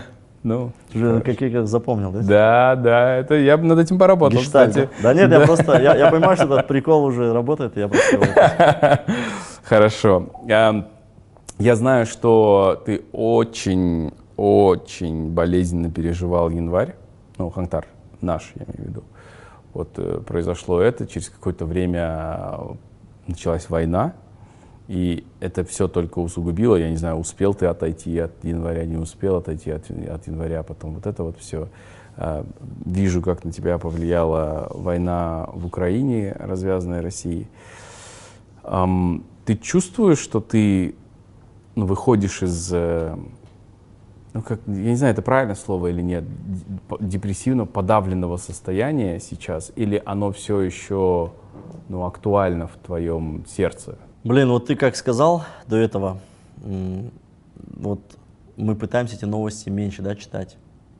Speaker 2: Как запомнил, да?
Speaker 1: Да, это я бы над этим поработал, кстати.
Speaker 2: Да нет, я понимаю, что этот прикол уже работает, я просто его...
Speaker 1: Хорошо. Я знаю, что ты очень болезненно переживал январь, Хангтар наш, я имею в виду. Вот произошло это, через какое-то время началась война, и это все только усугубило. Я не знаю, успел ты отойти от января, не успел отойти от января, потом вот это вот все. Вижу, как на тебя повлияла война в Украине, развязанная Россией. Ты чувствуешь, что ты выходишь из, я не знаю, это правильное слово или нет, депрессивно подавленного состояния сейчас, или оно все еще актуально в твоем сердце?
Speaker 2: Блин, вот ты как сказал до этого, вот мы пытаемся эти новости меньше, да, читать,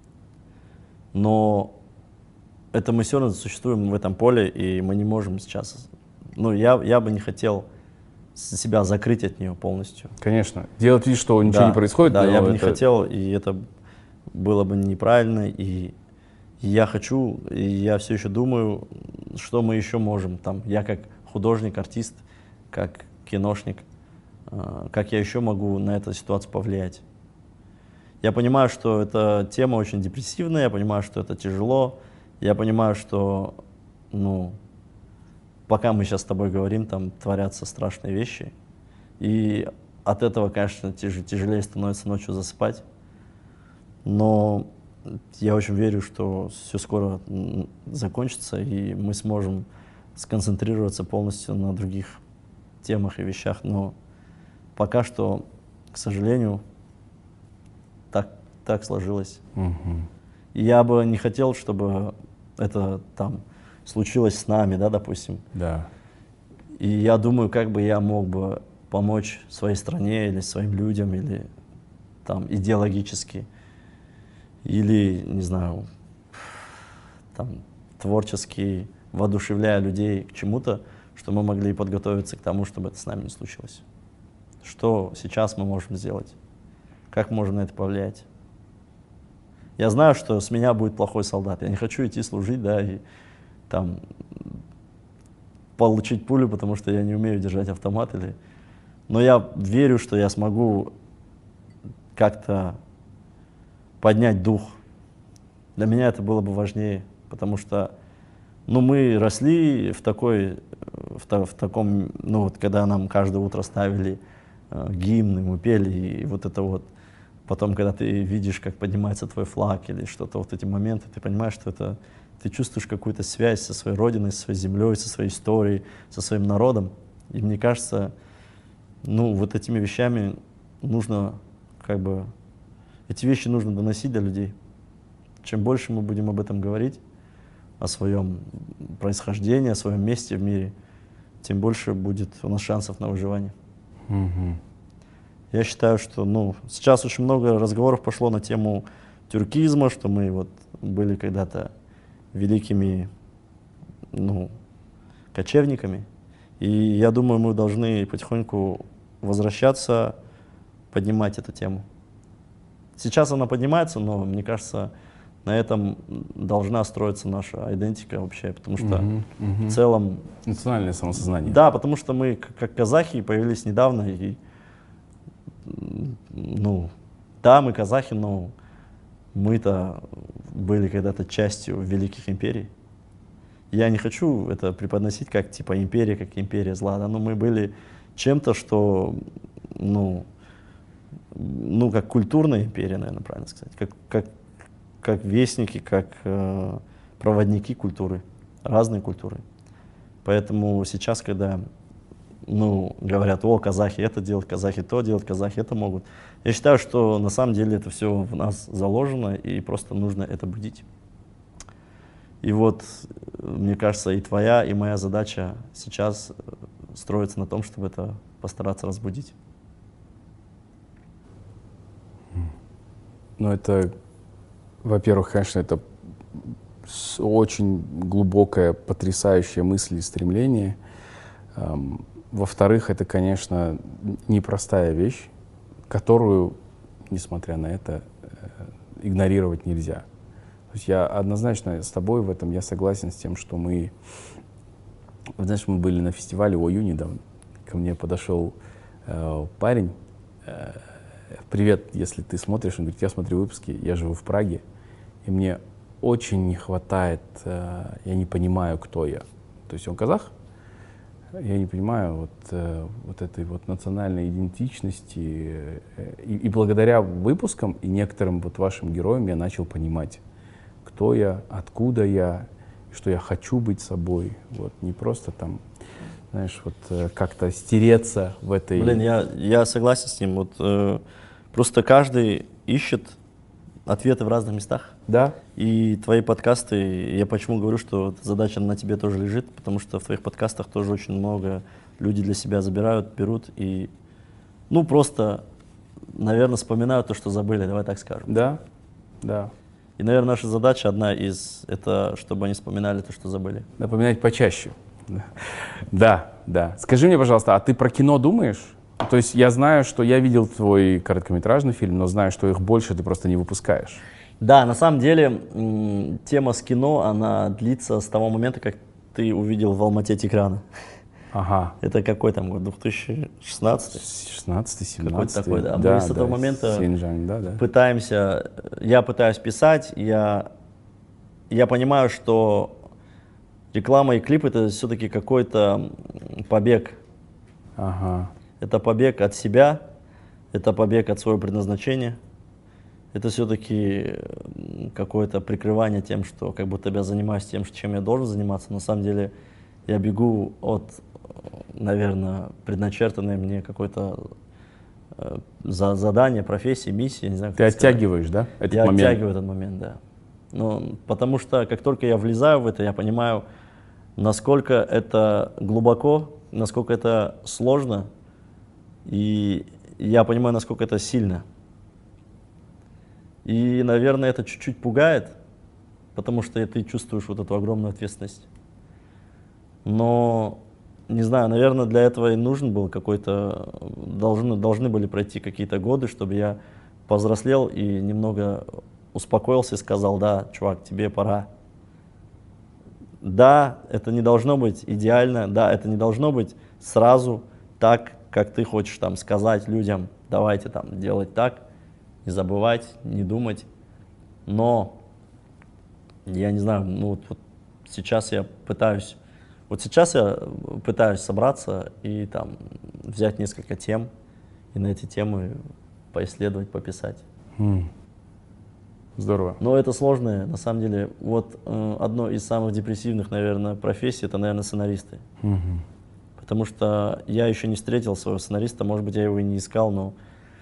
Speaker 2: но это мы все равно существуем в этом поле, и мы не можем сейчас, я бы не хотел себя закрыть от нее полностью.
Speaker 1: Конечно. Делать вид, что ничего не происходит.
Speaker 2: Да, я бы не хотел, и это было бы неправильно, и я хочу, и я все еще думаю, что мы еще можем. Там, я как художник, артист, как киношник, как я еще могу на эту ситуацию повлиять. Я понимаю, что эта тема очень депрессивная, я понимаю, что это тяжело, я понимаю, что, пока мы сейчас с тобой говорим, там творятся страшные вещи, и от этого, конечно, тяжелее становится ночью засыпать, но я очень верю, что все скоро закончится, и мы сможем сконцентрироваться полностью на других темах и вещах, но пока что, к сожалению, так сложилось. И я бы не хотел, чтобы это там случилось с нами, да, допустим.
Speaker 1: Да.
Speaker 2: И я думаю, как бы я мог бы помочь своей стране или своим людям, или там идеологически, или, не знаю, там творчески воодушевляя людей к чему-то, что мы могли подготовиться к тому, чтобы это с нами не случилось. Что сейчас мы можем сделать? Как можем на это повлиять? Я знаю, что с меня будет плохой солдат. Я не хочу идти служить, да, и там получить пулю, потому что я не умею держать автомат. Но я верю, что я смогу как-то поднять дух. Для меня это было бы важнее, потому что мы росли в таком, когда нам каждое утро ставили гимны, мы пели, и вот это вот. Потом, когда ты видишь, как поднимается твой флаг или что-то, вот эти моменты, ты понимаешь, что ты чувствуешь какую-то связь со своей родиной, со своей землей, со своей историей, со своим народом. И мне кажется, вот этими вещами нужно, эти вещи нужно доносить до людей. Чем больше мы будем об этом говорить, о своем происхождении, о своем месте в мире, тем больше будет у нас шансов на выживание. Я считаю, что сейчас очень много разговоров пошло на тему тюркизма, что мы были когда-то великими кочевниками. И я думаю, мы должны потихоньку возвращаться, поднимать эту тему. Сейчас она поднимается, но мне кажется, на этом должна строиться наша идентика вообще, потому что в целом...
Speaker 1: Национальное самосознание.
Speaker 2: Да, потому что мы, как казахи, появились недавно, и да, мы казахи, но мы-то были когда-то частью великих империй. Я не хочу это преподносить как империя, как империя зла, да, но мы были чем-то, что, как культурная империя, наверное, правильно сказать, как вестники, как проводники культуры, разной культуры. Поэтому сейчас, когда говорят, казахи это делают, казахи то делают, казахи это могут. Я считаю, что на самом деле это все в нас заложено, и просто нужно это будить. И мне кажется, и твоя, и моя задача сейчас строится на том, чтобы это постараться разбудить.
Speaker 1: Это, во-первых, конечно, это очень глубокая, потрясающая мысль и стремление. Во-вторых, это, конечно, непростая вещь, которую, несмотря на это, игнорировать нельзя. То есть я однозначно с тобой в этом, я согласен с тем, что мы были на фестивале ОЮ недавно, ко мне подошел парень, привет, если ты смотришь, он говорит, я смотрю выпуски, я живу в Праге, и мне очень не хватает, я не понимаю, кто я. То есть он казах, я не понимаю этой национальной идентичности. И благодаря выпускам и некоторым вашим героям я начал понимать, кто я, откуда я, что я хочу быть собой. Вот, не просто там, знаешь, вот как-то стереться в этой...
Speaker 2: Блин, я согласен с ним. Вот, просто каждый ищет ответы в разных местах.
Speaker 1: Да?
Speaker 2: И твои подкасты, я почему говорю, что задача на тебе тоже лежит, потому что в твоих подкастах тоже очень много люди для себя забирают, берут и, ну, просто, наверное, вспоминают то, что забыли, давай так скажем.
Speaker 1: Да, да.
Speaker 2: И, наверное, наша задача одна из, это чтобы они вспоминали то, что забыли.
Speaker 1: Напоминать почаще. Да, да. Скажи мне, пожалуйста, а ты про кино думаешь? То есть я знаю, что я видел твой короткометражный фильм, но знаю, что их больше ты просто не выпускаешь.
Speaker 2: Да, на самом деле тема с кино, она длится с того момента, как ты увидел в Алмате Тиграна.
Speaker 1: Ага.
Speaker 2: Это какой там год? 2016?
Speaker 1: 16-17.
Speaker 2: Какой-то такой, да.
Speaker 1: Да,
Speaker 2: Мы с этого момента
Speaker 1: Синьчжань, да.
Speaker 2: я пытаюсь писать, я понимаю, что реклама и клип это все-таки какой-то побег.
Speaker 1: Ага.
Speaker 2: Это побег от себя, это побег от своего предназначения. Это все-таки какое-то прикрывание тем, что как будто я занимаюсь тем, чем я должен заниматься. На самом деле я бегу от, наверное, предначертанной мне какой-то задание, профессии, миссии. Не знаю,
Speaker 1: Ты оттягиваешь, да, этот момент?
Speaker 2: Я оттягиваю этот момент, да. Ну, потому что как только я влезаю в это, я понимаю, насколько это глубоко, насколько это сложно, и я понимаю, насколько это сильно. И, наверное, это чуть-чуть пугает, потому что ты чувствуешь вот эту огромную ответственность. Но, не знаю, наверное, для этого и нужен был какой-то, должны были пройти какие-то годы, чтобы я повзрослел и немного успокоился и сказал: да, чувак, тебе пора. Да, это не должно быть идеально, да, это не должно быть сразу так, как ты хочешь там сказать людям: давайте там делать так, не забывать, не думать. Но я не знаю, ну вот сейчас я пытаюсь собраться и там взять несколько тем и на эти темы поисследовать, пописать.
Speaker 1: Здорово.
Speaker 2: Но это сложное, на самом деле. Вот одно из самых депрессивных, наверное, профессий — это, наверное, сценаристы. Потому что я еще не встретил своего сценариста, может быть, я его и не искал, но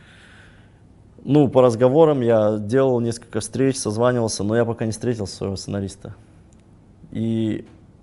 Speaker 2: по разговорам я делал несколько встреч, созванивался, но я пока не встретил своего сценариста. И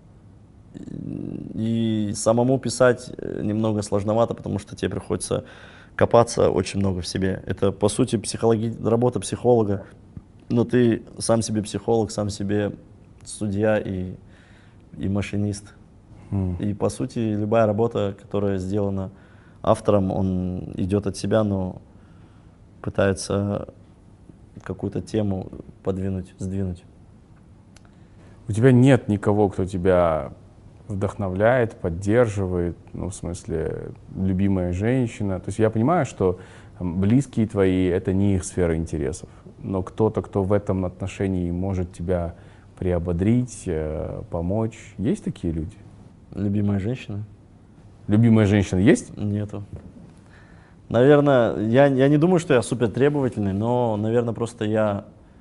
Speaker 2: самому писать немного сложновато, потому что тебе приходится копаться очень много в себе. Это, по сути, работа психолога, но ты сам себе психолог, сам себе судья и машинист. И, по сути, любая работа, которая сделана автором, он идет от себя, но пытается какую-то тему сдвинуть.
Speaker 1: У тебя нет никого, кто тебя вдохновляет, поддерживает, ну, в смысле, любимая женщина. То есть я понимаю, что близкие твои — это не их сфера интересов, но кто-то, кто в этом отношении может тебя приободрить, помочь. Есть такие люди?
Speaker 2: Любимая женщина?
Speaker 1: Любимая женщина есть?
Speaker 2: Нету. Наверное, я не думаю, что я супер требовательный, но, наверное, просто я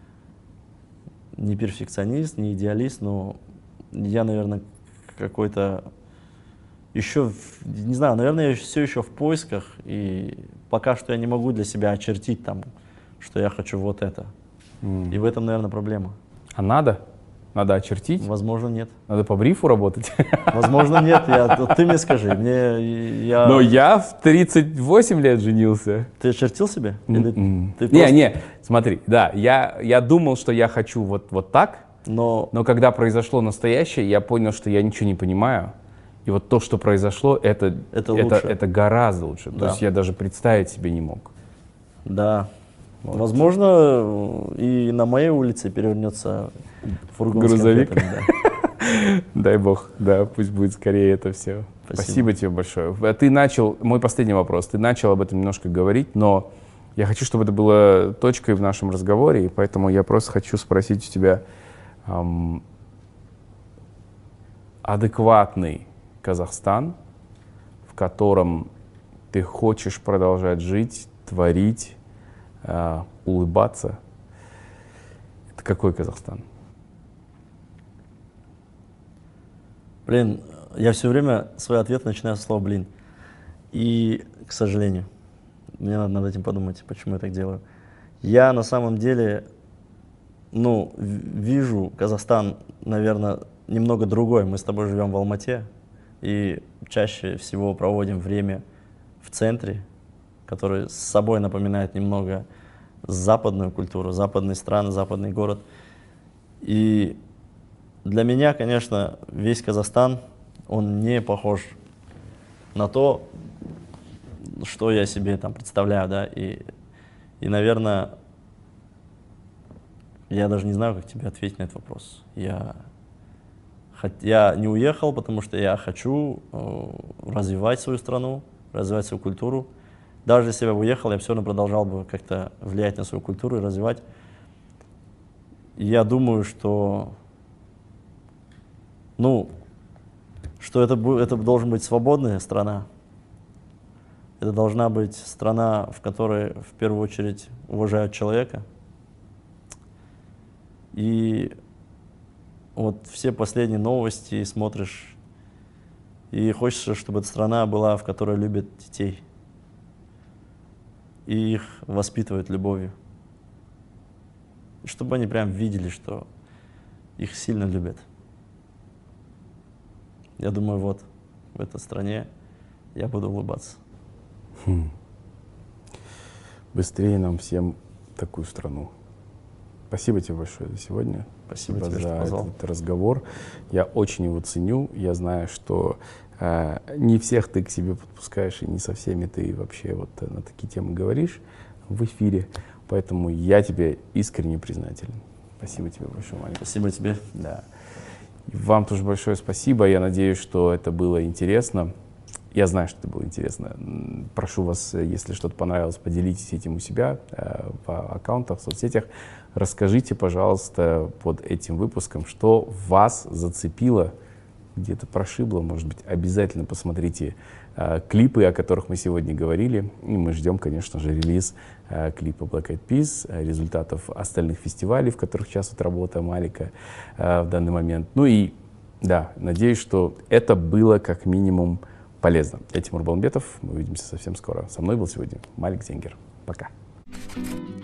Speaker 2: не перфекционист, не идеалист, но я, наверное, какой-то еще, не знаю, наверное, я все еще в поисках, и пока что я не могу для себя очертить там, что я хочу вот это. И в этом, наверное, проблема.
Speaker 1: А надо? Надо очертить?
Speaker 2: Возможно, нет.
Speaker 1: Надо по брифу работать?
Speaker 2: Возможно, нет. Ты мне скажи.
Speaker 1: Но я в 38 лет женился.
Speaker 2: Ты очертил себе?
Speaker 1: Не, смотри, да, я думал, что я хочу вот так, но когда произошло настоящее, я понял, что я ничего не понимаю. И вот то, что произошло, это гораздо лучше.
Speaker 2: Да.
Speaker 1: То есть я даже представить себе не мог.
Speaker 2: Да. Вот. Возможно, и на моей улице перевернется фургон
Speaker 1: грузовик.
Speaker 2: С конфетами, да.
Speaker 1: Дай бог, да, пусть будет скорее это все. Спасибо тебе большое. Ты начал, мой последний вопрос, ты начал об этом немножко говорить, но я хочу, чтобы это было точкой в нашем разговоре, и поэтому я просто хочу спросить у тебя адекватный Казахстан, в котором ты хочешь продолжать жить, творить, улыбаться. Это какой Казахстан?
Speaker 2: Блин, я все время свой ответ начинаю со слова «блин». И, к сожалению, мне надо над этим подумать, почему я так делаю. Я на самом деле, ну, вижу Казахстан, наверное, немного другой. Мы с тобой живем в Алмате и чаще всего проводим время в центре, который с собой напоминает немного западную культуру, западные страны, западный город. И для меня, конечно, весь Казахстан, он не похож на то, что я себе там представляю, да, и наверное, я даже не знаю, как тебе ответить на этот вопрос. Я не уехал, потому что я хочу развивать свою страну, развивать свою культуру. Даже если бы я уехал, я все равно продолжал бы как-то влиять на свою культуру и развивать. И я думаю, что, ну, что это должна быть свободная страна. Это должна быть страна, в которой в первую очередь уважают человека. И вот все последние новости смотришь, и хочется, чтобы эта страна была, в которой любят детей. И их воспитывают любовью. И чтобы они прям видели, что их сильно любят. Я думаю, вот в этой стране я буду улыбаться.
Speaker 1: Быстрее нам всем такую страну. Спасибо тебе большое за сегодня.
Speaker 2: Спасибо тебе,
Speaker 1: за
Speaker 2: что позвал.
Speaker 1: этот разговор. Я очень его ценю. Я знаю, что не всех ты к себе подпускаешь, и не со всеми ты вообще вот на такие темы говоришь в эфире. Поэтому я тебе искренне признателен. Спасибо тебе большое, Малик.
Speaker 2: Спасибо тебе.
Speaker 1: Да. И вам тоже большое спасибо. Я надеюсь, что это было интересно. Я знаю, что это было интересно. Прошу вас, если что-то понравилось, поделитесь этим у себя в аккаунтах, в соцсетях. Расскажите, пожалуйста, под этим выпуском, что вас зацепило, где-то прошибло. Может быть, обязательно посмотрите клипы, о которых мы сегодня говорили. И мы ждем, конечно же, релиз клипа Black Eyed Peas, результатов остальных фестивалей, в которых участвует работа Малика в данный момент. Ну и да, надеюсь, что это было как минимум полезно. Я Тимур Балмбетов. Мы увидимся совсем скоро. Со мной был сегодня Малик Зенгер. Пока.